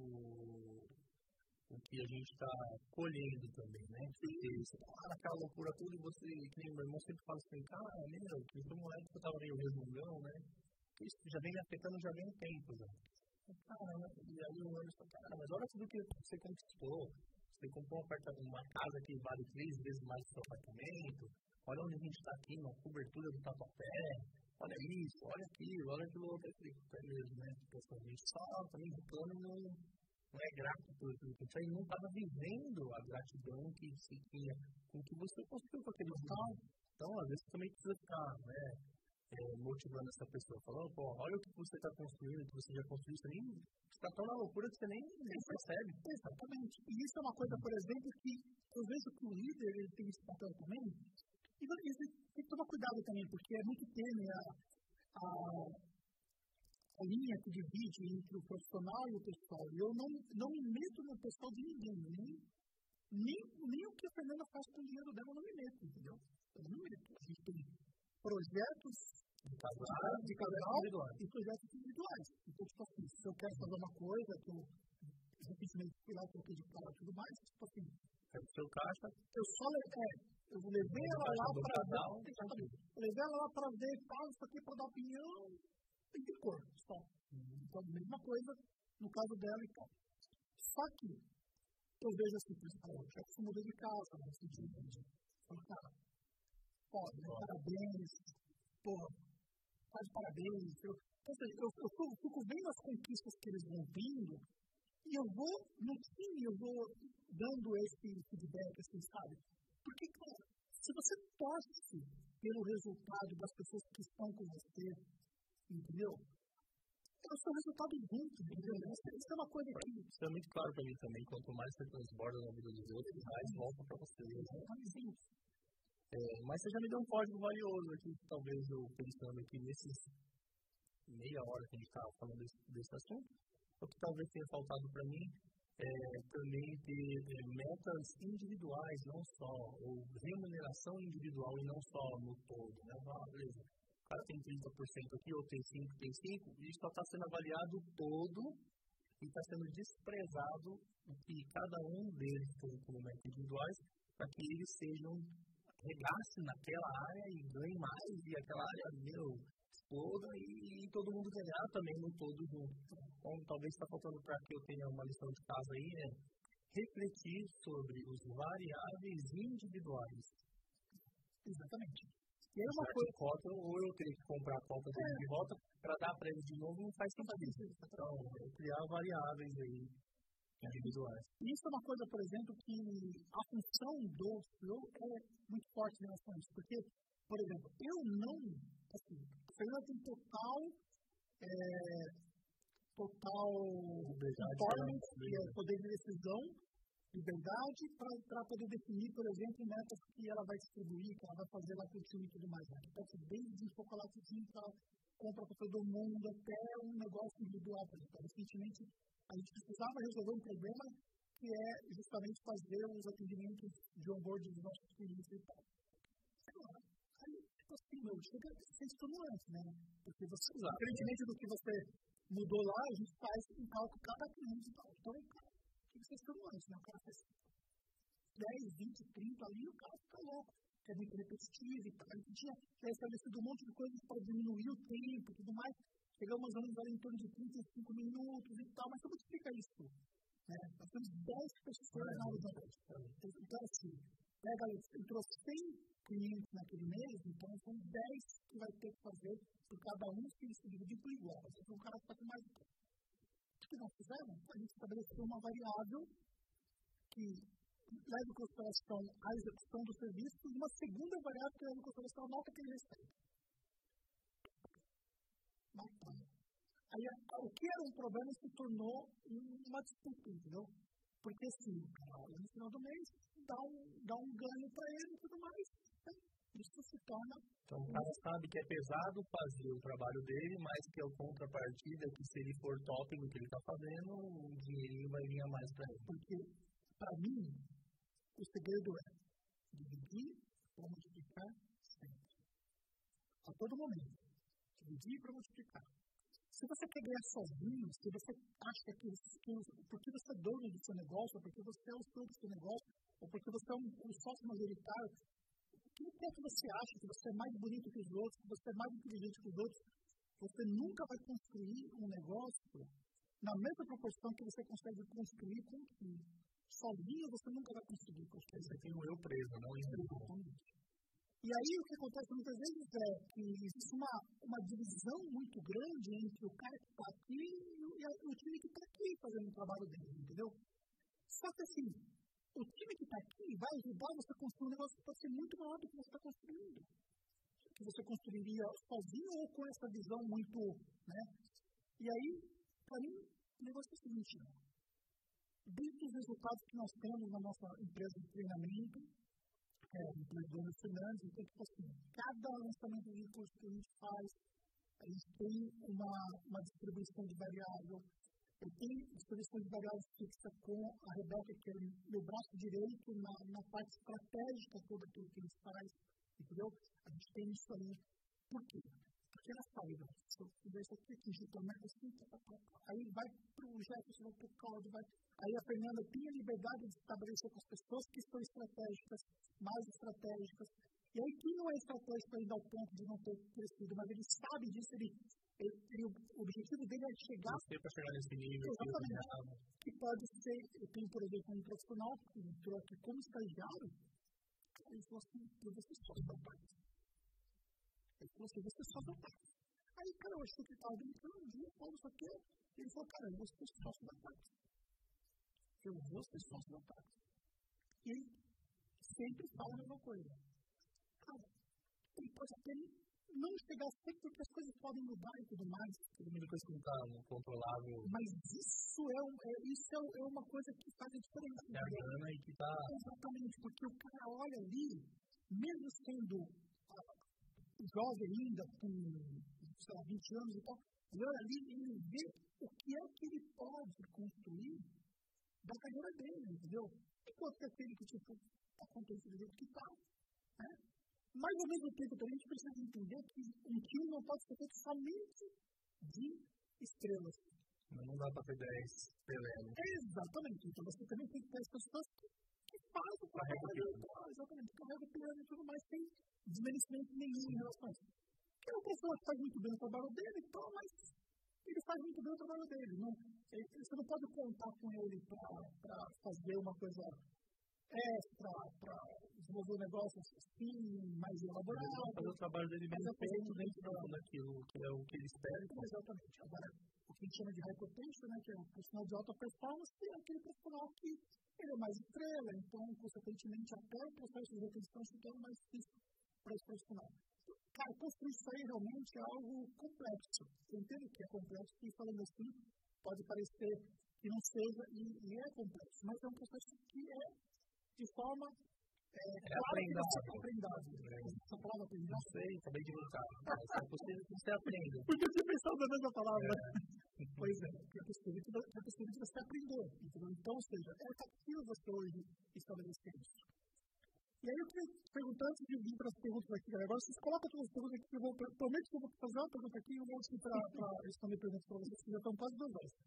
o que a gente está colhendo também, né? Porque você está naquela loucura toda e você, que nem meu irmão sempre fala assim, cara, meu, que foi uma época que eu estava meio resmungão, né? Isso já vem me afetando já vem um tempo, já. Cara, e aí eu olho e falo, cara, mas olha tudo que você conquistou. Você comprou uma casa que vale três vezes mais do seu apartamento. Olha onde a gente está aqui, uma cobertura do Tatuapé. Olha isso, olha aquilo, olha aquilo outro. É mesmo, né? Porque a gente só também reclama e não, não é grato por aquilo. Porque aí não estava vivendo a gratidão que se tinha com o que você construiu com aquele local. Então, às vezes, você também precisa ficar, né? É, motivando essa pessoa, falando, pô, olha o que você está construindo, o que você já construiu, você nem está tão na loucura que você nem, nem percebe. Exatamente. E isso é uma coisa, por exemplo, que eu vejo que o líder ele tem esse papel também, e você tem que tomar cuidado também, porque é muito tênue a, a, a linha que divide entre o profissional e o pessoal. E eu não, não me meto no pessoal de ninguém, nem, nem, nem o que a Fernanda faz com o dinheiro dela, eu não me meto, entendeu? Eu não me meto. A gente tem projetos de casal, de casal e projetos individuais. Então, tipo assim, se eu quero fazer uma coisa, que eu recentemente fui lá, coloquei de cara e tudo mais, tipo assim, é o seu caixa, eu só levei, eu levei ela lá para dar, eu levei ela lá para ver e tal, isso aqui para dar opinião, tem que cor, só. Então, a mesma coisa no caso dela e tal. Só que eu vejo assim, por exemplo, já que você mudou de casa, no sentido de, cara, pode, né? Parabéns, porra, faz parabéns. Eu, ou seja, eu, eu, eu fico vendo as conquistas que eles vão vindo e eu vou, no time, eu vou dando esse feedback, assim, sabe? Porque, cara, se você torce pelo resultado das pessoas que estão com você, entendeu? É o seu resultado junto, entendeu? Isso é uma coisa que... Isso é muito claro para mim também. Quanto mais você transborda na vida dos outros, mais volta para você. Né? É, mas você já me deu um código valioso aqui, talvez eu pensando aqui nesses meia hora que a gente estava falando desse, desse assunto, o que talvez tenha faltado para mim é também ter é, metas individuais, não só, ou remuneração individual e não só no todo, né? Ah, beleza, o cara tem trinta por cento aqui, ou tem cinco por cento, tem cinco por cento, e só está sendo avaliado todo e está sendo desprezado o que cada um deles tem como metas individuais para que eles sejam regasse naquela área e ganhe mais, e aquela área, meu, exploda e, e todo mundo ganhar também no todo junto. Então, talvez está faltando para que eu tenha uma lição de casa aí, é refletir sobre os variáveis individuais. Exatamente. E aí uma coisa, cota, ou eu teria que comprar a cota dele de volta para dar para ele de novo, não faz sentido. Então, criar variáveis aí. Individuais. Isso é uma coisa, por exemplo, que a função do C E O é muito forte em relação a isso. Porque, por exemplo, eu não assim, a Fernanda tem total, é, total empowerment, que é poder de decisão, liberdade, para poder definir, por exemplo, metas que ela vai distribuir, que ela vai fazer lá com o time e tudo mais. Né? Pode ser desde um chocolatezinho para compra para todo mundo, até um negócio individual. Por exemplo, recentemente, a gente precisava resolver um problema que é justamente fazer os atendimentos de onboard dos nossos clientes e tal. Aí, tipo assim, meu, chega a ser estimulante, né? Porque você, diferentemente do que você mudou lá, a gente faz um cálculo cada cliente e tal. Então, cara, tem que ser estimulante, né? O cara faz dez, vinte, trinta ali, o cara fica louco. Que é muito repetitivo e tal. A gente tinha estabelecido um monte de coisas para diminuir o tempo e tudo mais. Chegamos mais ou menos ali em torno de trinta e cinco minutos e tal. Mas como explica isso? Né? Nós temos dez pessoas na aula de noite. Então, assim, pega, entrou cem clientes naquele mês, então são dez que vai ter que fazer por cada um, que se divide por igual. Então, o cara está com mais tempo. O que nós fizemos? A gente estabeleceu uma variável que leva em consideração a execução do serviço e uma segunda variável que leva em consideração a nota que ele recebe. Aí, o que era um problema se tornou uma disputa, entendeu? Porque, assim, no final do mês, dá um, dá um ganho para ele e tudo mais. Né? Isso se torna... Então, o cara sabe que é pesado fazer o trabalho dele, mas que é o contrapartida, que se ele for top no que ele está fazendo, o dinheirinho vai vir a mais para ele. Porque, para mim, o segredo é dividir para multiplicar sempre. A todo momento. Dividir para multiplicar. Se você quer ganhar sozinho, se você acha que, que porque você é dono do seu negócio, ou porque você é o dono do seu negócio, ou porque você é um, um sócio majoritário, que quer que você acha que você é mais bonito que os outros, que você é mais inteligente que os outros, você nunca vai construir um negócio na mesma proporção que você consegue construir com o time. Sozinho você nunca vai conseguir construir. Você tem o eu preso, não o indivíduo. E aí o que acontece muitas vezes é que existe uma, uma divisão muito grande entre o cara que está aqui e o time que está aqui fazendo o trabalho dele, entendeu? Só que assim, o time que está aqui vai ajudar você a construir um negócio que pode ser muito maior do que você está construindo. Que você construiria sozinho ou com essa visão muito, né? E aí, para mim, o negócio é o seguinte, dentro dos resultados que nós temos na nossa empresa de treinamento, é, do Dono Fernandes, então, tipo assim, cada lançamento de curso que a gente faz, a gente tem uma, uma distribuição de variável. Eu tenho distribuição de variáveis fixa com a Rebeca, que é o meu braço direito, na, na parte estratégica toda aquilo que a gente faz, entendeu? A gente tem isso ali. Por quê? Porque ela sabe, né? Se eu fizer isso aqui, atingir o tamanho assim, aí vai para o Jefferson, vai para o Cláudio, vai... Aí a Fernanda tem a liberdade de estabelecer com as pessoas que são estratégicas, mais estratégicas. E aí quem não é estratégico ainda ao ponto de não ter crescido, mas ele sabe disso, ele, ele, ele, o objetivo dele é chegar... para chegar nesse nível. Exatamente. Que pode ser, eu tenho, por exemplo, um profissional que entrou aqui como estagiário, ele falou assim, eu vou ser sócio da parte. Ele falou assim, você só não tá. Aí, cara, eu achei que ele estava brincando, eu falo isso aqui. Ele falou, cara, eu vou ser sócio da parte. Eu vou ser sócio da parte. E ele sempre fala a mesma coisa. Cara, ele pode até não chegar sempre porque as coisas podem mudar e tudo mais. Tem muita coisa que não está controlável. Mas isso é, é, isso é, é uma coisa que faz a diferença. É a grana e que está... Exatamente, porque o cara olha ali, mesmo sendo... jovem ainda, com, sei lá, vinte anos e tal, e olha ali, ele vê o que é que ele pode construir da carreira dele, entendeu? Enquanto que aquele que, tipo, está contente do jeito que está, né? Mas, ao mesmo tempo, também a gente precisa entender que um time não pode ser feito somente de estrelas. Não dá para ter dez Pelé, né? Exatamente. Então, você também tem que ter as pessoas que, que fazem o trabalho. Exatamente. Carrega o piano e tudo mais, sem desmerecimento nenhum em relação a isso. Porque é uma pessoa que faz muito bem o trabalho dele, então, mas ele faz muito bem o trabalho dele. Não, ele, você não pode contar com ele para fazer uma coisa extra, para desenvolver um negócio assim, mais elaborado. Fazer o trabalho dele bem feito dentro daquilo que é o que ele espera. Então, exatamente. Agora, o que a gente chama de high potential, né, que é o profissional de alta performance, é aquele profissional que ele é mais estrela, então, consequentemente, até o processo de retenção se torna mais difícil para esse profissional. cara, construir isso aí realmente é algo complexo. Eu entendo que é complexo, e falando assim, pode parecer que não seja, e, e é complexo, mas é um processo que é de forma é, é claro aprendável. aprendável. É. Essa palavra aprendizado? Não sei, acabei de inventar. É possível que você aprenda. Porque eu tinha pensado na mesma palavra. É. Pois é, que a perspectiva de você aprender. Entendeu? Então, ou seja, é factível você hoje estabelecer isso. E aí eu queria te perguntar, antes de vir para as perguntas aqui, agora vocês colocam todas as perguntas aqui, que eu vou, prometo que eu vou fazer uma pergunta aqui e eu vou aqui para responder perguntas para vocês, que já estão quase duas horas.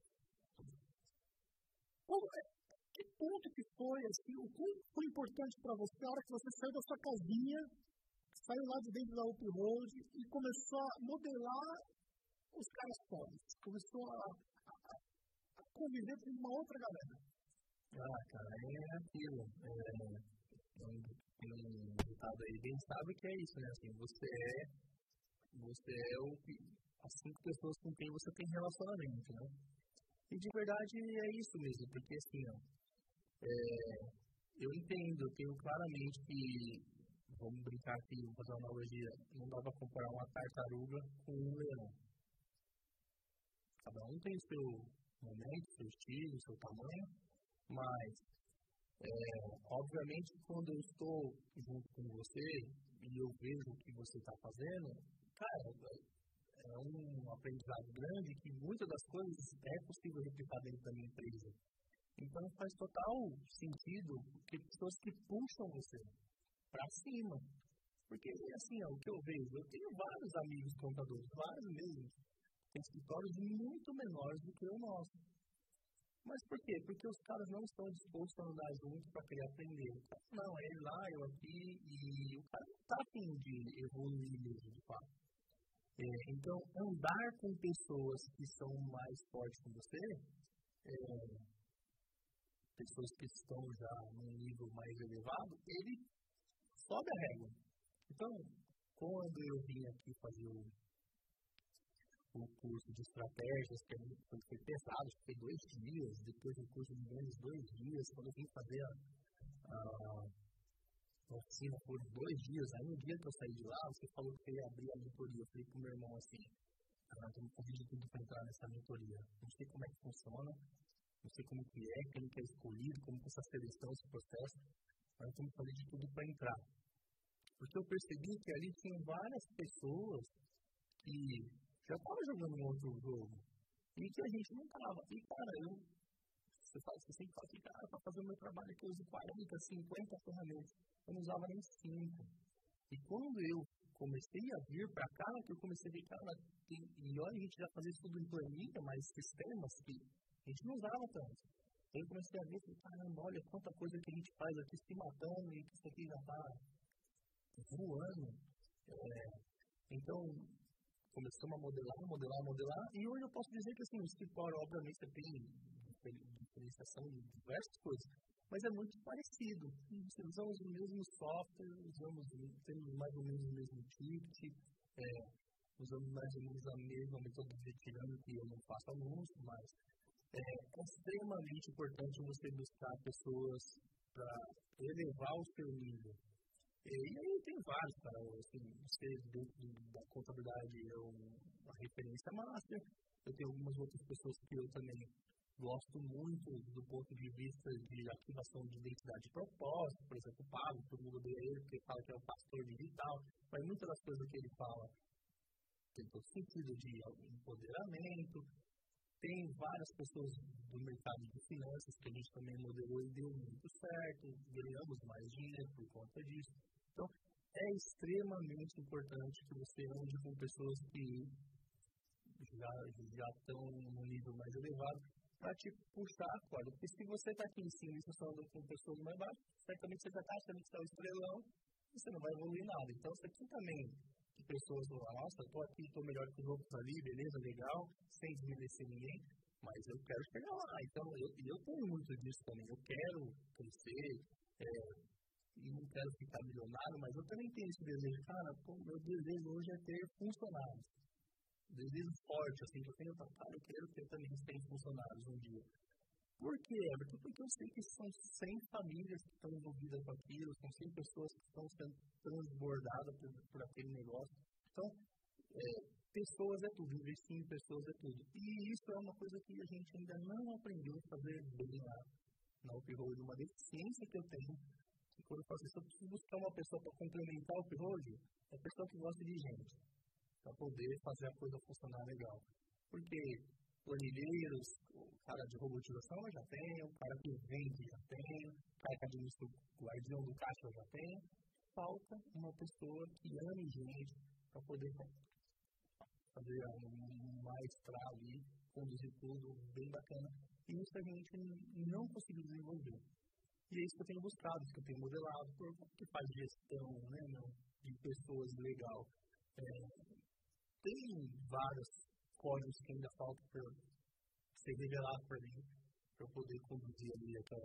Como é, que ponto que foi, assim, o que foi importante para você a hora que você saiu da sua casinha, saiu lá de dentro da Open Road e começou a modelar os caras pobres, começou a, a, a conviver com uma outra galera? Ah, cara, é aquilo. É, tem um ditado aí bem sábio que é isso, né? Assim, você é, você é o, as cinco pessoas com quem você tem relacionamento, né? E de verdade é isso mesmo, porque assim, ó, é, eu entendo, eu tenho claramente que, vamos brincar aqui, vamos fazer uma analogia, não dá para comparar uma tartaruga com um leão. Cada um tem o seu momento, seu estilo, seu tamanho, mas, é, obviamente, quando eu estou junto com você e eu vejo o que você está fazendo, cara, é um aprendizado grande que muitas das coisas é possível replicar dentro da minha empresa. Então faz total sentido que pessoas que puxam você para cima. Porque, assim, ó, o que eu vejo, eu tenho vários amigos contadores, vários mesmo, tem escritórios muito menores do que o nosso. Mas por quê? Porque os caras não estão dispostos a andar juntos para querer aprender. Não, é ele lá, eu aqui, e o cara não está a fim de evoluir mesmo, de fato. É, então, andar com pessoas que são mais fortes que você, é, pessoas que estão já num nível mais elevado, ele sobe a régua. Então, quando eu vim aqui fazer o, o curso de estratégias, que foi, foi pesado, foi dois dias, depois do curso de menos dois dias, quando eu vim fazer a, a, a oficina por dois dias, aí no dia que eu saí de lá, você falou que ia abrir a mentoria. Eu falei pro meu irmão assim, ah, eu me convido tudo para entrar nessa mentoria. Não sei como é que funciona, não sei como que é, quem que é escolhido, como que é essa seleção, esse processo, mas eu tenho que fazer de tudo para entrar. Porque eu percebi que ali tinham várias pessoas que já estavam jogando um outro jogo e que a gente não estava. E, cara, eu, você, fala, você sempre fala assim, cara, para fazer o meu trabalho aqui eu uso quarenta, cinquenta ferramentas. Eu não usava nem cinco. E quando eu comecei a vir para cá, que eu comecei a ver, cara, tem, e olha, a gente já fazia isso tudo em planilha, mas sistemas que a gente não usava tanto. Eu comecei a ver, caramba, olha quanta coisa que a gente faz aqui se matando e que isso aqui já está voando. É, então, começamos a modelar, modelar, modelar, e hoje eu posso dizer que assim, o escritório, obviamente, você tem diferenciação de diversas coisas, mas é muito parecido. Usamos o mesmo software, usamos, temos mais ou menos o mesmo ticket, é, usamos mais ou menos a mesma metodologia de tirando, que eu não faço anúncio, mas é extremamente importante você buscar pessoas para elevar o seu nível. E aí tem vários, cara, assim, você dentro da contabilidade é uma referência master. Eu tenho algumas outras pessoas que eu também gosto muito do ponto de vista de ativação de identidade de propósito, por exemplo, o Pablo, todo mundo odeia ele, porque ele fala que é um pastor digital, mas muitas das coisas que ele fala tem todo sentido de empoderamento. Tem várias pessoas do mercado de finanças que a gente também modelou e deu muito certo, ganhamos mais dinheiro por conta disso. Então, é extremamente importante que você ande com pessoas que já, já estão no nível mais elevado para te puxar a corda. Porque se você está aqui em cima e você está andando com pessoas mais baixas, certamente você já está achando que está o estrelão e você não vai evoluir nada. Então, você aqui também de pessoas vão lá, nossa, estou aqui, estou melhor que os outros ali, beleza, legal, sem desmerecer ninguém, mas eu quero chegar lá. Então, eu, eu tenho muito disso também. Eu quero crescer, é, e não quero ficar milionário, mas eu também tenho esse desejo. Cara, pô, meu desejo hoje é ter funcionários. Desejo forte, assim, que eu tenho, cara, eu quero ter também cem funcionários um dia. Por quê, Everton? Porque eu sei que são cem famílias que estão envolvidas com aquilo, são cem pessoas que estão sendo transbordadas por, por aquele negócio. Então, é, pessoas é tudo, investir em pessoas é tudo. E isso é uma coisa que a gente ainda não aprendeu a fazer bem lá na Uphold. Uma deficiência que eu tenho, que quando eu faço isso, eu preciso buscar uma pessoa para complementar o Uphold, é a pessoa que gosta de gente, para poder fazer a coisa funcionar legal. Porque planilheiros, o cara de robotização eu já tenho, o cara que vende já tenho, o cara que administra o guardião do caixa eu já tenho. Falta uma pessoa que ame gente para poder fazer um maestrar ali, conduzir tudo bem bacana. E isso a gente não conseguiu desenvolver. E é isso que eu tenho buscado, isso que eu tenho modelado, porque faz gestão, né, de pessoas legal. É, tem vários códigos que ainda faltam para ser revelado para mim, para eu poder conduzir ali aquela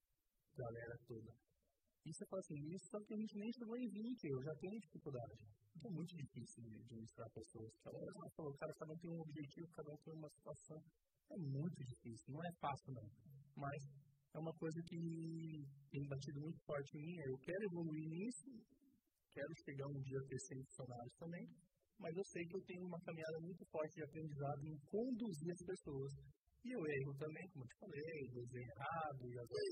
galera toda. E você fala assim, isso só que a gente nem chegou em vinte, eu já tenho dificuldade. É muito difícil de administrar pessoas. Cada um falou, cara, cada um tem um objetivo, cada um tem uma situação. É muito difícil, não é fácil não. Mas é uma coisa que tem batido muito forte em mim. Eu quero evoluir nisso, quero chegar um dia a ter cem funcionários também, mas eu sei que eu tenho uma caminhada muito forte de aprendizado em conduzir as pessoas. E eu erro também, como eu te falei, desenho errado, e agora...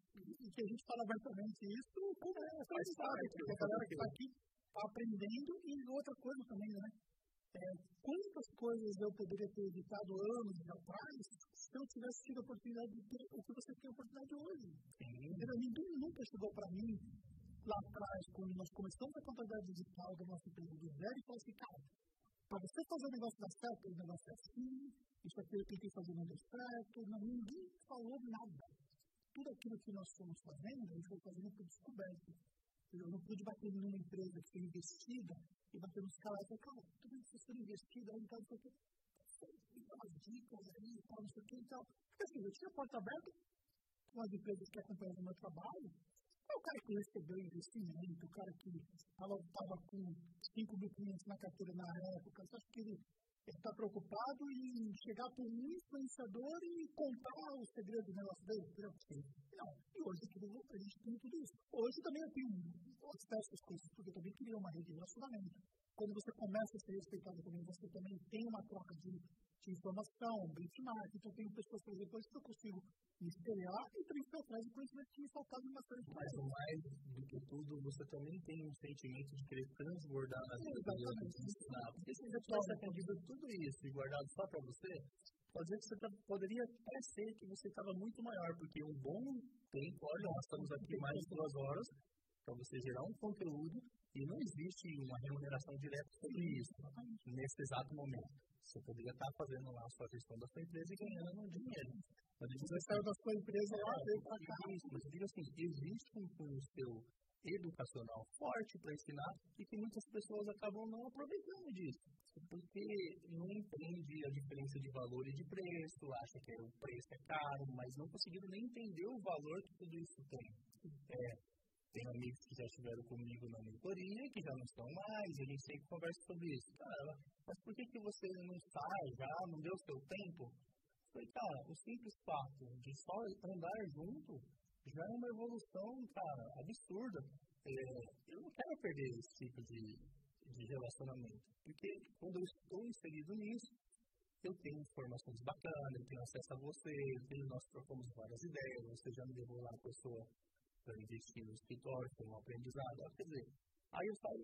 E que a gente fala abertamente isso, como é, faz parte, porque a galera que está aqui está aprendendo. E outra coisa também, né? É, quantas coisas eu poderia ter evitado anos atrás se eu tivesse tido a oportunidade de ter o que você tem a oportunidade hoje? Entendeu? Ninguém nunca chegou para mim lá atrás, quando nós começamos a contabilidade digital da nossa empresa do zero, e falou assim, cara, para você fazer o negócio dar certo, o negócio é assim, isso aqui eu tentei fazer não deu certo, não, ninguém falou nada. Tudo aquilo que nós fomos fazendo, a gente foi fazendo por descoberta. Eu não pude bater numa empresa que foi investida e bater nos caras e falar, cara, tudo isso foi investido, aí então, não sei o que, tem umas dicas aí, tal, não sei o que e tal. Porque assim, eu tinha a porta aberta com as empresas que acompanham o meu trabalho. O cara que recebeu investimento, o cara que estava com cinco mil clientes na carteira na época, você acha que ele está preocupado em chegar para um influenciador e contar o segredo do negócio dele? Não. E hoje a gente tem tudo isso. Hoje também eu tenho essas coisas, porque eu também criei uma rede de relacionamento. Quando você começa a ser respeitado também, você também tem uma troca de, de informação, benchmark. Então, eu tenho pessoas, por exemplo, que eu consigo me espelhar e também fui atrás de conhecimento que me faltava em bastante coisa. Mas mais do que tudo, você também tem um sentimento de querer transbordar na vida dos outros. Porque se você tivesse aprendido tudo isso e guardado só para você, pode dizer que você tá, poderia até ser que você estava muito maior, porque um bom tempo, olha, nós estamos aqui mais de duas horas para você gerar um conteúdo e não existe uma remuneração direta sobre isso, nesse exato momento. Você poderia estar fazendo lá a sua gestão da sua empresa e ganhando dinheiro. Mas você saiu da sua empresa lá, veio para cá. Mas eu digo assim, existe um cunho seu educacional forte para ensinar e que muitas pessoas acabam não aproveitando disso. Porque não entende a diferença de valor e de preço, acha que o preço é caro, mas não conseguiram nem entender o valor que tudo isso tem. É, tem amigos que já estiveram comigo na mentoria e que já não estão mais, a gente sempre conversa sobre isso. Cara, mas por que, que você não sai já, não deu o seu tempo? Eu falei, cara, o simples fato de só andar junto já é uma evolução, cara, absurda. É, eu não quero perder esse tipo de, de relacionamento, porque quando eu estou inserido nisso, eu tenho informações bacanas, eu tenho acesso a você, eu tenho, nós trocamos várias ideias, você já me levou lá a pessoa para investir no escritório, foi um aprendizado. Quer dizer, aí eu saio,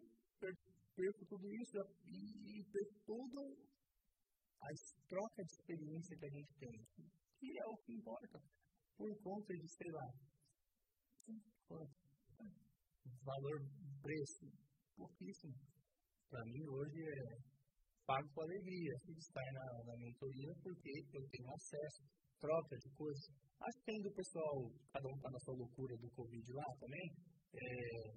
perco tudo isso e, e perco toda a troca de experiência que a gente tem, que é o que importa, por conta de, sei lá, valor, preço, pouquíssimo. Para mim, hoje, é pago com alegria estar na, na mentoria, porque eu tenho acesso, troca de coisas. Acho que tem do pessoal, cada um está na sua loucura do Covid lá também, é,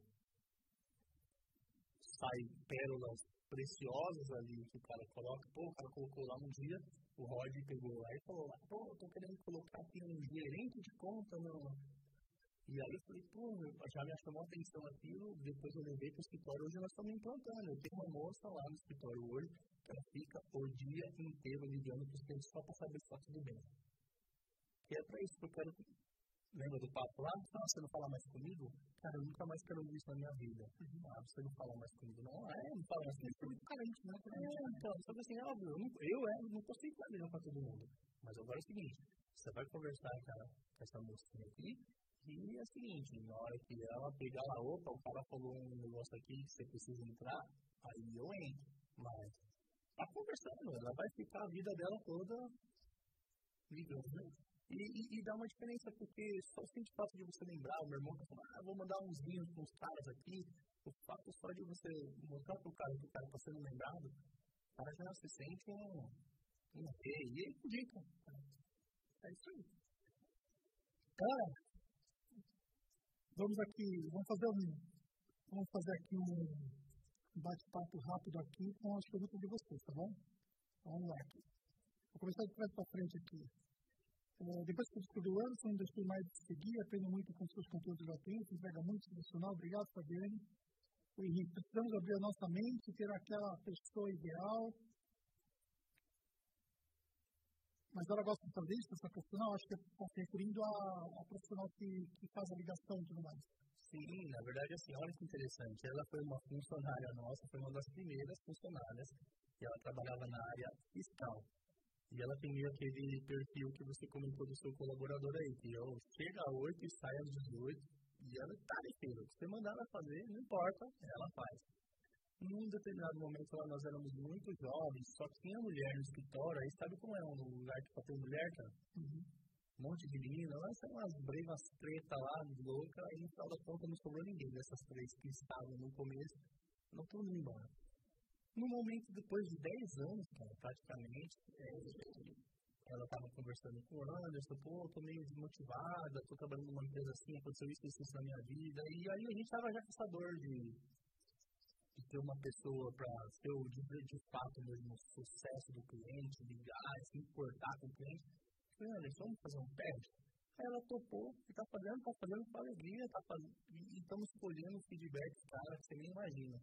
sai pérolas preciosas ali que o cara coloca. Pô, o cara colocou lá um dia, o Rod pegou lá e falou, pô, eu tô querendo colocar aqui um gerente de conta, não. E aí eu falei, pô, já me chamou a atenção aquilo, depois eu levei para o escritório, hoje nós estamos implantando. Eu tenho uma moça lá no escritório hoje, que ela fica o dia inteiro ligando para os clientes só para saber se está tudo bem. E é pra isso que eu quero. Lembra do papo lá? Ah, você não fala mais comigo? Cara, eu nunca mais quero ouvir isso na minha vida. Uhum. Ah, você não fala mais comigo. Não, é, não fala mais comigo. É muito carente, né? É, então, só que assim, óbvio, eu, não, eu é, não consigo fazer melhor pra todo mundo. Mas agora é o seguinte, você vai conversar, cara, com essa mocinha aqui, e é o seguinte, na hora que ela pegar lá, opa, o cara falou um negócio aqui que você precisa entrar, aí eu entro. Mas tá conversando, ela vai ficar a vida dela toda ligando, né? E, e, e dá uma diferença, porque só o simples fato de você lembrar, o meu irmão tá falando, ah, vou mandar uns vinhos com os caras aqui, o fato só de você mostrar pro cara que o cara tá sendo lembrado, o cara já se sente um, um rei, e ele indica. É isso aí. Cara, vamos aqui, vamos fazer um, vamos fazer aqui um bate-papo rápido aqui com as perguntas de vocês, tá bom? Vamos lá aqui. Vou começar de trás para frente aqui. É, depois que eu descobri o Anderson, não deixei mais de seguir, aprendo muito com seus conteúdos gratuitos, entrega muito sensacional. Obrigado, Fabiane. O Henrique, precisamos abrir a nossa mente, ter aquela pessoa ideal. Mas ela gosta de fazer isso, essa profissional? Acho que está se referindo à profissional que, que faz a ligação e tudo mais. Sim, na verdade, assim, olha que interessante. Ela foi uma funcionária nossa, foi uma das primeiras funcionárias, e ela trabalhava na área fiscal. E ela tem meio aquele perfil que você comentou do seu colaborador aí, que eu chega às oito e sai às dezoito, e ela está inteira. O que você mandar ela fazer, não importa, ela faz. Num determinado momento, lá, nós éramos muito jovens, só tinha mulher no escritório, aí sabe como é um lugar que só tem mulher, cara? Uhum. Um monte de menina, lá são umas brevas pretas lá, loucas, aí no final da conta não sobrou ninguém dessas três que estavam no começo, não todo mundo embora. No momento, depois de dez anos, cara, praticamente, é, ela estava conversando com o Anderson, pô, tô meio desmotivada, tô trabalhando numa empresa assim, aconteceu isso, isso, isso na minha vida, e aí a gente estava já caçador de, de ter uma pessoa para ser o de, de fato mesmo o sucesso do cliente, ligar, se importar com o cliente. Eu falei, Anderson, vamos fazer um teste? Aí ela topou, e tá fazendo, tá fazendo com alegria, tá fazendo, e estamos colhendo feedback, cara, que você nem imagina.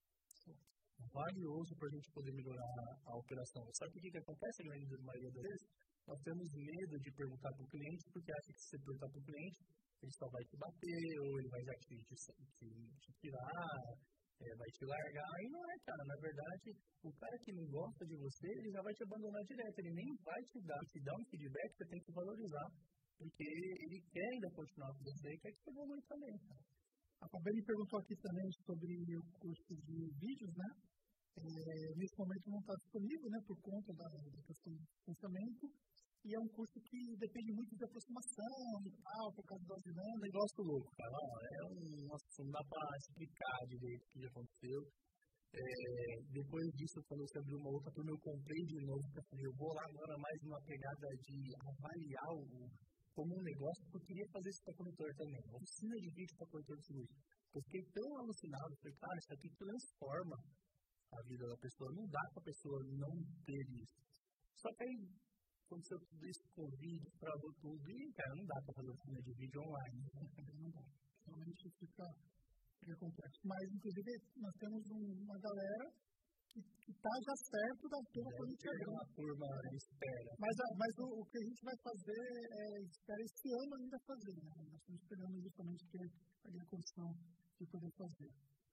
Valioso para a gente poder melhorar a, a operação. Sabe o que, que acontece na maioria das vezes? Nós temos medo de perguntar para o cliente, porque acha que se você perguntar para o cliente, ele só vai te bater, ou ele vai já te, te, te, te tirar, é, vai te largar. Aí não é, cara. Na verdade, o cara que não gosta de você, ele já vai te abandonar direto. Ele nem vai te dar, te dar um feedback que você tem que valorizar, porque ele quer ainda continuar com você e quer que você evolui também, cara. A Fabiane perguntou aqui também sobre o curso de vídeos, né? É, nesse momento não está disponível, né? Por conta da, da questão do pensamento. E é um curso que depende muito de aproximação e tal, por causa da dinâmica. Negócio louco, cara. É um assunto, não dá para explicar direito o que aconteceu. É, depois disso, quando você abriu uma outra turma, eu comprei de novo, porque eu falei, eu vou lá agora mais numa pegada de avaliar o como um negócio, porque eu queria fazer isso para corretor também. Oficina de vídeo para corretor de seguro. Eu fiquei tão alucinado, falei, cara, isso aqui transforma a vida da pessoa. Não dá para a pessoa não ter isso. Só que aí, aconteceu tudo isso com o vídeo, travou tudo, e, cara, não dá para fazer oficina de vídeo online. Não dá. Realmente fica, fica complexo. Mas, inclusive, nós temos um, uma galera que está já certo da turma que a gente é uma turma espera. Mas, a, mas o, o que a gente vai fazer é espera esse ano ainda fazer, né? Nós estamos esperando justamente ter a condição de poder fazer.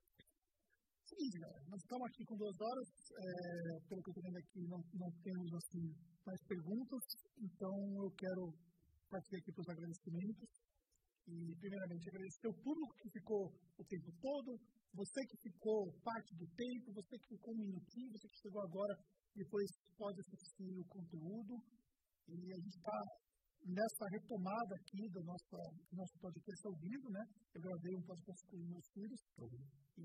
Seguinte, galera, nós estamos aqui com duas horas, é, pelo que eu estou vendo aqui, não, não temos assim, mais perguntas, então eu quero partir aqui para os agradecimentos. E, primeiramente, agradecer o público que ficou o tempo todo, você que ficou parte do tempo, você que ficou um minutinho, você que chegou agora, depois pode assistir o conteúdo. E a gente está nessa retomada aqui do nosso, do nosso podcast ao vivo, né? Eu gravei um podcast com os meus filhos, e,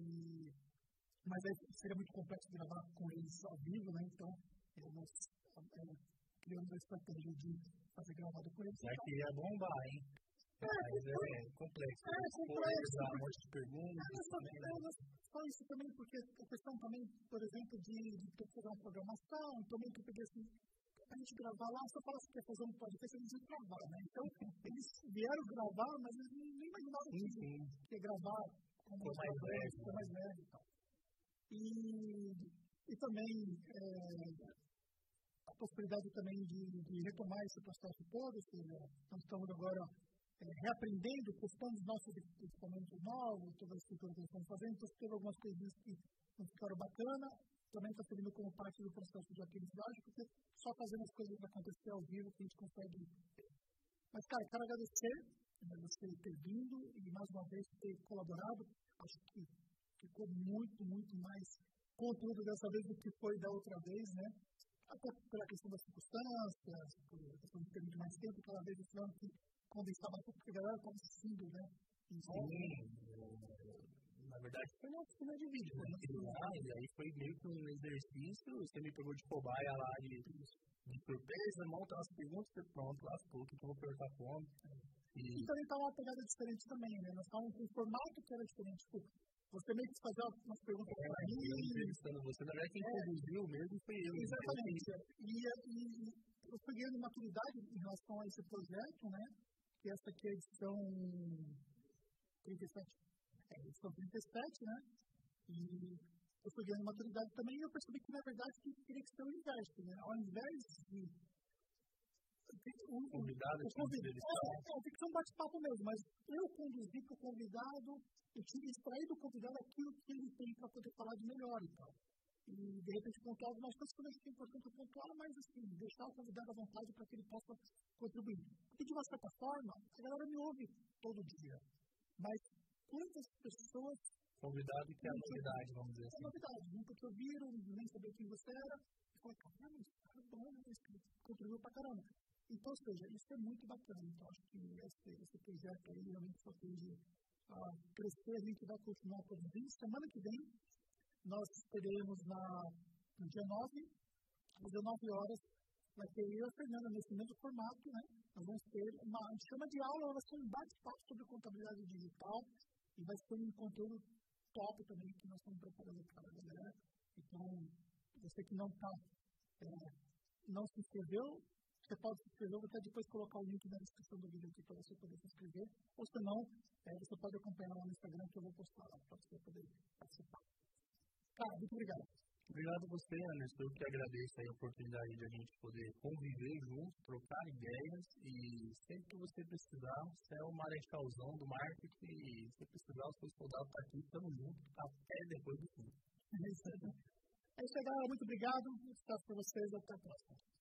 mas aí seria muito complexo gravar com eles ao vivo, né? Então, nós é, criamos a estratégia de fazer gravado com eles. Já queria bombar, hein? É, mas é complexo. É complexo. Um monte de perguntas. É, só, é, só isso também, porque a questão também, por exemplo, de, de ter que fazer uma programação, também que eu peguei assim, a gente gravar lá, só fala que quer fazer um podcast, eles iam gravar, né? Então, eles vieram gravar, mas eles nem imaginavam que ia gravar como mais leve, né? mais leve e tal. E, e também, é, a possibilidade também de, de retomar esse processo todo, ou seja, nós estamos agora é, reaprendendo, testando os nossos equipamentos novos, toda a estrutura que nós estamos fazendo, então teve algumas coisinhas que não ficaram bacana, também está servindo como parte do processo de aprendizagem, porque só fazendo as coisas acontecer ao vivo que a gente consegue ter. Mas, cara, quero agradecer né, você ter vindo e, mais uma vez, ter colaborado. Acho que ficou muito, muito mais conteúdo dessa vez do que foi da outra vez, né? Até pela questão das circunstâncias, por questão de ter muito mais tempo, cada vez esse ano que condensava tudo, porque a galera estava assistindo, né? Então, na verdade, foi uma oficina de vídeo, né? E aí foi meio que um exercício, você me pegou de cobaia lá de, de surpresa, monta umas perguntas, você pronto, lascou, que eu vou perguntar como. E, e também estava uma pegada diferente também, né? Nós estávamos com um formato que era diferente, tipo, você meio que fazia umas perguntas é, para mim. Entrevistando você, na verdade, quem é. conduziu mesmo foi eu. Exatamente. E, e eu fui ganhando maturidade em relação a esse projeto, né? Que essa aqui é a edição trinta e sete. É, edição trinta e sete, né? E eu fui ganhando maturidade também e eu percebi que, na verdade, que teria que ser o inverso, né? Ao invés de o convidado, o convidado é, é, tem que ser um bate-papo mesmo, mas eu conduzi para o convidado, eu tive extrair do convidado aquilo que ele tem para poder falar de melhor e tal. E, de repente, pontuar algumas coisas que eu acho que é importante pontuar, mas, assim, deixar o convidado à vontade para que ele possa contribuir. Porque, de uma certa forma, a galera me ouve todo dia, mas quantas pessoas... Convidado que é a novidade, vamos dizer assim. É novidade, nunca te ouviram, nem sabia quem você era. Eu falei, caramba, esse cara é bom, esse contribuiu pra caramba. Então, ou seja, isso é muito bacana. Então, acho que esse, esse projeto aí realmente só tende a crescer. A gente vai continuar produzindo. Semana que vem, nós teremos na, no dia nove, às dezenove horas, vai ter eu e a Fernanda nesse mesmo formato, né? Nós vamos ter uma, a gente chama de aula, vai ser um bate-papo sobre contabilidade digital e vai ser um conteúdo top também que nós estamos preparando para a galera. Então, você que não tá, é, não se inscreveu, você pode se inscrever, vou até depois colocar o link na descrição do vídeo aqui para você poder se inscrever, ou se não, é, você pode acompanhar lá no Instagram que eu vou postar lá para você poder participar. Cara, muito obrigado. Obrigado a você, Anderson. Eu que agradeço aí a oportunidade de a gente poder conviver junto, trocar ideias e sempre que você precisar, você é o marechalzão do marketing e se precisar, os seus soldados estão aqui, estamos juntos até depois do fim. É isso aí, galera. Muito obrigado. Um abraço para vocês. Até a próxima.